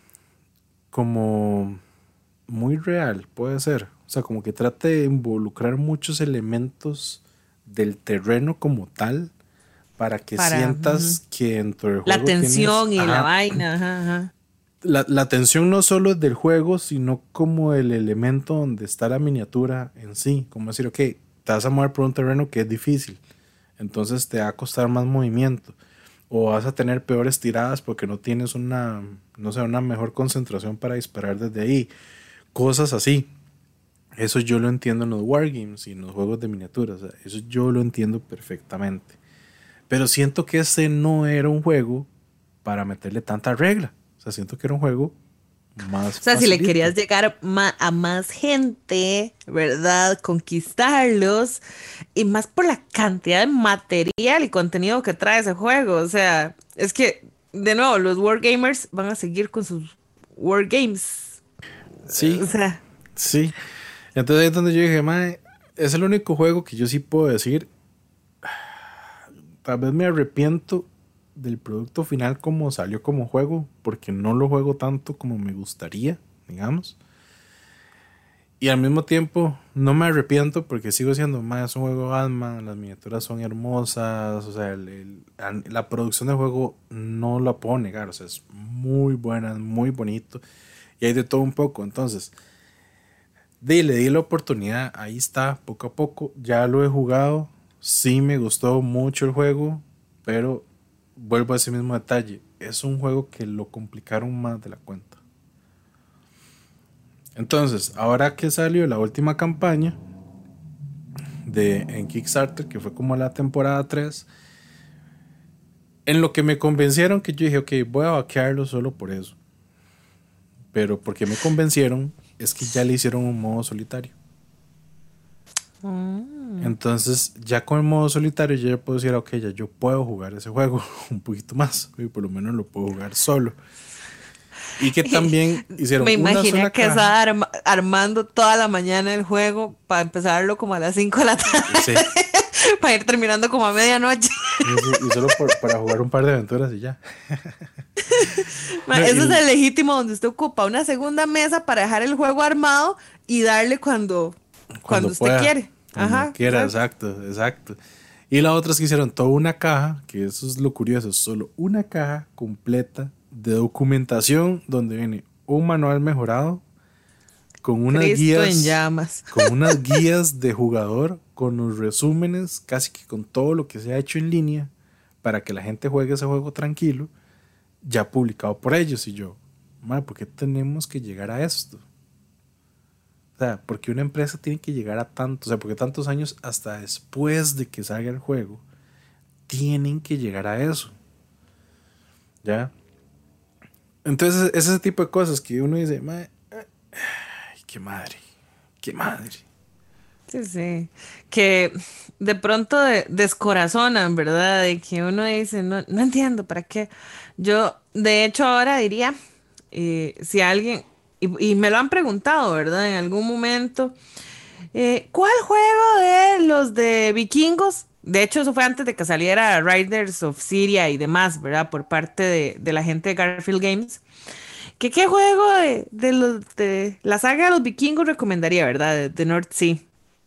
Speaker 1: como muy real, puede ser. O sea, como que trate de involucrar muchos elementos del terreno como tal para que para, sientas uh-huh. que dentro del juego
Speaker 2: la tensión
Speaker 1: tienes,
Speaker 2: y
Speaker 1: ajá,
Speaker 2: la vaina. Ajá, ajá.
Speaker 1: La, la tensión no solo es del juego, sino como el elemento donde está la miniatura en sí. Como decir, ok, te vas a mover por un terreno que es difícil, entonces te va a costar más movimiento. O vas a tener peores tiradas porque no tienes una, no sé, una mejor concentración para disparar desde ahí. Cosas así. Eso yo lo entiendo en los wargames y en los juegos de miniaturas. O sea, eso yo lo entiendo perfectamente. Pero siento que ese no era un juego para meterle tanta regla. O sea, siento que era un juego más
Speaker 2: O sea, facilito. Si le querías llegar a más gente, ¿verdad? Conquistarlos. Y más por la cantidad de material y contenido que trae ese juego. O sea, es que, de nuevo, los wargamers van a seguir con sus wargames.
Speaker 1: Sí.
Speaker 2: O sea.
Speaker 1: Sí. Entonces ahí es donde yo dije, mae, es el único juego que yo sí puedo decir. Tal vez me arrepiento del producto final como salió como juego, porque no lo juego tanto como me gustaría, digamos. Y al mismo tiempo no me arrepiento porque sigo siendo más es un juego Batman, las miniaturas son hermosas, o sea, el, el, la producción del juego no la puedo negar, o sea, es muy buena, es muy bonito y hay de todo un poco. Entonces, de, le di la oportunidad, ahí está, poco a poco, ya lo he jugado, sí me gustó mucho el juego, pero vuelvo a ese mismo detalle, es un juego que lo complicaron más de la cuenta. Entonces, ahora que salió la última campaña de, en Kickstarter, que fue como la temporada tres, en lo que me convencieron, que yo dije, ok, voy a vaquearlo solo por eso. Pero porque me convencieron es que ya le hicieron un modo solitario. Mm. Entonces, ya con el modo solitario, yo ya puedo decir, ok, ya yo puedo jugar ese juego un poquito más. Y por lo menos lo puedo jugar solo. Y que también hicieron
Speaker 2: me
Speaker 1: una
Speaker 2: imaginé
Speaker 1: sola
Speaker 2: que
Speaker 1: caja.
Speaker 2: estaba arma, armando toda la mañana el juego para empezarlo como a las cinco de la tarde. Sí. Para ir terminando como a medianoche.
Speaker 1: Y, y solo por, para jugar un par de aventuras y ya.
Speaker 2: Ma, no, eso el... es el legítimo donde usted ocupa una segunda mesa para dejar el juego armado y darle cuando, cuando, cuando usted pueda, quiere.
Speaker 1: Cuando
Speaker 2: Ajá,
Speaker 1: quiera, exacto, exacto. Y la otra es que hicieron toda una caja, que eso es lo curioso, es solo una caja completa de documentación donde viene un manual mejorado con unas
Speaker 2: Cristo
Speaker 1: guías
Speaker 2: en llamas.
Speaker 1: con unas guías de jugador, con los resúmenes, casi que con todo lo que se ha hecho en línea para que la gente juegue ese juego tranquilo, ya publicado por ellos. Y yo, madre, ¿por qué tenemos que llegar a esto? O sea, ¿por qué una empresa tiene que llegar a tanto? O sea, ¿por qué tantos años hasta después de que salga el juego tienen que llegar a eso? ¿Ya? Entonces, es ese tipo de cosas que uno dice, madre, ay, qué madre, qué madre.
Speaker 2: Sí, sí. Que de pronto de, descorazonan, ¿verdad? De que uno dice, no, no entiendo para qué. Yo, de hecho, ahora diría, eh, si alguien, y, y me lo han preguntado, ¿verdad? En algún momento, eh, ¿cuál juego de los de vikingos? De hecho, eso fue antes de que saliera Riders of Syria y demás, ¿verdad? Por parte de, de la gente de Garfield Games. ¿Qué, qué juego de, de, los, de la saga de los vikingos recomendaría, ¿verdad? De, de North Sea.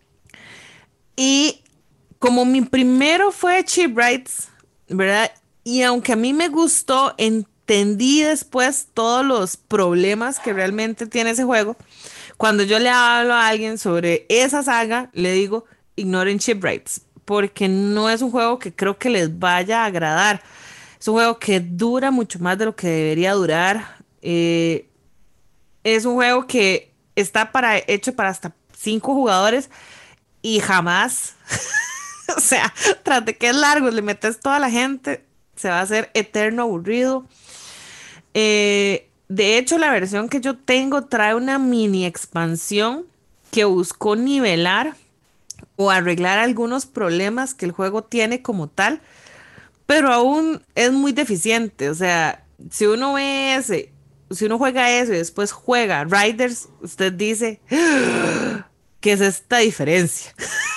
Speaker 2: Y como mi primero fue Shipwrights, ¿verdad? Y aunque a mí me gustó, entendí después todos los problemas que realmente tiene ese juego. Cuando yo le hablo a alguien sobre esa saga, le digo, ignoren Shipwrights, porque no es un juego que creo que les vaya a agradar. Es un juego que dura mucho más de lo que debería durar. Eh, es un juego que está para, hecho para hasta cinco jugadores. Y jamás, o sea, tras de que es largo, le metes toda la gente, se va a hacer eterno aburrido. Eh, de hecho, la versión que yo tengo trae una mini expansión que buscó nivelar o arreglar algunos problemas que el juego tiene como tal, pero aún es muy deficiente. O sea, si uno ve ese, si uno juega eso y después juega Riders, usted dice, ¿qué es esta diferencia?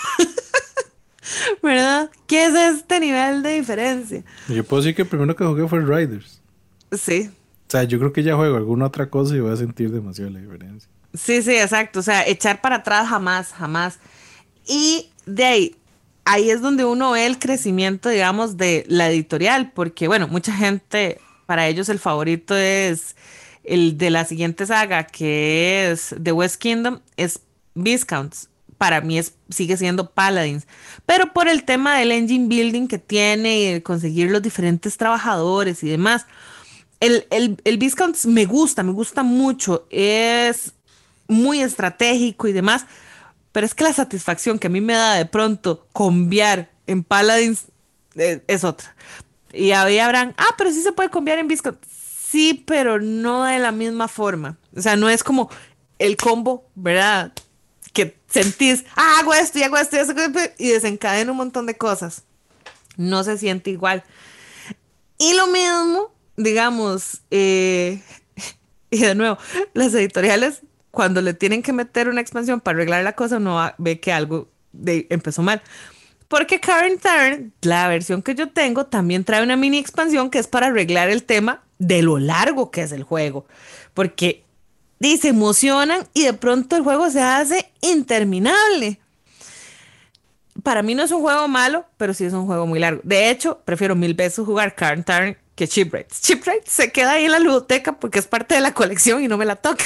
Speaker 2: ¿Verdad? ¿Qué es este nivel de diferencia?
Speaker 1: Yo puedo decir que el primero que jugué fue Riders.
Speaker 2: Sí.
Speaker 1: O sea, yo creo que ya juego alguna otra cosa y voy a sentir demasiado la diferencia.
Speaker 2: Sí, sí, exacto. O sea, echar para atrás jamás, jamás. Y de ahí, ahí es donde uno ve el crecimiento, digamos, de la editorial, porque, bueno, mucha gente, para ellos el favorito es el de la siguiente saga, que es The West Kingdom, es Viscounts. Para mí es, sigue siendo Paladins, pero por el tema del engine building que tiene y de conseguir los diferentes trabajadores y demás. El, el, el Viscounts me gusta, me gusta mucho, es muy estratégico y demás, pero es que la satisfacción que a mí me da de pronto conviar en Paladins es, es otra. Y ahí habrán, ah, pero sí se puede conviar en Viscounts. Sí, pero no de la misma forma. O sea, no es como el combo, ¿verdad? Que sentís, ah, hago esto y hago esto y hago esto y desencadena un montón de cosas. No se siente igual. Y lo mismo, digamos, eh, y de nuevo, las editoriales, cuando le tienen que meter una expansión para arreglar la cosa, uno va, ve que algo de, empezó mal. Porque Current Turn, la versión que yo tengo, también trae una mini expansión que es para arreglar el tema de lo largo que es el juego. Porque y se emocionan y de pronto el juego se hace interminable. Para mí no es un juego malo, pero sí es un juego muy largo. De hecho, prefiero mil veces jugar Current Turn que Shipwrights. Shipwrights se queda ahí en la ludoteca porque es parte de la colección y no me la toca.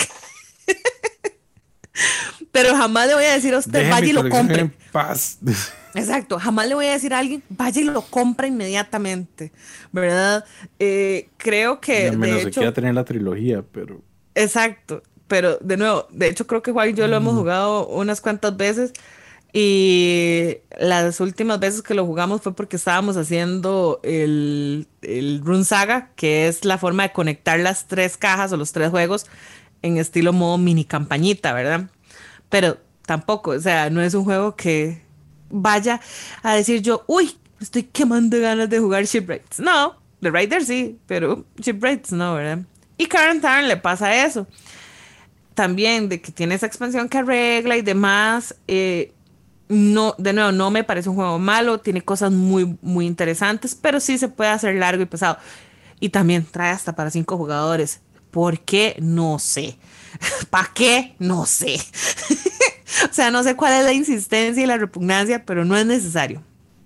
Speaker 2: Pero jamás le voy a decir a usted, Deje vaya y lo compre.
Speaker 1: En paz.
Speaker 2: Exacto, jamás le voy a decir a alguien, vaya y lo compra inmediatamente, ¿verdad? Eh, creo que...
Speaker 1: A menos
Speaker 2: de hecho,
Speaker 1: se quiera tener la trilogía, pero...
Speaker 2: Exacto, pero de nuevo, de hecho creo que Juan y yo lo hemos jugado unas cuantas veces y las últimas veces que lo jugamos fue porque estábamos haciendo el, el Rune Saga, que es la forma de conectar las tres cajas o los tres juegos en estilo modo mini campañita, ¿verdad? Pero tampoco, o sea, no es un juego que vaya a decir yo, uy, estoy quemando ganas de jugar Shipwrights. No, The Rider sí, pero Shipwrights no, ¿verdad? Y Current Turn le pasa eso. También de que tiene esa expansión que arregla y demás. Eh, no, de nuevo, no me parece un juego malo. Tiene cosas muy, muy interesantes, pero sí se puede hacer largo y pesado. y también trae hasta para cinco jugadores. ¿Por qué? No sé. ¿Para qué? No sé. O sea, no sé cuál es la insistencia y la repugnancia, pero no es necesario.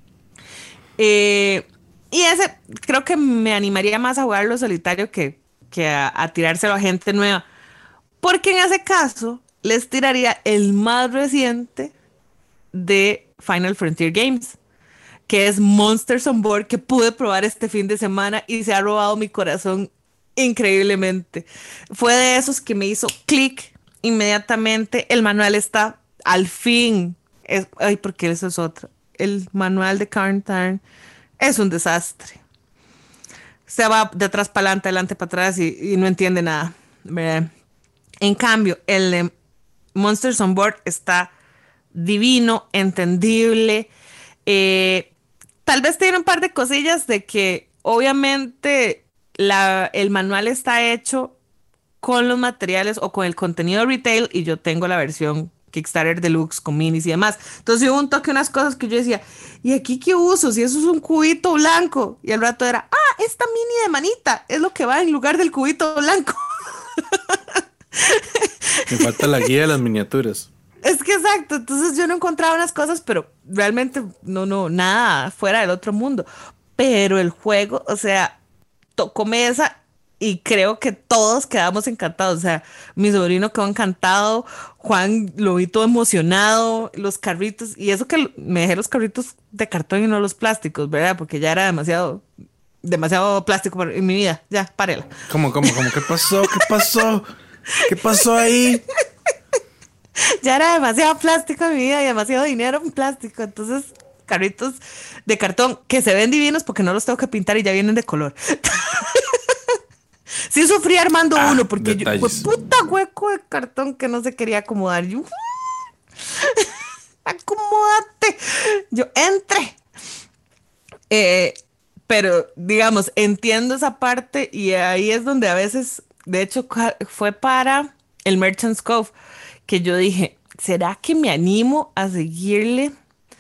Speaker 2: Eh, y ese creo que me animaría más a jugarlo solitario que, que a, a tirárselo a gente nueva. Porque en ese caso les tiraría el más reciente de Final Frontier Games, que es Monsters on Board, que pude probar este fin de semana y se ha robado mi corazón increíblemente. Fue de esos que me hizo clic inmediatamente. El manual está al fin. Es, ay, porque eso es otro. El manual de Quarantine es un desastre. Se va de atrás para adelante, adelante para atrás y, y no entiende nada, ¿verdad? En cambio, el de Monsters on Board está divino, entendible. Eh, tal vez tiene un par de cosillas de que obviamente la, el manual está hecho con los materiales o con el contenido retail y yo tengo la versión Kickstarter Deluxe con minis y demás. Entonces hubo un toque, unas cosas que yo decía, ¿y aquí qué uso? Si eso es un cubito blanco. Y al rato era, ah, esta mini de manita es lo que va en lugar del cubito blanco.
Speaker 1: Me falta la guía de las miniaturas.
Speaker 2: Es que exacto, entonces yo no encontraba unas cosas, pero realmente no, no, nada fuera del otro mundo. Pero el juego, o sea, tocó mesa y creo que todos quedamos encantados. O sea, mi sobrino quedó encantado, Juan lo vi todo emocionado, los carritos, y eso que me dejé los carritos de cartón y no los plásticos, ¿verdad? Porque ya era demasiado, demasiado plástico en mi vida. Ya, párela.
Speaker 1: ¿Cómo, cómo, cómo? ¿Qué pasó? ¿Qué pasó? ¿Qué pasó ahí?
Speaker 2: Ya era demasiado plástico en mi vida y demasiado dinero en plástico. Entonces, carritos de cartón que se ven divinos porque no los tengo que pintar y ya vienen de color. Sí sufrí armando ah, uno porque detalles. Yo, fue puta hueco de cartón que no se quería acomodar. Yo, acomódate. Yo entré. Eh, pero, digamos, entiendo esa parte y ahí es donde a veces, de hecho, fue para el Merchant's Cove que yo dije, ¿será que me animo a seguirle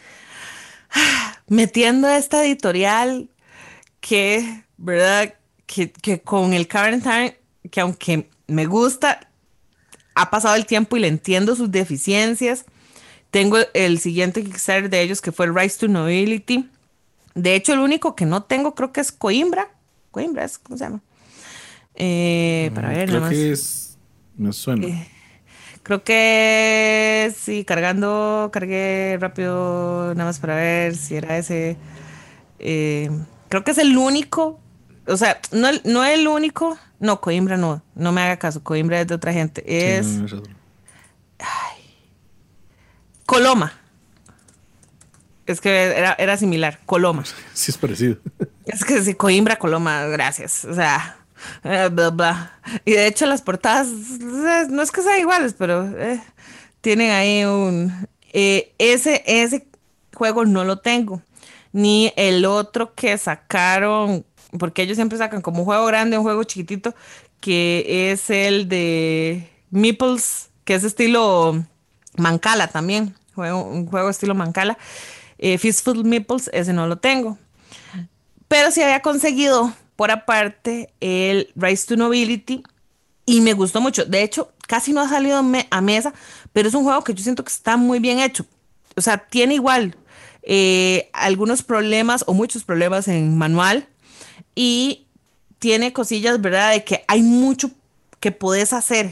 Speaker 2: metiendo a esta editorial que, verdad, que, que con el Quarantine, que aunque me gusta, ha pasado el tiempo y le entiendo sus deficiencias? Tengo el siguiente Kickstarter de ellos que fue el Rise to Nobility. De hecho, el único que no tengo creo que es Coimbra. Coimbra es, ¿cómo se llama? Eh, para ver,
Speaker 1: creo
Speaker 2: nada más.
Speaker 1: que es, me suena.
Speaker 2: Eh, Creo que sí, cargando, cargué rápido, nada más para ver si era ese. Eh, creo que es el único, o sea, no, no el único, no, Coimbra no, no me haga caso, Coimbra es de otra gente, es. Sí, no, no, no. Ay, Coloma. Es que era, era similar, Coloma.
Speaker 1: Sí, es parecido.
Speaker 2: Es que sí, Coimbra, Coloma, gracias, o sea. Eh, blah, blah. Y de hecho las portadas eh, no es que sean iguales, pero eh, tienen ahí un eh, ese, ese juego no lo tengo, ni el otro que sacaron, porque ellos siempre sacan como un juego grande, un juego chiquitito, que es el de Meeples, que es estilo Mancala también, juego, un juego estilo Mancala. eh, Fistful Meeples, ese no lo tengo, pero sí había conseguido por aparte el Rise to Nobility y me gustó mucho. De hecho, casi no ha salido me a mesa, pero es un juego que yo siento que está muy bien hecho. O sea, tiene igual eh, algunos problemas o muchos problemas en manual y tiene cosillas, ¿verdad? De que hay mucho que podés hacer.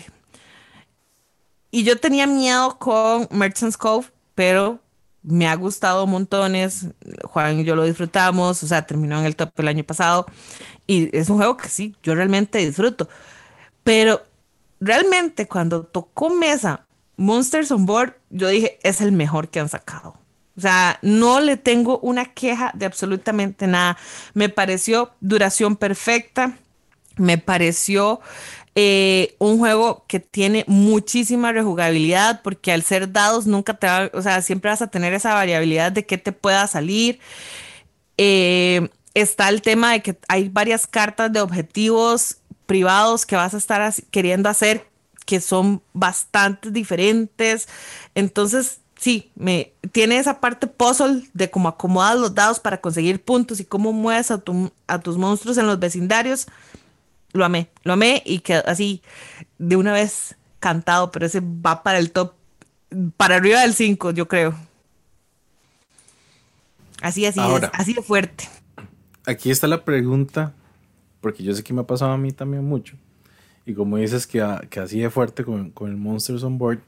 Speaker 2: Y yo tenía miedo con Merchant's Cove, pero me ha gustado montones. Juan y yo lo disfrutamos, o sea, terminó en el top el año pasado. Y es un juego que sí, yo realmente disfruto. Pero realmente cuando tocó mesa Monsters on Board, yo dije, es el mejor que han sacado. O sea, no le tengo una queja de absolutamente nada. Me pareció duración perfecta. Me pareció eh, un juego que tiene muchísima rejugabilidad porque al ser dados nunca te va, o sea, siempre vas a tener esa variabilidad de qué te pueda salir. Eh, está el tema de que hay varias cartas de objetivos privados que vas a estar queriendo hacer que son bastante diferentes. Entonces, sí, me, tiene esa parte puzzle de cómo acomodas los dados para conseguir puntos y cómo mueves a, tu, a tus monstruos en los vecindarios. Lo amé, lo amé y que así de una vez cantado, pero ese va para el top, para arriba del cinco yo creo. Así, así es,
Speaker 1: Ahora,
Speaker 2: así de fuerte.
Speaker 1: aquí está la pregunta, porque yo sé que me ha pasado a mí también mucho. Y como dices que, a- que así de fuerte con, con el Monsters on Board,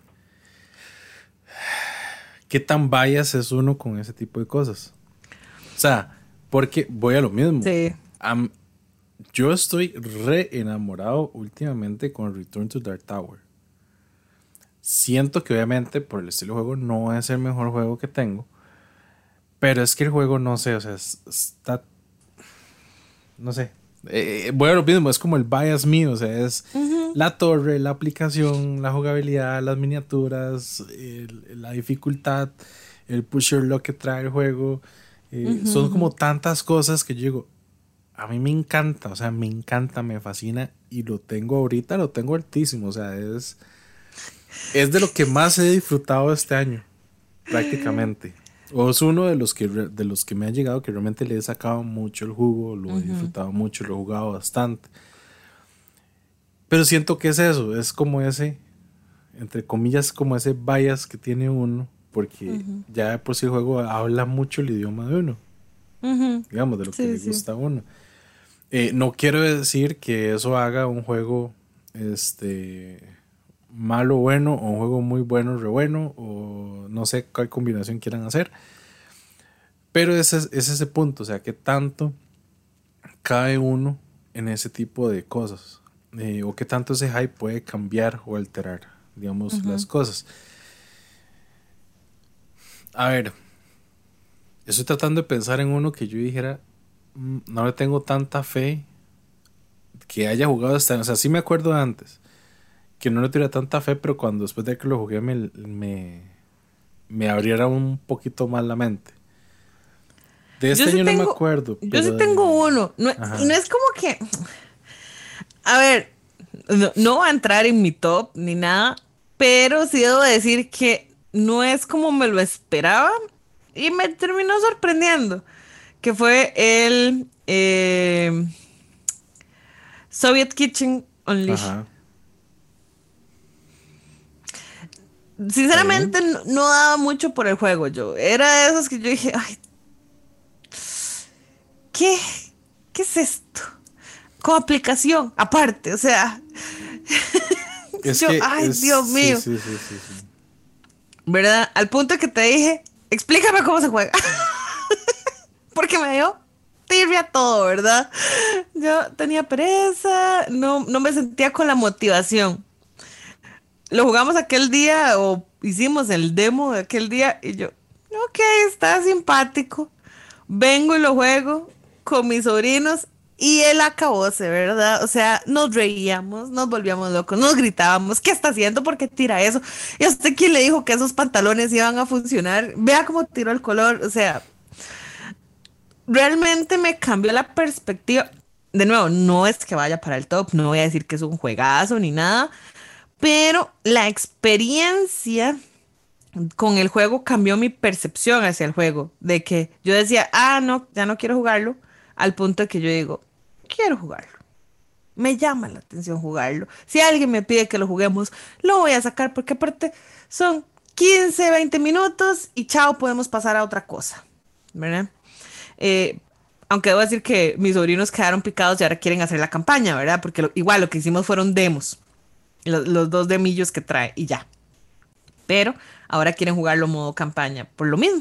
Speaker 1: ¿qué tan bias es uno con ese tipo de cosas? O sea, porque voy a lo mismo.
Speaker 2: Sí.
Speaker 1: Am- yo estoy re enamorado últimamente con Return to Dark Tower. Siento que obviamente por el estilo de juego no es el mejor juego que tengo, pero es que el juego no sé, o sea, es- está, no sé, eh, voy a lo mismo, es como el bias mío, o sea, es
Speaker 2: Ujú,
Speaker 1: la torre, la aplicación, la jugabilidad, las miniaturas, el- la dificultad, el pusher lock que trae el juego, eh,
Speaker 2: ujú,
Speaker 1: son como
Speaker 2: ujú.
Speaker 1: tantas cosas que yo digo, a mí me encanta, o sea, me encanta, me fascina y lo tengo ahorita, lo tengo altísimo, o sea, es, es de lo que más he disfrutado este año, prácticamente. O es uno de los que re- de los que me ha llegado que realmente le he sacado mucho el jugo, lo he
Speaker 2: Ujú.
Speaker 1: disfrutado mucho, lo he jugado bastante. Pero siento que es eso, es como ese, entre comillas, como ese bias que tiene uno, porque
Speaker 2: Ujú,
Speaker 1: ya de por sí el juego habla mucho el idioma de uno,
Speaker 2: ujú.
Speaker 1: digamos, de lo que
Speaker 2: Sí,
Speaker 1: le
Speaker 2: sí.
Speaker 1: gusta a uno. Eh, no quiero decir que eso haga un juego este malo bueno o un juego muy bueno re bueno o no sé cuál combinación quieran hacer, pero ese es, es ese punto, o sea, que tanto cae uno en ese tipo de cosas, eh, o que tanto ese hype puede cambiar o alterar, digamos, las
Speaker 2: Ujú.
Speaker 1: cosas. A ver, estoy tratando de pensar en uno que yo dijera, "Mm, no le tengo tanta fe que haya jugado este año". O sea, sí me acuerdo de antes que no le tuviera tanta fe, pero cuando después de que lo jugué me, me, me abriera un poquito más la mente. De
Speaker 2: Yo
Speaker 1: este
Speaker 2: sí
Speaker 1: año no me
Speaker 2: tengo,
Speaker 1: acuerdo,
Speaker 2: yo sí
Speaker 1: pero
Speaker 2: tengo
Speaker 1: de...
Speaker 2: uno. No, y no
Speaker 1: Ajá.
Speaker 2: es como que, a ver, no, no va a entrar en mi top ni nada, pero sí debo decir que no es como me lo esperaba y me terminó sorprendiendo, que fue el eh, Soviet Kitchen Unleashed.
Speaker 1: Ajá. Está bien.
Speaker 2: Sinceramente no, no daba mucho por el juego yo. Era de esos que yo dije, ay, ¿qué? ¿Qué es esto? Con aplicación, aparte, o sea,
Speaker 1: Es
Speaker 2: yo,
Speaker 1: que
Speaker 2: ay,
Speaker 1: es...
Speaker 2: Dios
Speaker 1: Sí,
Speaker 2: mío,
Speaker 1: sí, sí, sí, sí.
Speaker 2: ¿verdad? Al punto que te dije, explícame cómo se juega, porque me dio tirria todo, ¿verdad? Yo tenía pereza, no, no me sentía con la motivación. Lo jugamos aquel día o hicimos el demo de aquel día y yo, ok, está simpático. Vengo y lo juego con mis sobrinos y él acabóse, ¿verdad? O sea, nos reíamos, nos volvíamos locos, nos gritábamos, ¿qué está haciendo? ¿Por qué tira eso? ¿Y a usted quién le dijo que esos pantalones iban a funcionar? Vea cómo tiró el color, o sea, realmente me cambió la perspectiva. De nuevo, no es que vaya para el top, no voy a decir que es un juegazo ni nada, pero la experiencia con el juego cambió mi percepción hacia el juego. De que yo decía, ah, no, ya no quiero jugarlo. Al punto de que yo digo, quiero jugarlo. Me llama la atención jugarlo. Si alguien me pide que lo juguemos, lo voy a sacar porque aparte son quince veinte minutos y chao, podemos pasar a otra cosa. ¿Verdad? Eh, Aunque debo decir que mis sobrinos quedaron picados y ahora quieren hacer la campaña, ¿verdad? Porque lo- igual lo que hicimos fueron demos. Los, los dos demillos que trae y ya. Pero ahora quieren jugarlo modo campaña, por lo mismo.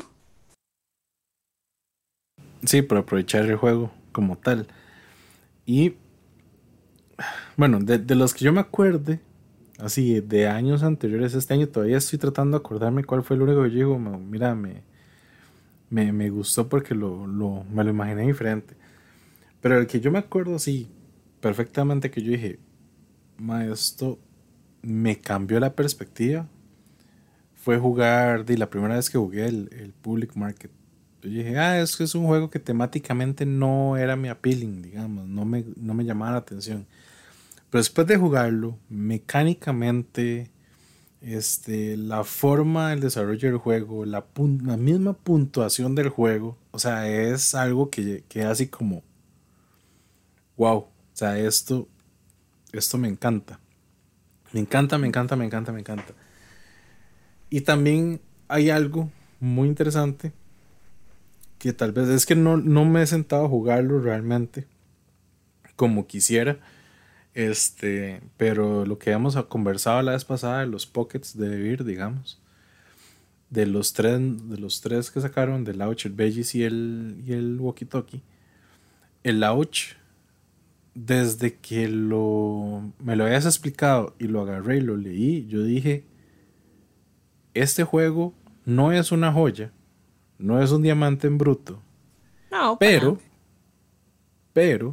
Speaker 1: Sí, para aprovechar el juego como tal. Y bueno, de, de los que yo me acuerde, así de años anteriores, este año todavía estoy tratando de acordarme cuál fue el único que yo digo, "Ma- mira, me, me, me gustó porque lo, lo, me lo imaginé diferente". Pero el que yo me acuerdo, sí, perfectamente que yo dije, "Ma, esto me cambió la perspectiva", fue jugar, de la primera vez que jugué el, el Public Market. Yo dije, ah, es que es un juego que temáticamente no era mi appealing, digamos, no me, no me llamaba la atención. Pero después de jugarlo, mecánicamente, este, la forma del desarrollo del juego, la, pun- la misma puntuación del juego, o sea, es algo que, que así como, wow, o sea, esto, esto me encanta. Me encanta, me encanta, me encanta, me encanta. Y también hay algo muy interesante que tal vez es que no, no me he sentado a jugarlo realmente como quisiera. Este, pero lo que habíamos conversado la vez pasada de los pockets de vivir, digamos, de los tres, de los tres que sacaron, del Ouch, el Veggies y el, y el Walkie Talkie. El Ouch, desde que lo, me lo habías explicado y lo agarré y lo leí, yo dije, este juego no es una joya, no es un diamante en bruto,
Speaker 2: No, para nada.
Speaker 1: pero, pero,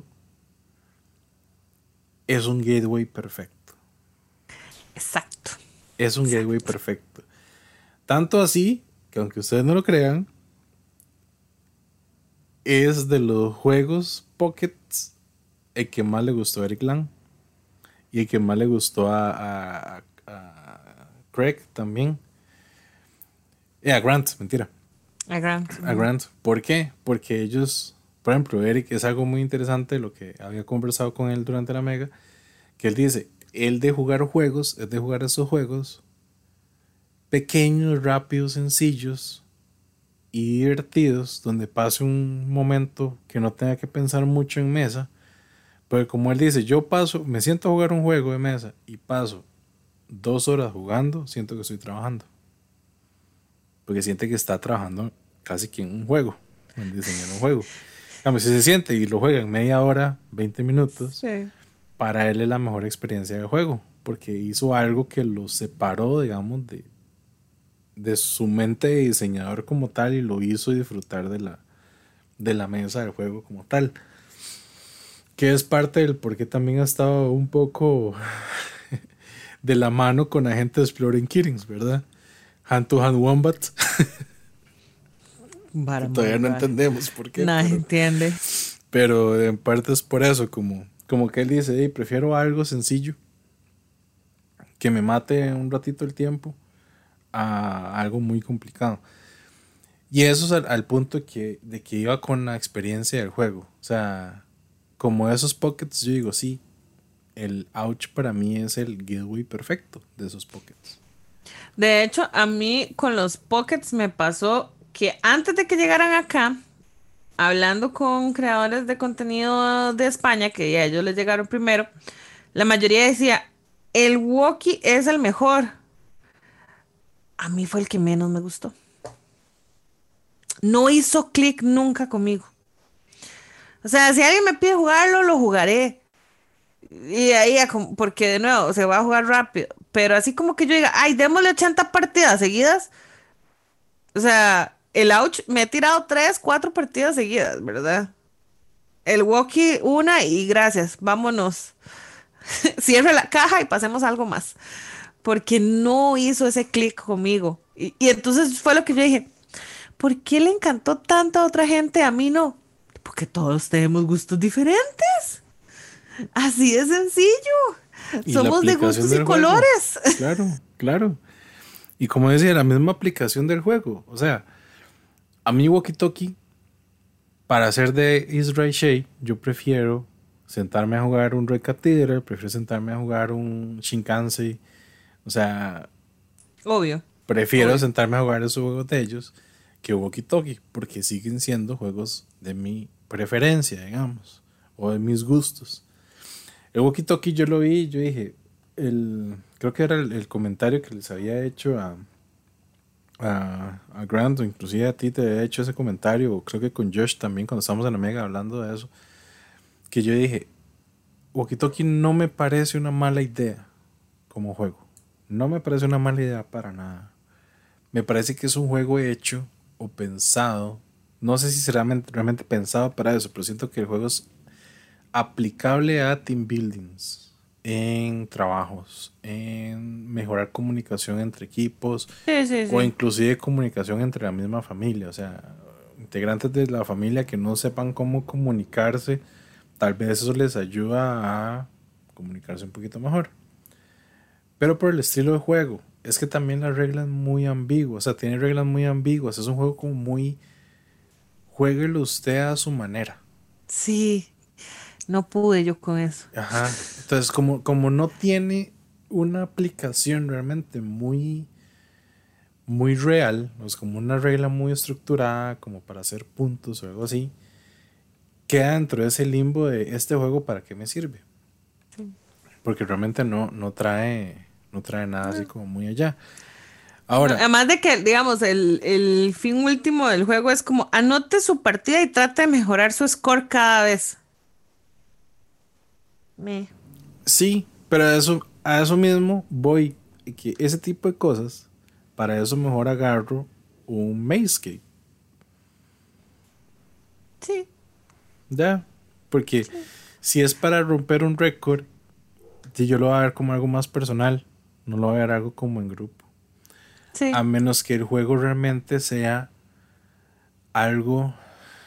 Speaker 1: es un gateway perfecto.
Speaker 2: Exacto.
Speaker 1: Es un gateway
Speaker 2: Exacto.
Speaker 1: perfecto. Tanto así que aunque ustedes no lo crean, es de los juegos Pockets el que más le gustó a Eric Lang y el que más le gustó a, a, a Craig también. Eh, a Grant, mentira.
Speaker 2: A Grant.
Speaker 1: A Grant. ¿Por qué? Porque ellos, por ejemplo, Eric, es algo muy interesante lo que había conversado con él durante la mega, que él dice, él de jugar juegos, es de jugar esos juegos pequeños, rápidos, sencillos y divertidos, donde pase un momento que no tenga que pensar mucho en mesa. Porque como él dice, yo paso, me siento a jugar un juego de mesa y paso dos horas jugando, siento que estoy trabajando. Porque siente que está trabajando casi que en un juego, en diseñar un juego. Cambio, si se siente y lo juega en media hora, veinte minutos,
Speaker 2: Sí.
Speaker 1: para él es la mejor experiencia del juego. Porque hizo algo que lo separó, digamos, de, de su mente de diseñador como tal y lo hizo disfrutar de la, de la mesa del juego como tal. Que es parte del por qué también ha estado un poco de la mano con Agente Exploring Kittings, ¿verdad? Hand to Hand Wombat. Que todavía no entendemos por qué.
Speaker 2: Nadie
Speaker 1: pero,
Speaker 2: entiende.
Speaker 1: pero en parte es por eso, como, como que él dice, hey, prefiero algo sencillo que me mate un ratito el tiempo a algo muy complicado. Y eso es al, al punto que, de que iba con la experiencia del juego. O sea, como esos pockets, yo digo, sí, el Ouch para mí es el gateway perfecto de esos pockets.
Speaker 2: De hecho, a mí con los Pockets me pasó que antes de que llegaran acá, hablando con creadores de contenido de España, que a ellos les llegaron primero, la mayoría decía, el Walkie es el mejor. A mí fue el que menos me gustó. No hizo clic nunca conmigo. O sea, si alguien me pide jugarlo, lo jugaré. Y ahí, a com- porque de nuevo, se va a jugar rápido. Pero así como que yo diga, ay, démosle ochenta partidas seguidas. O sea, el Ouch me he tirado tres, cuatro partidas seguidas, ¿verdad? El Walkie una y gracias, vámonos. Cierre la caja y pasemos a algo más. Porque no hizo ese clic conmigo. Y, y entonces fue lo que yo dije, ¿por qué le encantó tanto a otra gente? A mí no. Porque todos tenemos gustos diferentes. Así de sencillo.
Speaker 1: Y la
Speaker 2: Somos de
Speaker 1: aplicación
Speaker 2: gustos y
Speaker 1: del juego.
Speaker 2: colores.
Speaker 1: Claro, claro. Y como decía, la misma aplicación del juego. O sea, a mí Walkie Talkie, para hacer de Israel Shea, yo prefiero sentarme a jugar un Red Cathedral, prefiero sentarme a jugar un Shinkansen. O sea,
Speaker 2: Obvio,
Speaker 1: prefiero
Speaker 2: obvio.
Speaker 1: sentarme a jugar esos juegos de ellos que Walkie Talkie, porque siguen siendo juegos de mi preferencia, digamos, o de mis gustos. El Walkie Talkie yo lo vi y yo dije, el, creo que era el, el comentario que les había hecho a, a, a Grant, o inclusive a ti te había hecho ese comentario, o creo que con Josh también cuando estábamos en la mega hablando de eso, que yo dije, Walkie Talkie no me parece una mala idea como juego. No me parece una mala idea para nada. Me parece que es un juego hecho o pensado. No sé si será realmente, realmente pensado para eso, pero siento que el juego es aplicable a team buildings, en trabajos, en mejorar comunicación entre equipos
Speaker 2: Sí, sí,
Speaker 1: o
Speaker 2: sí.
Speaker 1: inclusive comunicación entre la misma familia. O sea, integrantes de la familia que no sepan cómo comunicarse, tal vez eso les ayuda a comunicarse un poquito mejor. Pero por el estilo de juego es que también las reglas muy ambiguas, o sea, tiene reglas muy ambiguas, es un juego como muy, juéguelo usted a su manera.
Speaker 2: Sí, no pude yo con eso.
Speaker 1: Ajá, entonces como, como no tiene una aplicación realmente muy, muy real, no es como una regla muy estructurada, como para hacer puntos o algo así, queda dentro de ese limbo de este juego para qué me sirve. Sí. Porque realmente no, no trae, no trae nada así como muy allá. Ahora,
Speaker 2: además de que, digamos, el, el fin último del juego es como anote su partida y trate de mejorar su score cada vez. Me.
Speaker 1: Sí, pero a eso, a eso mismo voy. Que ese tipo de cosas, para eso mejor agarro un Maze.
Speaker 2: Sí.
Speaker 1: Ya, porque sí. Si es para romper un récord, yo lo voy a ver como algo más personal, no lo voy a ver algo como en grupo. Sí. A menos que el juego realmente sea algo,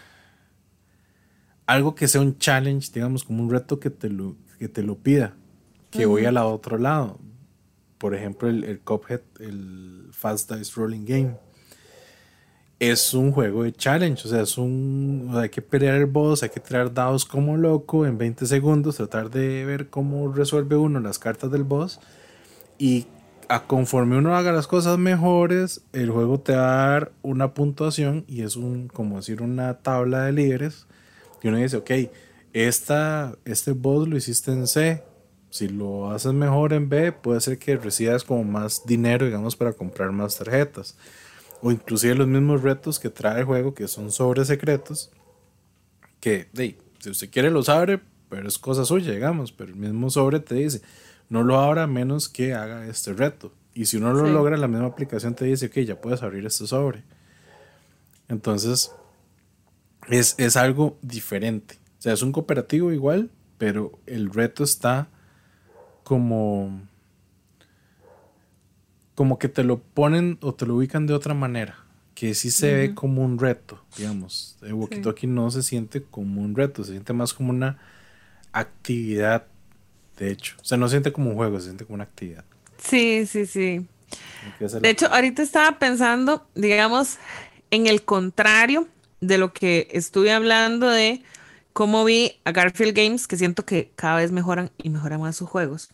Speaker 1: algo que sea un challenge, digamos, como un reto que te lo, que te lo pida, que uh-huh. voy al otro lado. Por ejemplo, el, el Cuphead, el Fast Dice Rolling Game. Es un juego de challenge, o sea, es un, o sea, hay que pelear el boss, hay que tirar dados como loco en veinte segundos, tratar de ver cómo resuelve uno las cartas del boss, y a conforme uno haga las cosas mejores, el juego te va a dar una puntuación, y es un, como decir, una tabla de líderes, y uno dice, ok, esta, este boss lo hiciste en C, si lo haces mejor en B, puede ser que recibas como más dinero, digamos, para comprar más tarjetas. O inclusive los mismos retos que trae el juego, que son sobres secretos, que hey, si usted quiere los abre, pero es cosa suya, digamos, pero el mismo sobre te dice, no lo abra a menos que haga este reto. Y si uno lo sí. logra, la misma aplicación te dice, ok, ya puedes abrir este sobre. Entonces, es, es algo diferente. O sea, es un cooperativo igual, pero el reto está como... como que te lo ponen o te lo ubican de otra manera, que sí se uh-huh. ve como un reto, digamos. El walkie-talkie sí. no se siente como un reto, se siente más como una actividad, de hecho. O sea, no se siente como un juego, se siente como una actividad.
Speaker 2: Sí, sí, sí. De hecho, ahorita estaba pensando, digamos, en el contrario de lo que estuve hablando de cómo vi a Garfield Games, que siento que cada vez mejoran y mejoran más sus juegos.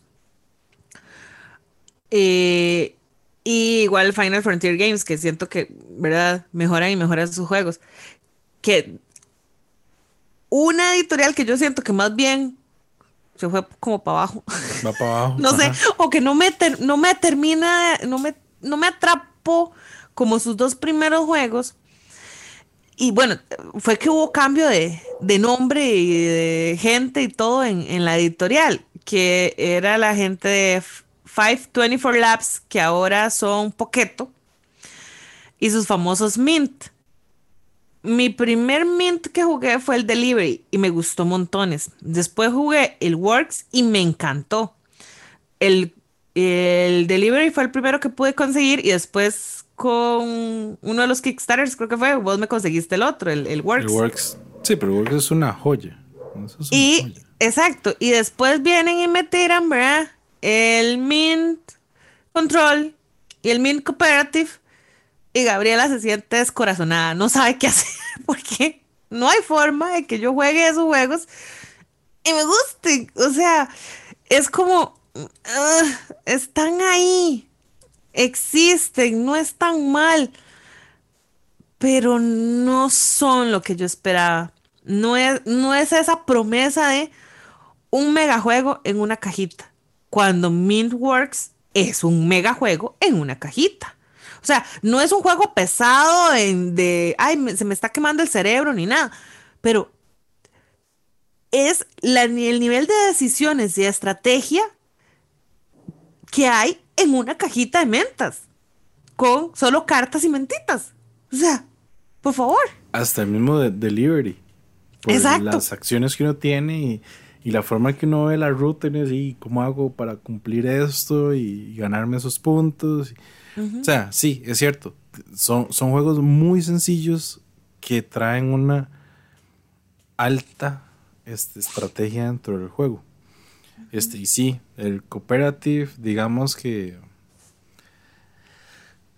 Speaker 2: Eh... Y igual Final Frontier Games, que siento que, ¿verdad? Mejoran y mejoran sus juegos. Que una editorial que yo siento que más bien se fue como para abajo.
Speaker 1: Va para abajo.
Speaker 2: No sé, o que no me, ter, no me termina, no me, no me atrapó como sus dos primeros juegos. Y bueno, fue que hubo cambio de, de nombre y de gente y todo en, en la editorial, que era la gente de quinientos veinticuatro Labs, que ahora son Poketo, y sus famosos Mint. Mi primer Mint que jugué fue el Delivery y me gustó montones. Después jugué el Works y me encantó. El, el Delivery fue el primero que pude conseguir y después con uno de los Kickstarters, creo que fue, vos me conseguiste el otro, el, el Works.
Speaker 1: El Works, sí, pero el Works es una joya. Eso es una
Speaker 2: y,
Speaker 1: joya.
Speaker 2: Exacto, y después vienen y me tiran, ¿verdad? El Mint Control y el Mint Cooperative. Y Gabriela se siente descorazonada, no sabe qué hacer, porque no hay forma de que yo juegue esos juegos y me gusten. O sea, es como, uh, están ahí, existen, no están mal, pero no son lo que yo esperaba. No es, no es esa promesa de un megajuego en una cajita, cuando Mintworks es un megajuego en una cajita. O sea, no es un juego pesado en de, ay, me, se me está quemando el cerebro ni nada, pero es la, el nivel de decisiones y estrategia que hay en una cajita de mentas, con solo cartas y mentitas. O sea, por favor.
Speaker 1: Hasta el mismo de delivery. Por Exacto. Las acciones que uno tiene y, y la forma que uno ve la ruta y uno dice, ¿y cómo hago para cumplir esto y, y ganarme esos puntos? Uh-huh. O sea, sí, es cierto. Son, son juegos muy sencillos que traen una alta este, estrategia dentro del juego. Uh-huh. Este, y sí, el cooperative, digamos que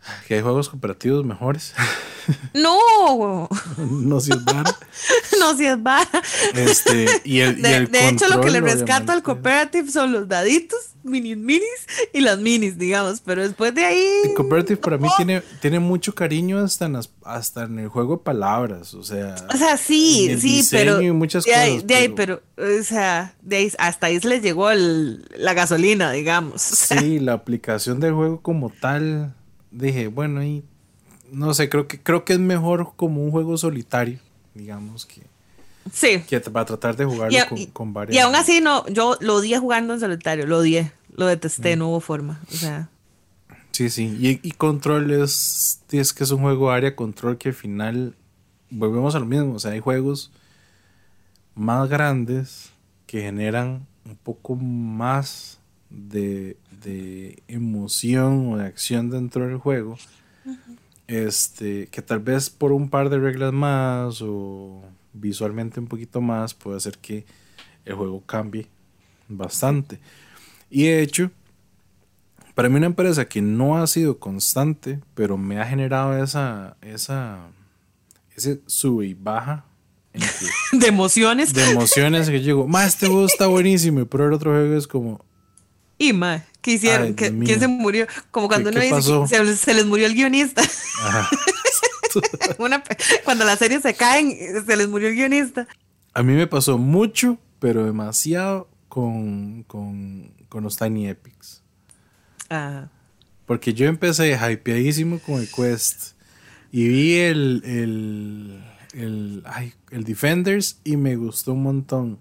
Speaker 1: Que hay juegos cooperativos mejores.
Speaker 2: No.
Speaker 1: No si es vara.
Speaker 2: No si es vara.
Speaker 1: Este, y el,
Speaker 2: de
Speaker 1: y el
Speaker 2: de hecho, lo que le
Speaker 1: control,
Speaker 2: rescato al
Speaker 1: obviamente.
Speaker 2: cooperative son los daditos, minis minis y las minis, digamos. Pero después de ahí.
Speaker 1: El cooperative para mí
Speaker 2: no.
Speaker 1: tiene, tiene mucho cariño hasta en, las, hasta en el juego de palabras. O sea,
Speaker 2: O sea,
Speaker 1: en
Speaker 2: sí,
Speaker 1: el
Speaker 2: sí,
Speaker 1: diseño
Speaker 2: pero
Speaker 1: y muchas
Speaker 2: de ahí,
Speaker 1: cosas.
Speaker 2: de ahí,
Speaker 1: pero
Speaker 2: pero, o sea, de ahí, hasta ahí se les llegó el, la gasolina, digamos. O sea,
Speaker 1: sí, la aplicación del juego como tal, dije, bueno, y no sé, creo que, creo que es mejor como un juego solitario, digamos, que,
Speaker 2: sí.
Speaker 1: que para tratar de
Speaker 2: Y,
Speaker 1: jugarlo
Speaker 2: a-
Speaker 1: con,
Speaker 2: y,
Speaker 1: con
Speaker 2: y
Speaker 1: varias
Speaker 2: aún
Speaker 1: gente.
Speaker 2: así, no, yo lo odié jugando en solitario, lo odié, lo detesté,
Speaker 1: Mm.
Speaker 2: no hubo forma. O sea,
Speaker 1: Sí, sí. Y, y Control es, es que es un juego área control que al final volvemos a lo mismo. O sea, hay juegos más grandes que generan un poco más de, de emoción o de acción dentro del juego. Este, que tal vez por un par de reglas más o visualmente un poquito más puede hacer que el juego cambie bastante. Y de hecho, para mí una empresa que no ha sido constante, pero me ha generado esa, esa, ese sube y baja en que,
Speaker 2: de emociones.
Speaker 1: de emociones que llego, ma, este juego está buenísimo, y por el otro juego es como,
Speaker 2: Y ma, ¿qué
Speaker 1: ay,
Speaker 2: hicieron?
Speaker 1: Dios
Speaker 2: ¿Qué- ¿Quién se
Speaker 1: mío,
Speaker 2: murió? Como
Speaker 1: ¿qué,
Speaker 2: cuando uno
Speaker 1: qué
Speaker 2: dice que
Speaker 1: pasó?
Speaker 2: se, se les murió el guionista.
Speaker 1: Ajá.
Speaker 2: Una pe- cuando las series se caen, se les murió el guionista.
Speaker 1: A mí me pasó mucho, pero demasiado con, con, con los Tiny Epics.
Speaker 2: Ah,
Speaker 1: Porque yo empecé hypeadísimo con el Quest y vi el, el, el, ay, el Defenders y me gustó un montón.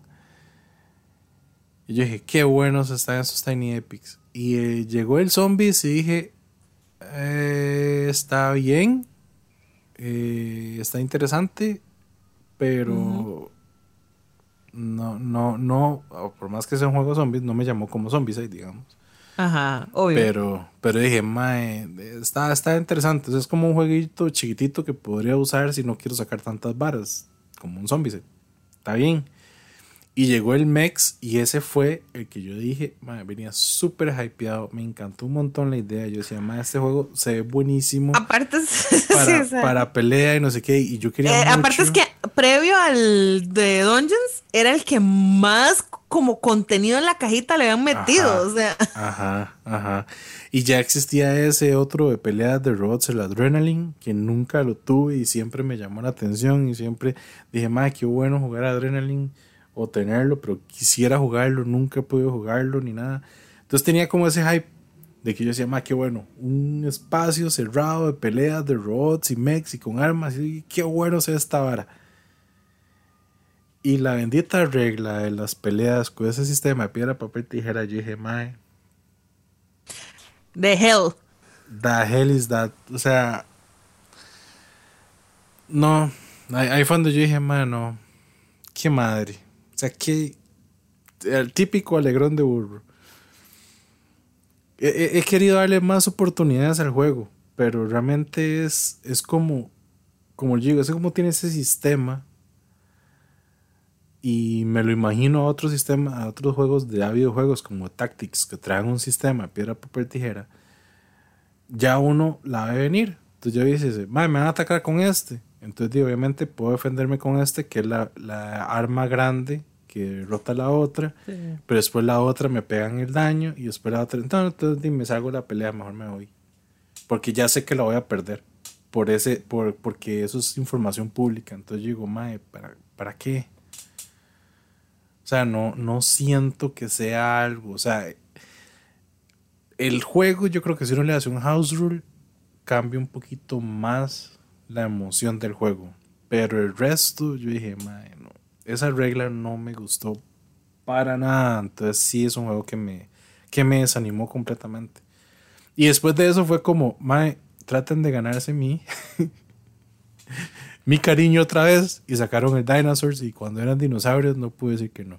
Speaker 1: Y yo dije, qué buenos están esos Tiny Epics. Y eh, llegó el Zombies y dije, eh, está bien, eh, está interesante, pero
Speaker 2: ujú.
Speaker 1: no, no, no, por más que sea un juego de zombies, no me llamó como Zombies, digamos.
Speaker 2: Ajá, obvio.
Speaker 1: Pero, pero dije, mae, está, está interesante. O sea, es como un jueguito chiquitito que podría usar si no quiero sacar tantas varas, como un zombie. Está bien. Y llegó el Mex y ese fue el que yo dije, mae, venía súper hypeado. Me encantó un montón la idea. Yo decía, mae, este juego se ve buenísimo
Speaker 2: Aparte, sí,
Speaker 1: para,
Speaker 2: o sea,
Speaker 1: para pelea y no sé qué. Y yo quería
Speaker 2: eh, aparte es
Speaker 1: mucho.
Speaker 2: que previo al de Dungeons era el que más como contenido en la cajita le habían metido,
Speaker 1: Ajá,
Speaker 2: o sea,
Speaker 1: ajá, ajá. Y ya existía ese otro de peleas de robots, el Adrenaline, que nunca lo tuve y siempre me llamó la atención y siempre dije, madre, qué bueno jugar Adrenaline o tenerlo, pero quisiera jugarlo, nunca he podido jugarlo ni nada. Entonces tenía como ese hype de que yo decía, madre, qué bueno, un espacio cerrado de peleas de robots y mechs y con armas, y qué bueno sea esta vara. Y la bendita regla de las peleas con ese sistema de piedra, papel, tijera, yo dije, mae,
Speaker 2: de hell.
Speaker 1: the hell is that? O sea, no, ahí, ahí fue donde yo dije, mae, no, qué madre. O sea, que el típico alegrón de burro. He, he- he querido darle más oportunidades al juego, pero realmente es, es como, como yo digo, es como tiene ese sistema. Y me lo imagino a otros sistemas, a otros juegos de ya videojuegos como Tactics, que traen un sistema piedra, papel, tijera. Ya uno la ve venir. Entonces yo dice, me van a atacar con este. Entonces obviamente puedo defenderme con este, que es la, la arma grande que rota la otra.
Speaker 2: Sí.
Speaker 1: Pero después la otra me pegan el daño y después la otra. Entonces, entonces me salgo la pelea, mejor me voy. Porque ya sé que la voy a perder. Por ese, por, porque eso es información pública. Entonces yo digo, mae, ¿para, ¿para qué? O sea, no, no siento que sea algo. O sea, el juego, yo creo que si uno le hace un house rule, cambia un poquito más la emoción del juego. Pero el resto, yo dije, mae, no, esa regla no me gustó para nada. Entonces, sí es un juego que me, que me desanimó completamente. Y después de eso fue como, mae, traten de ganarse mi, mi cariño otra vez. Y sacaron el Dinosaurs. Y cuando eran dinosaurios, no pude decir que no.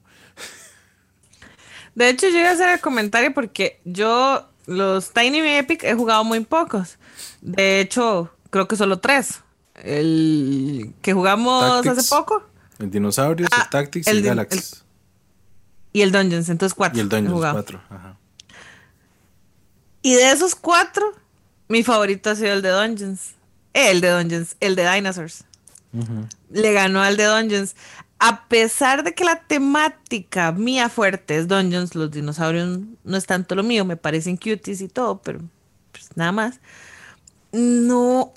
Speaker 2: De hecho, yo iba a hacer el comentario porque yo los Tiny Epic he jugado muy pocos. De hecho, creo que solo tres. El que jugamos hace
Speaker 1: Tactics,
Speaker 2: poco.
Speaker 1: el Dinosaurios, el
Speaker 2: Ah,
Speaker 1: Tactics y
Speaker 2: el,
Speaker 1: el
Speaker 2: de- el-
Speaker 1: Galaxies.
Speaker 2: y el Dungeons, entonces
Speaker 1: Y
Speaker 2: cuatro
Speaker 1: el
Speaker 2: he
Speaker 1: Dungeons
Speaker 2: jugado.
Speaker 1: cuatro. Ajá.
Speaker 2: Y de esos cuatro, Mi favorito ha sido el de Dungeons. El de Dungeons, el de Dinosaurs.
Speaker 1: Uh-huh.
Speaker 2: Le ganó al de Dungeons. A pesar de que la temática mía fuerte es Dungeons, los dinosaurios no es tanto lo mío, me parecen cuties y todo, pero pues nada más. No,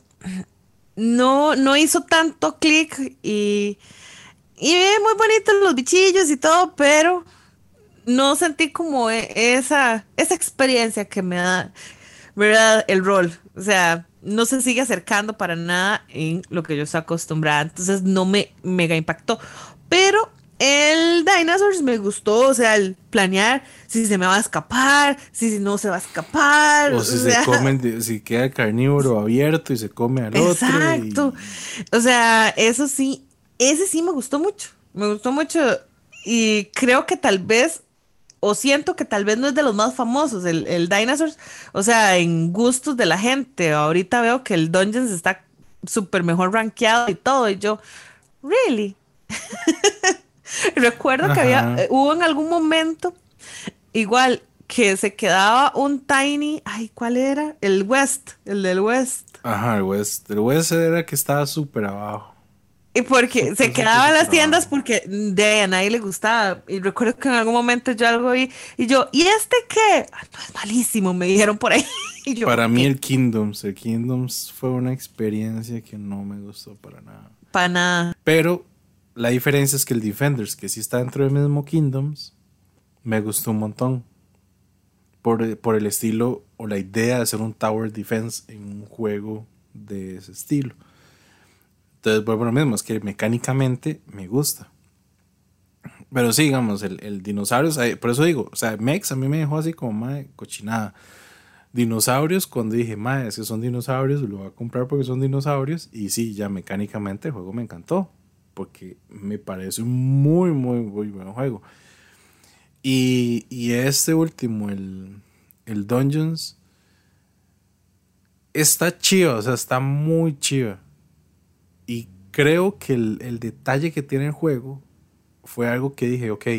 Speaker 2: no, no hizo tanto clic y, y eh, muy bonitos los bichillos y todo, pero no sentí como e- esa, esa experiencia que me da, ¿verdad? El rol. O sea, no se sigue acercando para nada en lo que yo estoy acostumbrada. Entonces no me mega impactó. Pero el Dinosaurs me gustó. O sea, el planear si se me va a escapar, si no se va a escapar.
Speaker 1: O
Speaker 2: O
Speaker 1: si se
Speaker 2: sea,
Speaker 1: comen, si queda el carnívoro abierto y se come al otro.
Speaker 2: exacto.
Speaker 1: Y
Speaker 2: O sea, eso sí, ese sí me gustó mucho. Me gustó mucho. Y creo que tal vez o siento que tal vez no es de los más famosos, el, el Dinosaurs, o sea, en gustos de la gente. Ahorita veo que el Dungeons está súper mejor rankeado y todo, y yo, really? Recuerdo que había,
Speaker 1: ajá,
Speaker 2: eh, hubo en algún momento, igual, que se quedaba un Tiny, ay, ¿cuál era? El West, el del West.
Speaker 1: ajá, el West. El West era que estaba súper abajo.
Speaker 2: Y porque se
Speaker 1: Súper, súper,
Speaker 2: quedaba en las
Speaker 1: súper
Speaker 2: tiendas
Speaker 1: abajo.
Speaker 2: porque de ahí a nadie le gustaba. Y recuerdo que en algún momento yo algo vi y yo, ¿y este qué? "Ah, no, es malísimo", me dijeron por ahí. Y yo,
Speaker 1: Para
Speaker 2: ok,
Speaker 1: mí el Kingdoms, el Kingdoms fue una experiencia que no me gustó para nada.
Speaker 2: para nada.
Speaker 1: Pero la diferencia es que el Defenders, que sí está dentro del mismo Kingdoms, me gustó un montón. Por, por el estilo o la idea de hacer un Tower Defense en un juego de ese estilo. Entonces vuelvo a lo mismo, es que mecánicamente me gusta. Pero sí, digamos, el, el dinosaurio, o sea, por eso digo, o sea, Mex a mí me dejó así como madre cochinada. Dinosaurios, cuando dije, madre, es que son dinosaurios, lo voy a comprar porque son dinosaurios. Y sí, ya mecánicamente el juego me encantó. Porque me parece un muy, muy, muy buen juego. Y, y este último, el, el Dungeons, está chido, o sea, está muy chido. Y creo que el, el detalle que tiene el juego fue algo que dije, ok,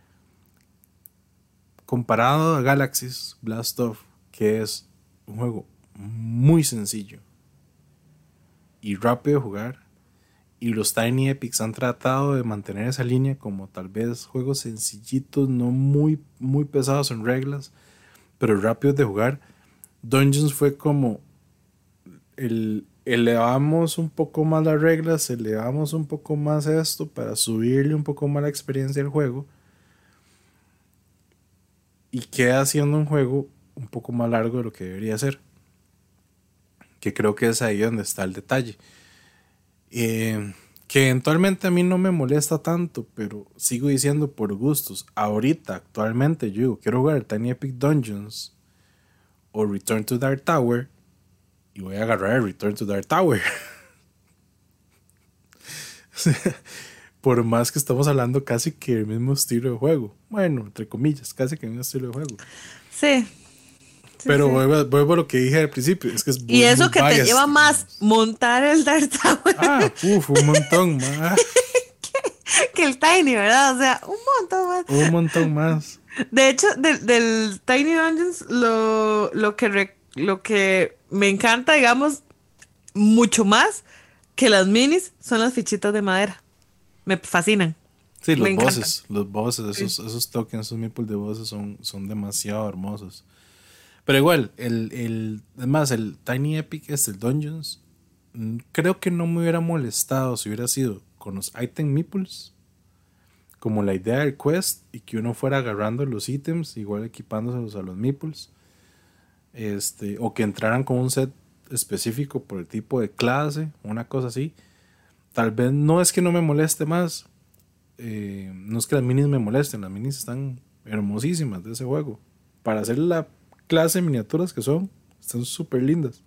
Speaker 1: comparado a Galaxy's Blast Off, que es un juego muy sencillo y rápido de jugar, y los Tiny Epics han tratado de mantener esa línea como tal vez juegos sencillitos, no muy, muy pesados en reglas, pero rápidos de jugar. Dungeons fue como el, elevamos un poco más las reglas, elevamos un poco más esto para subirle un poco más la experiencia del juego, y queda siendo un juego un poco más largo de lo que debería ser, que creo que es ahí donde está el detalle. Eh, que eventualmente a mí no me molesta tanto, pero sigo diciendo por gustos. Ahorita, actualmente, yo digo, quiero jugar Tiny Epic Dungeons o Return to Dark Tower, y voy a agarrar el Return to Dark Tower. Por más que estamos hablando casi que el mismo estilo de juego. Bueno, entre comillas, casi que el mismo estilo de juego.
Speaker 2: Sí, sí,
Speaker 1: Pero
Speaker 2: sí.
Speaker 1: vuelvo, vuelvo a lo que dije al principio, es que es
Speaker 2: Y
Speaker 1: muy, muy
Speaker 2: eso que te
Speaker 1: biased,
Speaker 2: lleva más
Speaker 1: digamos.
Speaker 2: montar el Dark
Speaker 1: Ah,
Speaker 2: Tower
Speaker 1: uff, un montón más.
Speaker 2: que el Tiny, ¿verdad? O sea, un montón más.
Speaker 1: Un montón más.
Speaker 2: De hecho, del, del Tiny Dungeons, lo, lo que re- lo que me encanta, digamos, mucho más que las minis son las fichitas de madera. Me fascinan.
Speaker 1: Sí,
Speaker 2: Me
Speaker 1: los
Speaker 2: encantan.
Speaker 1: bosses, los bosses,
Speaker 2: Sí.
Speaker 1: esos, esos tokens, esos meeples de bosses son, son demasiado hermosos. Pero igual, el, el, además, el Tiny Epic, este, el Dungeons, mm, creo que no me hubiera molestado si hubiera sido con los item meeples, como la idea del quest, y que uno fuera agarrando los ítems, igual equipándoselos a los meeples, este, o que entraran con un set específico por el tipo de clase, una cosa así. Tal vez no es que no me moleste más, eh, no es que las minis me molesten, las minis están hermosísimas de ese juego. Para hacer la clase de miniaturas que son, están súper lindas.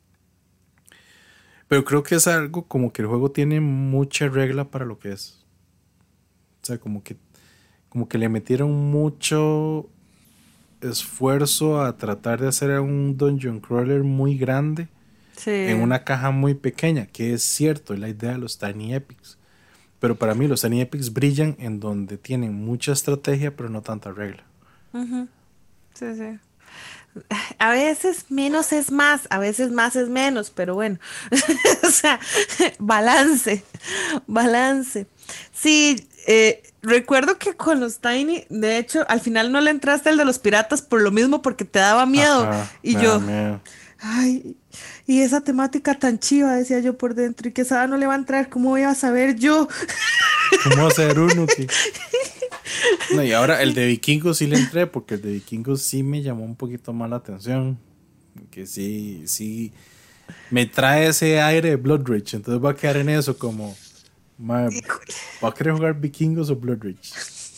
Speaker 1: Pero creo que es algo como que el juego tiene mucha regla para lo que es. O sea, como que, como que le metieron mucho esfuerzo a tratar de hacer un dungeon crawler muy grande en
Speaker 2: Sí.
Speaker 1: una caja muy pequeña, que es cierto, es la idea de los Tiny Epics. Pero para mí los Tiny Epics brillan en donde tienen mucha estrategia, pero no tanta regla.
Speaker 2: Ujú. Sí, sí. A veces menos es más, a veces más es menos, pero bueno, o sea, balance, balance. Sí, eh, recuerdo que con los Tiny, de hecho, al final no le entraste al de los piratas por lo mismo, porque te daba miedo.
Speaker 1: Ajá,
Speaker 2: Y
Speaker 1: me da
Speaker 2: yo,
Speaker 1: miedo.
Speaker 2: ay, y esa temática tan chiva, decía yo por dentro, y que esa no le va a entrar, ¿cómo voy a saber yo?
Speaker 1: ¿Cómo hacer uno que... No, y ahora el de Vikingos sí le entré, porque el de Vikingos sí me llamó un poquito más la atención. Que sí, sí, me trae ese aire de Blood Rage. Entonces voy a quedar en eso como, ma,
Speaker 2: Híjole.
Speaker 1: ¿voy a querer jugar Vikingos o Blood Rage?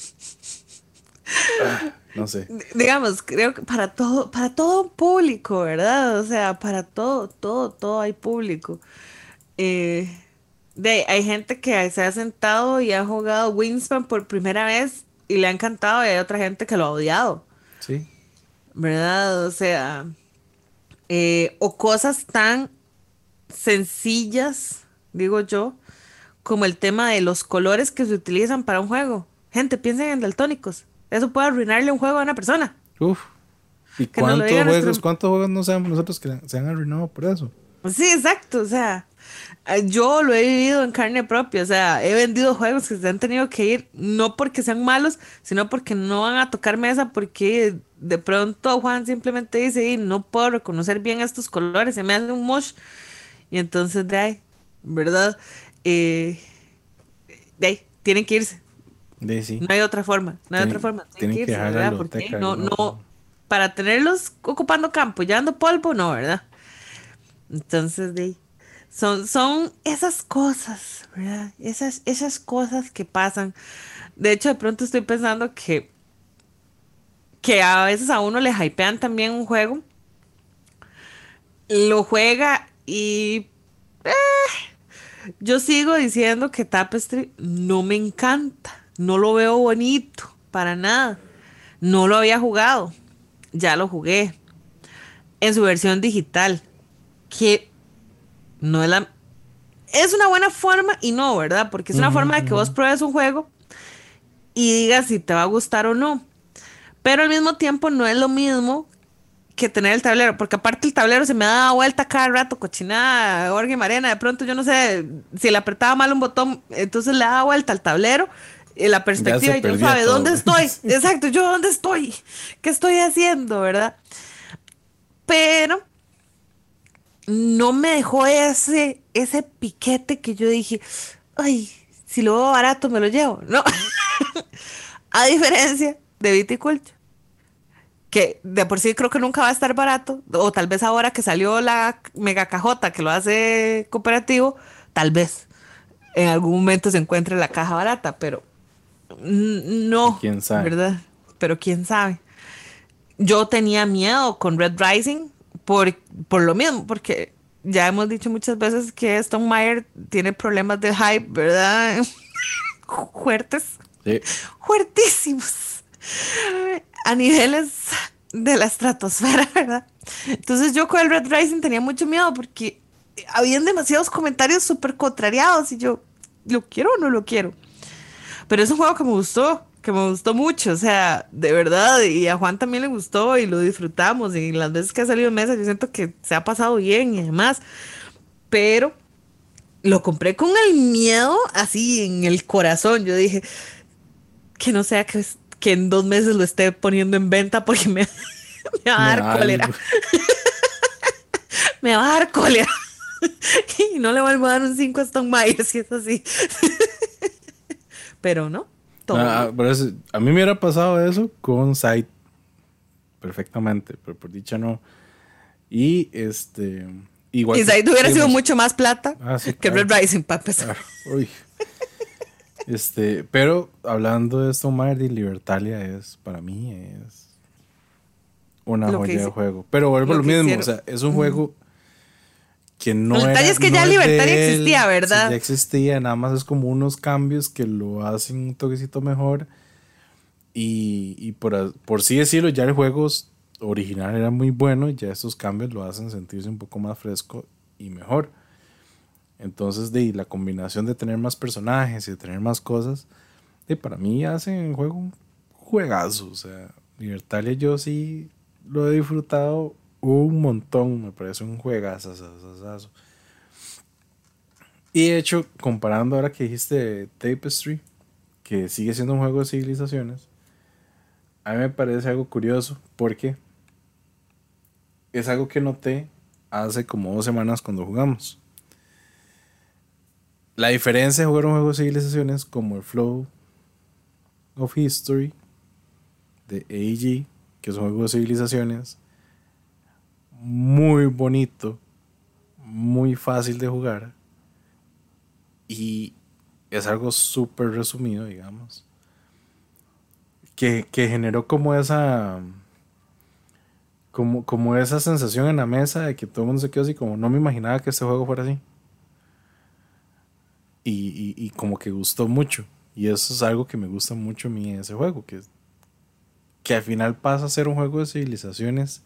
Speaker 1: Ah, no sé.
Speaker 2: Digamos, creo que para todo, para todo público, ¿verdad? O sea, para todo, todo, todo hay público. Eh, de, hay gente que se ha sentado y ha jugado Wingspan por primera vez y le ha encantado y hay otra gente que lo ha odiado,
Speaker 1: Sí.
Speaker 2: ¿verdad? O sea, eh, o cosas tan sencillas, digo yo, como el tema de los colores que se utilizan para un juego. Gente, piensen en daltónicos. Eso puede arruinarle un juego a una persona.
Speaker 1: Uf. ¿Y
Speaker 2: Que nos lo
Speaker 1: cuántos
Speaker 2: diga
Speaker 1: juegos,
Speaker 2: nuestro...
Speaker 1: cuántos juegos no sabemos nosotros que se han arruinado por eso?
Speaker 2: Sí, exacto, o sea, eh, yo lo he vivido en carne propia, o sea, he vendido juegos que se han tenido que ir, no porque sean malos, sino porque no van a tocar mesa, porque de pronto Juan simplemente dice, "Y no puedo reconocer bien estos colores, se me hace un mosh", y entonces de ahí, ¿verdad? Eh, de ahí, tienen que irse,
Speaker 1: De sí.
Speaker 2: no hay otra forma, no hay otra
Speaker 1: Tienen,
Speaker 2: forma, tienen
Speaker 1: tienen
Speaker 2: que
Speaker 1: que
Speaker 2: irse,
Speaker 1: dejar la
Speaker 2: ¿verdad? Porque
Speaker 1: biblioteca de
Speaker 2: no,
Speaker 1: alguna
Speaker 2: no,
Speaker 1: forma.
Speaker 2: para tenerlos ocupando campo, llevando polvo, no, ¿verdad? Entonces, de ahí, son, son esas cosas, ¿verdad? Esas, esas cosas que pasan. De hecho, de pronto estoy pensando que, que a veces a uno le hypean también un juego, lo juega y yo sigo diciendo que Tapestry no me encanta, no lo veo bonito, para nada. No lo había jugado, ya lo jugué en su versión digital, que no es la... Es una buena forma y no, ¿verdad? Porque es una
Speaker 1: Ujú,
Speaker 2: forma de que vos
Speaker 1: ujú.
Speaker 2: pruebes un juego y digas si te va a gustar o no. Pero al mismo tiempo no es lo mismo que tener el tablero, porque aparte el tablero se me da vuelta cada rato, cochinada, Jorge Marena, de pronto yo no sé si le apretaba mal un botón, entonces le daba vuelta al tablero, y la
Speaker 1: Ya se
Speaker 2: perspectiva y yo
Speaker 1: perdía
Speaker 2: sabe dónde
Speaker 1: todo.
Speaker 2: estoy,
Speaker 1: Sí.
Speaker 2: exacto, yo dónde estoy, qué estoy haciendo, ¿verdad? Pero no me dejó ese, ese piquete que yo dije, ay, si lo veo barato me lo llevo, ¿no? A diferencia de Viticulture, que de por sí creo que nunca va a estar barato, o tal vez ahora que salió la mega cajota que lo hace cooperativo, tal vez en algún momento se encuentre la caja barata, pero n- no,
Speaker 1: ¿Quién sabe?
Speaker 2: ¿verdad? Pero quién sabe. Yo tenía miedo con Red Rising por, por lo mismo, porque ya hemos dicho muchas veces que Stone Meyer tiene problemas de hype, ¿verdad? Fuertes,
Speaker 1: Sí.
Speaker 2: fuertísimos, a niveles de la estratosfera, ¿verdad? Entonces yo con el Red Rising tenía mucho miedo porque habían demasiados comentarios súper contrariados y yo, ¿lo quiero o no lo quiero? Pero es un juego que me gustó, que me gustó mucho, o sea, de verdad, y a Juan también le gustó y lo disfrutamos y las veces que ha salido en mesa yo siento que se ha pasado bien y demás, pero lo compré con el miedo así en el corazón, yo dije, que no sea que, es- que en dos meses lo esté poniendo en venta porque me, me va a
Speaker 1: Me
Speaker 2: dar
Speaker 1: da algo.
Speaker 2: cólera, me va a dar cólera. Y no le vuelvo a dar un cinco a Stone Meyer si es así. Pero no, todo
Speaker 1: Ah,
Speaker 2: bien.
Speaker 1: ah, por eso, a mí me hubiera pasado eso con Sight perfectamente, pero por dicha no. Y este, igual
Speaker 2: Y
Speaker 1: que,
Speaker 2: Zaid hubiera sido
Speaker 1: digamos,
Speaker 2: mucho más plata
Speaker 1: ah, sí,
Speaker 2: que
Speaker 1: claro,
Speaker 2: Red Rising para empezar.
Speaker 1: claro, uy. Este, pero hablando de esto, Mardi, Libertalia es, para mí, es una
Speaker 2: Lo que
Speaker 1: joya de
Speaker 2: hice,
Speaker 1: juego. Pero vuelvo a
Speaker 2: lo
Speaker 1: lo
Speaker 2: que
Speaker 1: mismo, o
Speaker 2: hicieron.
Speaker 1: sea, es un
Speaker 2: Ujú.
Speaker 1: juego que
Speaker 2: El
Speaker 1: no
Speaker 2: detalle
Speaker 1: era,
Speaker 2: es que ya
Speaker 1: no es
Speaker 2: Libertaria
Speaker 1: de
Speaker 2: existía,
Speaker 1: él, si ya
Speaker 2: ¿verdad?
Speaker 1: existía, nada más es como unos cambios que lo hacen un toquecito mejor. Y, y por, a- por sí decirlo, ya el juego s- original era muy bueno y ya estos cambios lo hacen sentirse un poco más fresco y mejor. Entonces, de la combinación de tener más personajes y de tener más cosas, de, para mí hacen el juego un juegazo. O sea, Libertalia yo sí, lo he disfrutado un montón. Me parece un juegazo. Y de hecho, comparando ahora que dijiste Tapestry, que sigue siendo un juego de civilizaciones, a mí me parece algo curioso porque es algo que noté hace como dos semanas cuando jugamos. La diferencia de jugar un juego de civilizaciones como el Flow of History de A E G, que es un juego de civilizaciones muy bonito, muy fácil de jugar y es algo súper resumido, digamos, que, que generó como esa como, como esa sensación en la mesa de que todo el mundo se quedó así como no me imaginaba que este juego fuera así y, y, y como que gustó mucho y eso es algo que me gusta mucho a mí de ese juego, que, que al final pasa a ser un juego de civilizaciones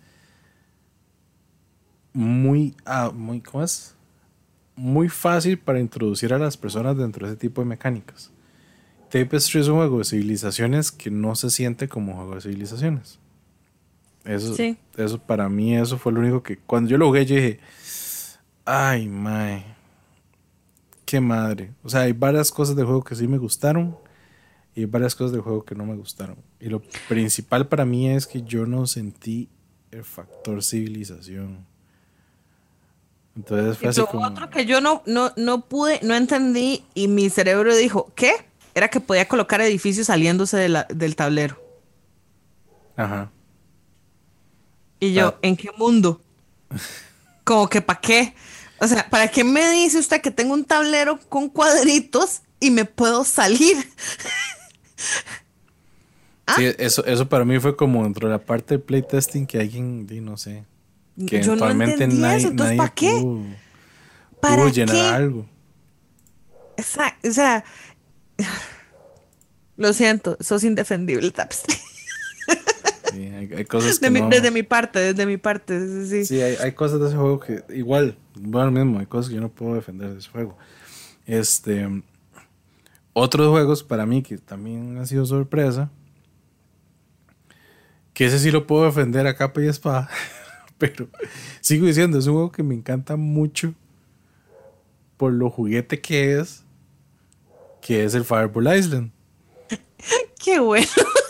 Speaker 1: muy, ah, muy ¿cómo es? Muy fácil para introducir a las personas dentro de ese tipo de mecánicas. Tapestry es un juego de civilizaciones que no se siente como un juego de civilizaciones. Eso, sí. Eso para mí, eso fue lo único que cuando yo lo jugué yo dije, ay mae, qué madre. O sea, hay varias cosas del juego que sí me gustaron y hay varias cosas del juego que no me gustaron. Y lo principal para mí es que yo no sentí el factor civilización. Entonces fue
Speaker 2: y
Speaker 1: así
Speaker 2: lo
Speaker 1: como...
Speaker 2: otro que yo no, no, no pude, no entendí y mi cerebro dijo, ¿qué? Era que podía colocar edificios saliéndose de la, del tablero.
Speaker 1: Ajá.
Speaker 2: Y yo, ah. ¿en qué mundo? Como que ¿para qué? O sea, ¿para qué me dice usted que tengo un tablero con cuadritos y me puedo salir?
Speaker 1: ¿Ah? Sí, eso, eso para mí fue como dentro de la parte del playtesting que alguien, no sé, que
Speaker 2: yo
Speaker 1: eventualmente
Speaker 2: no
Speaker 1: nadie,
Speaker 2: eso. Entonces,
Speaker 1: nadie
Speaker 2: ¿para qué?
Speaker 1: pudo,
Speaker 2: ¿Para
Speaker 1: pudo llenar
Speaker 2: qué?
Speaker 1: algo.
Speaker 2: Exacto, o sea, lo siento, sos indefendible, Tapestry.
Speaker 1: Sí, hay, hay cosas que
Speaker 2: de mi,
Speaker 1: no...
Speaker 2: Desde mi parte, desde mi parte, sí.
Speaker 1: Sí, hay, hay cosas de ese juego que igual, bueno, mismo, hay cosas que yo no puedo defender de ese juego. Este, otros juegos para mí que también han sido sorpresa, que ese sí lo puedo defender a capa y espada, pero sigo diciendo, es un juego que me encanta mucho por lo juguete que es, que es el Fireball Island.
Speaker 2: Qué bueno.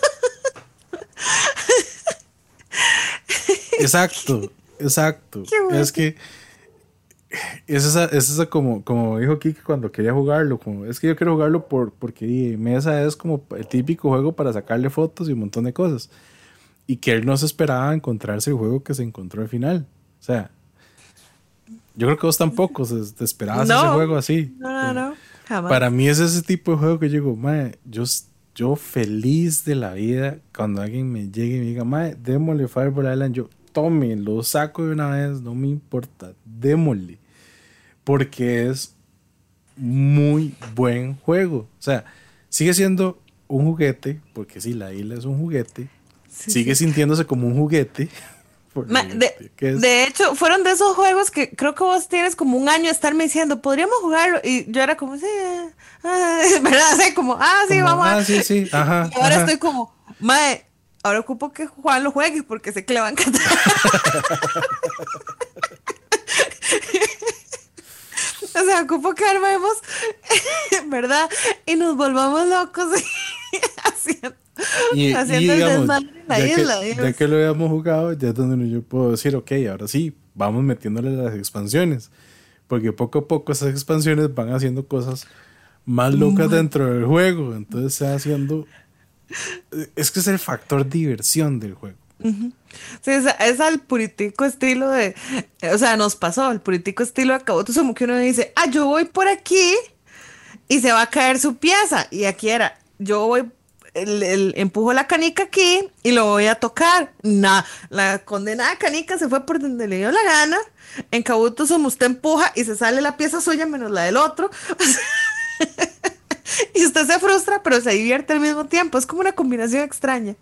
Speaker 1: Exacto, exacto. Bueno. Es que es esa, es esa como, como dijo Kike cuando quería jugarlo, como, es que yo quiero jugarlo por, porque Mesa es como el típico juego para sacarle fotos y un montón de cosas. Y que él no se esperaba encontrarse el juego que se encontró al final. O sea, yo creo que vos tampoco te esperabas no, ese juego así.
Speaker 2: No, no, no, jamás.
Speaker 1: Para mí es ese tipo de juego que yo digo, mae, yo, yo feliz de la vida cuando alguien me llegue y me diga, mae, démosle Fireball Island, yo tome, lo saco de una vez, no me importa, démosle. Porque es muy buen juego. O sea, sigue siendo un juguete, porque sí, la isla es un juguete. Sí, sigue sí. sintiéndose como un juguete.
Speaker 2: Ma, de, de hecho, fueron de esos juegos que creo que vos tienes como un año de estarme diciendo, podríamos jugarlo. Y yo era como, sí, ah, ¿verdad? Así como, ah, sí, como, vamos.
Speaker 1: Ah, sí, sí, ajá.
Speaker 2: Y ahora
Speaker 1: ajá.
Speaker 2: estoy como, mae, ahora ocupo que Juan lo juegue porque sé que le va a encantar. O sea, ocupo que armemos, ¿verdad? Y nos volvamos locos haciendo,
Speaker 1: y,
Speaker 2: haciendo
Speaker 1: y,
Speaker 2: el
Speaker 1: digamos,
Speaker 2: desmadre en la
Speaker 1: ya
Speaker 2: isla.
Speaker 1: Que, ya que lo habíamos jugado, ya es donde yo puedo decir, ok, ahora sí, vamos metiéndole las expansiones. Porque poco a poco esas expansiones van haciendo cosas más locas Man. dentro del juego. Entonces se va haciendo... Es que es el factor diversión del juego.
Speaker 2: Uh-huh. Sí, es, es al puritico estilo de, o sea, nos pasó el puritico estilo de Kabuto Sumo, que uno dice, ah, yo voy por aquí y se va a caer su pieza, y aquí era, yo voy, el, el, empujo la canica aquí y lo voy a tocar. Nah, la condenada canica se fue por donde le dio la gana. En Kabuto Sumo usted empuja y se sale la pieza suya menos la del otro. Y usted se frustra, pero se divierte al mismo tiempo. Es como una combinación extraña.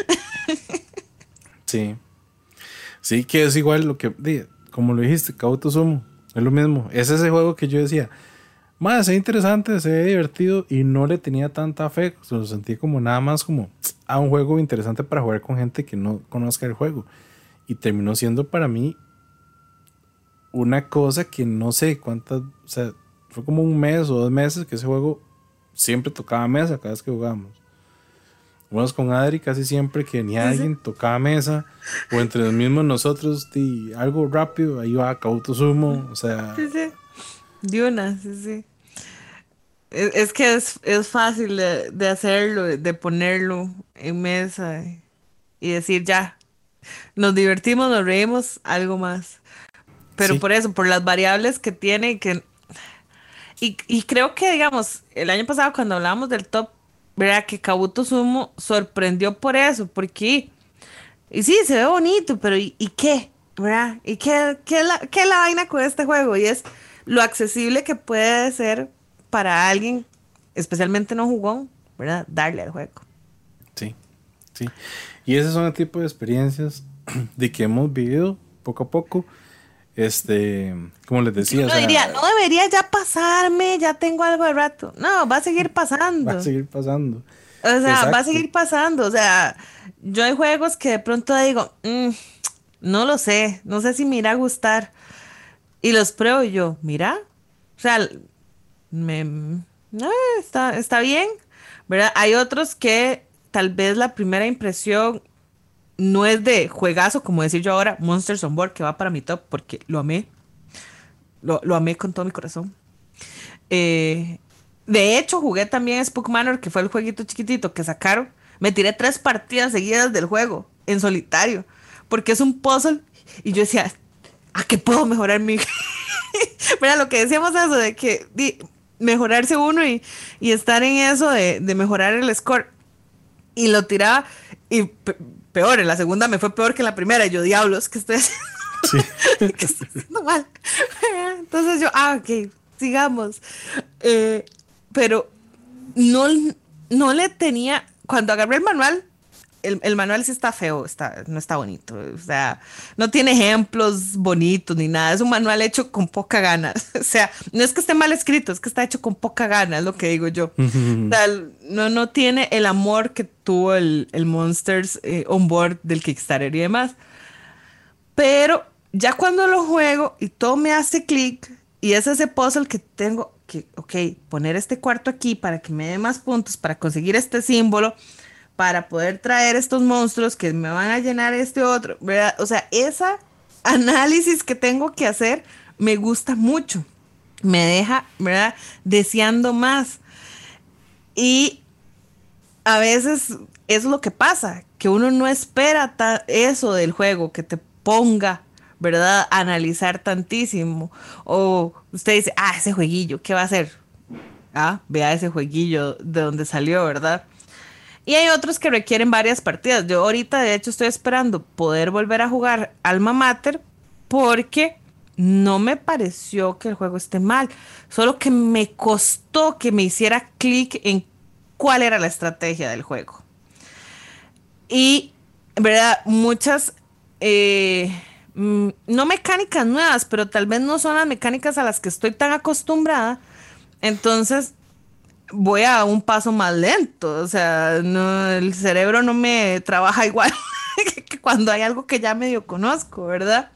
Speaker 1: Sí. Sí, que es igual lo que, como lo dijiste, Kabuto Sumo, es lo mismo. Es ese juego que yo decía, más, se ve interesante, se ve divertido y no le tenía tanta fe. Se lo sentí como nada más como a un juego interesante para jugar con gente que no conozca el juego. Y terminó siendo para mí una cosa que no sé cuántas, o sea, fue como un mes o dos meses que ese juego siempre tocaba mesa cada vez que jugábamos. Jugamos con Adri casi siempre que ni alguien tocaba mesa, o entre los mismos nosotros, y algo rápido, ahí va Kabuto Sumo, o sea.
Speaker 2: Sí, sí. De una, sí, sí. Es, es que es, es fácil de, de hacerlo, de ponerlo en mesa y, y decir ya, nos divertimos, nos reímos, algo más. Pero
Speaker 1: Sí,
Speaker 2: por eso, por las variables que tiene y que... Y, y creo que, digamos, el año pasado cuando hablábamos del top, ¿verdad? Que Kabuto Sumo sorprendió por eso, porque... Y sí, se ve bonito, pero ¿y, y qué? ¿Verdad? ¿Y qué, qué, es la, qué es la vaina con este juego? Y es lo accesible que puede ser para alguien, especialmente no jugón, ¿verdad? Darle al juego.
Speaker 1: sí, sí. Y esos son el tipo de experiencias de que hemos vivido poco a poco. Este, como les decía, o
Speaker 2: Uno
Speaker 1: sea,
Speaker 2: diría, no debería ya pasarme, ya tengo algo de rato. No, va a seguir
Speaker 1: va a
Speaker 2: pasando.
Speaker 1: seguir pasando.
Speaker 2: O sea, va a
Speaker 1: Exacto.
Speaker 2: seguir pasando. O sea, yo hay juegos que de pronto digo, "Mm, no lo sé, no sé si me irá a gustar. Y los pruebo y yo, mira, o sea, me, ah, está, está bien, ¿verdad? Hay otros que tal vez la primera impresión no es de juegazo, como decir yo ahora, Monsters on Board, que va para mi top, porque lo amé, lo, lo amé con todo mi corazón. Eh, de hecho, jugué también Spook Manor, que fue el jueguito chiquitito que sacaron. Me tiré tres partidas seguidas del juego, en solitario, porque es un puzzle. Y yo decía, ¿a qué puedo mejorar mi...? Mira, lo que decíamos eso, de que di, mejorarse uno y, y estar en eso de, de mejorar el score. Y lo tiraba, y pe- peor, en la segunda me fue peor que en la primera. Y yo, diablos, ¿qué estoy haciendo?
Speaker 1: Sí.
Speaker 2: ¿Qué estoy haciendo mal? Entonces yo, ah, ok, sigamos. Eh, pero no, no le tenía, cuando agarré el manual, el, el manual sí está feo, está, no está bonito, o sea, no tiene ejemplos bonitos ni nada, es un manual hecho con poca gana, o sea, no es que esté mal escrito, es que está hecho con poca gana, es lo que digo yo. O sea, no, no tiene el amor que tuvo el, el Monsters eh, on Board del Kickstarter y demás. Pero ya cuando lo juego y todo me hace clic y es ese puzzle que tengo que, ok, poner este cuarto aquí para que me dé más puntos, para conseguir este símbolo, para poder traer estos monstruos que me van a llenar este otro, ¿verdad? O sea, esa análisis que tengo que hacer me gusta mucho. Me deja, ¿verdad? Deseando más. Y a veces es lo que pasa, que uno no espera ta- eso del juego, que te ponga, ¿verdad? A analizar tantísimo. O usted dice, ah, ese jueguillo, ¿qué va a hacer? Ah, vea ese jueguillo de donde salió, ¿verdad? Y hay otros que requieren varias partidas. Yo ahorita, de hecho, estoy esperando poder volver a jugar Alma Mater porque no me pareció que el juego esté mal. Solo que me costó que me hiciera clic en cuál era la estrategia del juego. Y, en verdad, muchas, eh, mm, no mecánicas nuevas, pero tal vez no son las mecánicas a las que estoy tan acostumbrada. Entonces, voy a un paso más lento. O sea, no, el cerebro no me trabaja igual que cuando hay algo que ya medio conozco, ¿verdad?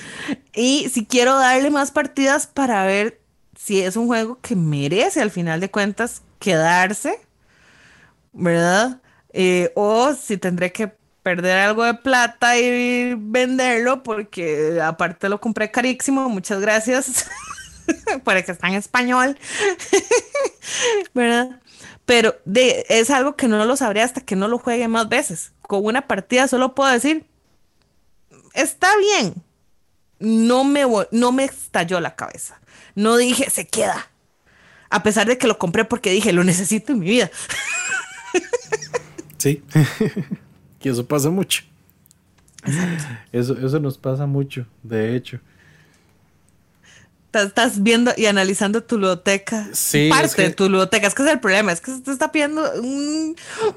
Speaker 2: Y si quiero darle más partidas para ver si es un juego que merece al final de cuentas quedarse, ¿verdad? Eh, o si tendré que perder algo de plata y venderlo porque aparte lo compré carísimo, muchas gracias, para que está en español, ¿verdad? Pero de, es algo que no lo sabré hasta que no lo juegue más veces. Con una partida solo puedo decir, está bien, no me, vo- no me estalló la cabeza. No dije, se queda. A pesar de que lo compré porque dije, lo necesito en mi vida.
Speaker 1: Sí. Que eso pasa mucho.
Speaker 2: Exacto.
Speaker 1: Eso, eso nos pasa mucho, de hecho.
Speaker 2: Estás estás viendo y analizando tu ludoteca.
Speaker 1: Sí, es
Speaker 2: Parte de
Speaker 1: que
Speaker 2: tu ludoteca. Es que es el problema. Es que se te está pidiendo un,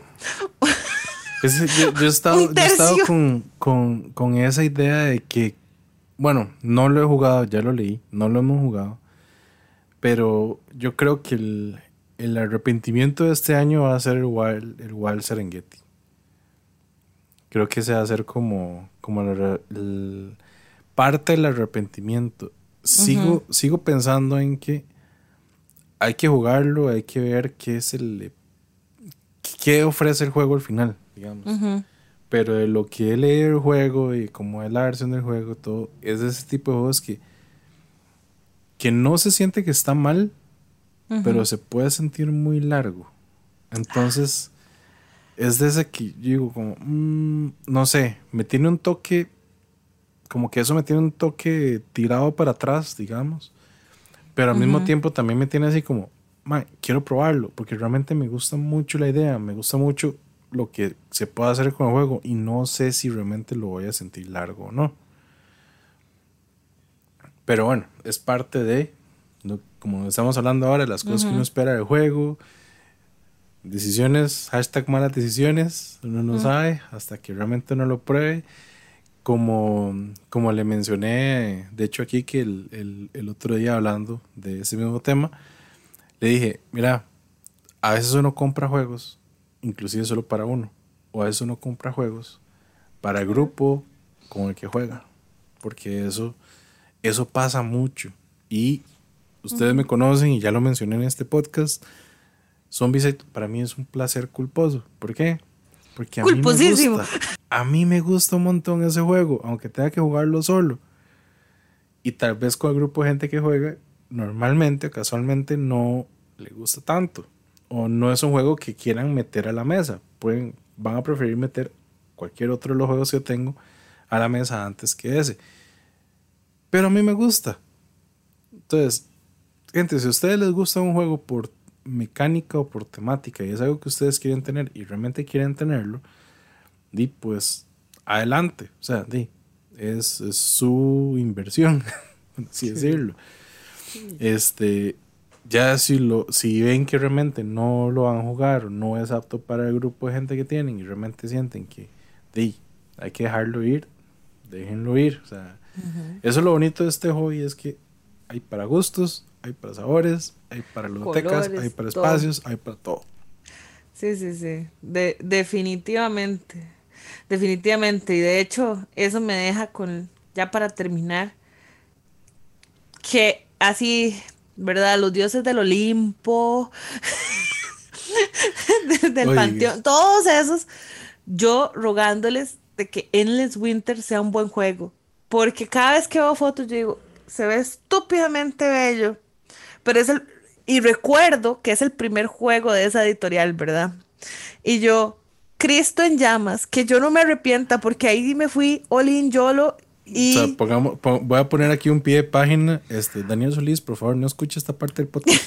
Speaker 1: es que yo, yo he estado,
Speaker 2: un
Speaker 1: yo he estado
Speaker 2: tercio.
Speaker 1: con, con, con esa idea de que, bueno, no lo he jugado, ya lo leí, no lo hemos jugado, pero yo creo que el, el arrepentimiento de este año va a ser el Wild, el Wild Serengeti. creo que se va a hacer como, como el, el, parte del arrepentimiento. Sigo, uh-huh. sigo pensando en que hay que jugarlo, hay que ver qué es el qué ofrece el juego al final, digamos. Uh-huh. Pero de lo que he leído el juego y como es la versión del juego, todo, es de ese tipo de juegos que, que no se siente que está mal, uh-huh. pero se puede sentir muy largo. Entonces, es de ese que yo digo como, mmm, no sé, me tiene un toque, como que eso me tiene un toque tirado para atrás, digamos. Pero al uh-huh. mismo tiempo también me tiene así como, man, quiero probarlo, porque realmente me gusta mucho la idea, me gusta mucho lo que se puede hacer con el juego y no sé si realmente lo voy a sentir largo o no. Pero bueno, es parte de, ¿no? Como estamos hablando ahora, las cosas uh-huh. que uno espera del juego, decisiones, hashtag malas decisiones, uno no uh-huh. sabe hasta que realmente uno lo pruebe. Como, como le mencioné, de hecho aquí que el, el, el otro día hablando de ese mismo tema, le dije, mira, a veces uno compra juegos, inclusive solo para uno, o a veces uno compra juegos para el grupo con el que juega, porque eso, eso pasa mucho. Y ustedes uh-huh. me conocen y ya lo mencioné en este podcast, Zombicide para mí es un placer culposo. ¿Por qué? Porque a mí me gusta. A mí me gusta un montón ese juego, aunque tenga que jugarlo solo. Y tal vez con el grupo de gente que juega, normalmente o casualmente no le gusta tanto. O no es un juego que quieran meter a la mesa. Pueden, van a preferir meter cualquier otro de los juegos que yo tengo a la mesa antes que ese. Pero a mí me gusta. Entonces, gente, si a ustedes les gusta un juego por mecánica o por temática y es algo que ustedes quieren tener y realmente quieren tenerlo, di pues adelante, o sea, di, es, es su inversión, así decirlo. Este, ya si lo si ven que realmente no lo van a jugar o no es apto para el grupo de gente que tienen y realmente sienten que di, hay que dejarlo ir, déjenlo ir, o sea, uh-huh. eso es lo bonito de este hobby, es que hay para gustos, hay para sabores, hay para bibliotecas, colores, hay para espacios, todo. Hay para todo.
Speaker 2: Sí, sí, sí. De, definitivamente. Definitivamente. Y de hecho, eso me deja con, ya para terminar, que así, ¿verdad? Los dioses del Olimpo, del Oye. Panteón, todos esos, yo rogándoles de que Endless Winter sea un buen juego. Porque cada vez que veo fotos, yo digo, se ve estúpidamente bello. Pero es el... Y recuerdo que es el primer juego de esa editorial, ¿verdad? Y yo, Cristo en llamas, que yo no me arrepienta porque ahí me fui all in YOLO y...
Speaker 1: O sea, pongamos, pong, voy a poner aquí un pie de página. Este, Daniel Solís, por favor, no escuche esta parte del podcast.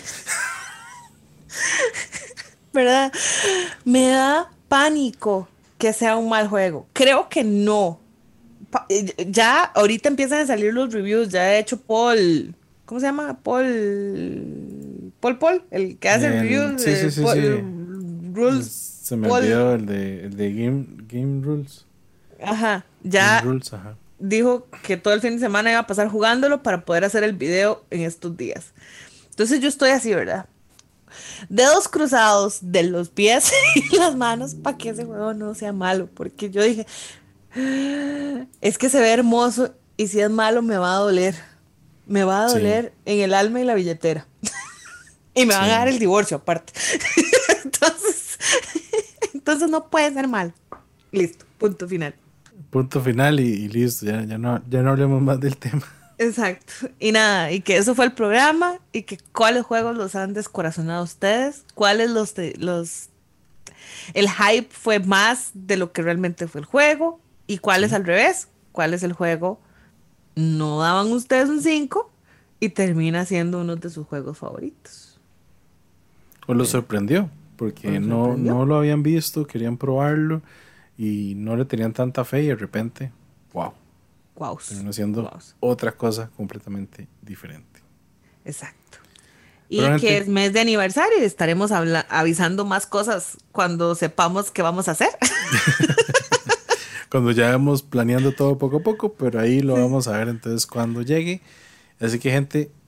Speaker 2: ¿Verdad? Me da pánico que sea un mal juego. Creo que no. Ya ahorita empiezan a salir los reviews. Ya he hecho Paul... ¿Cómo se llama? Paul... Paul Paul, el que hace el, reviews.
Speaker 1: Sí, sí, sí,
Speaker 2: Paul,
Speaker 1: sí.
Speaker 2: Rules.
Speaker 1: Se me Paul. olvidó el de, el de Game, Game Rules.
Speaker 2: Ajá. Ya
Speaker 1: Game Rules, ajá.
Speaker 2: Dijo que todo el fin de semana iba a pasar jugándolo para poder hacer el video en estos días. Entonces yo estoy así, ¿verdad? Dedos cruzados de los pies y las manos para que ese juego no sea malo. Porque yo dije, es que se ve hermoso y si es malo me va a doler. Me va a doler sí. en el alma y la billetera. Y me sí. van a dar el divorcio aparte. entonces, entonces no puede ser mal. Listo, punto final.
Speaker 1: Punto final y, y listo. Ya, ya, no, ya no hablemos más del tema.
Speaker 2: Exacto. Y nada, y que eso fue el programa y que cuáles juegos los han descorazonado a ustedes, cuáles los, de, los... El hype fue más de lo que realmente fue el juego y cuáles sí. al revés, cuál es el juego... No daban ustedes un cinco y termina siendo uno de sus juegos favoritos.
Speaker 1: O lo sorprendió, porque no, sorprendió? no lo habían visto, querían probarlo y no le tenían tanta fe y de repente, wow.
Speaker 2: Wow.
Speaker 1: Terminó siendo wow. otra cosa completamente diferente.
Speaker 2: Exacto. Y Probablemente... que es mes de aniversario y estaremos habla- avisando más cosas cuando sepamos qué vamos a hacer.
Speaker 1: Cuando ya vamos planeando todo poco a poco, pero ahí lo sí. vamos a ver entonces cuando llegue. Así que gente,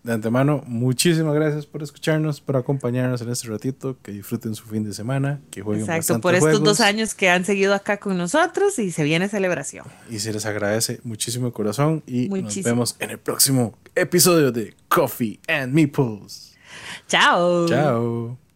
Speaker 1: de antemano, muchísimas gracias por escucharnos, por acompañarnos en este ratito. Que disfruten su fin de semana, que jueguen
Speaker 2: Exacto,
Speaker 1: bastante
Speaker 2: por estos
Speaker 1: juegos.
Speaker 2: dos años que han seguido acá con nosotros y se viene celebración.
Speaker 1: Y se les agradece muchísimo de corazón y
Speaker 2: Muchísimo.
Speaker 1: Nos vemos en el próximo episodio de Coffee and Meeples.
Speaker 2: Chao.
Speaker 1: Chao.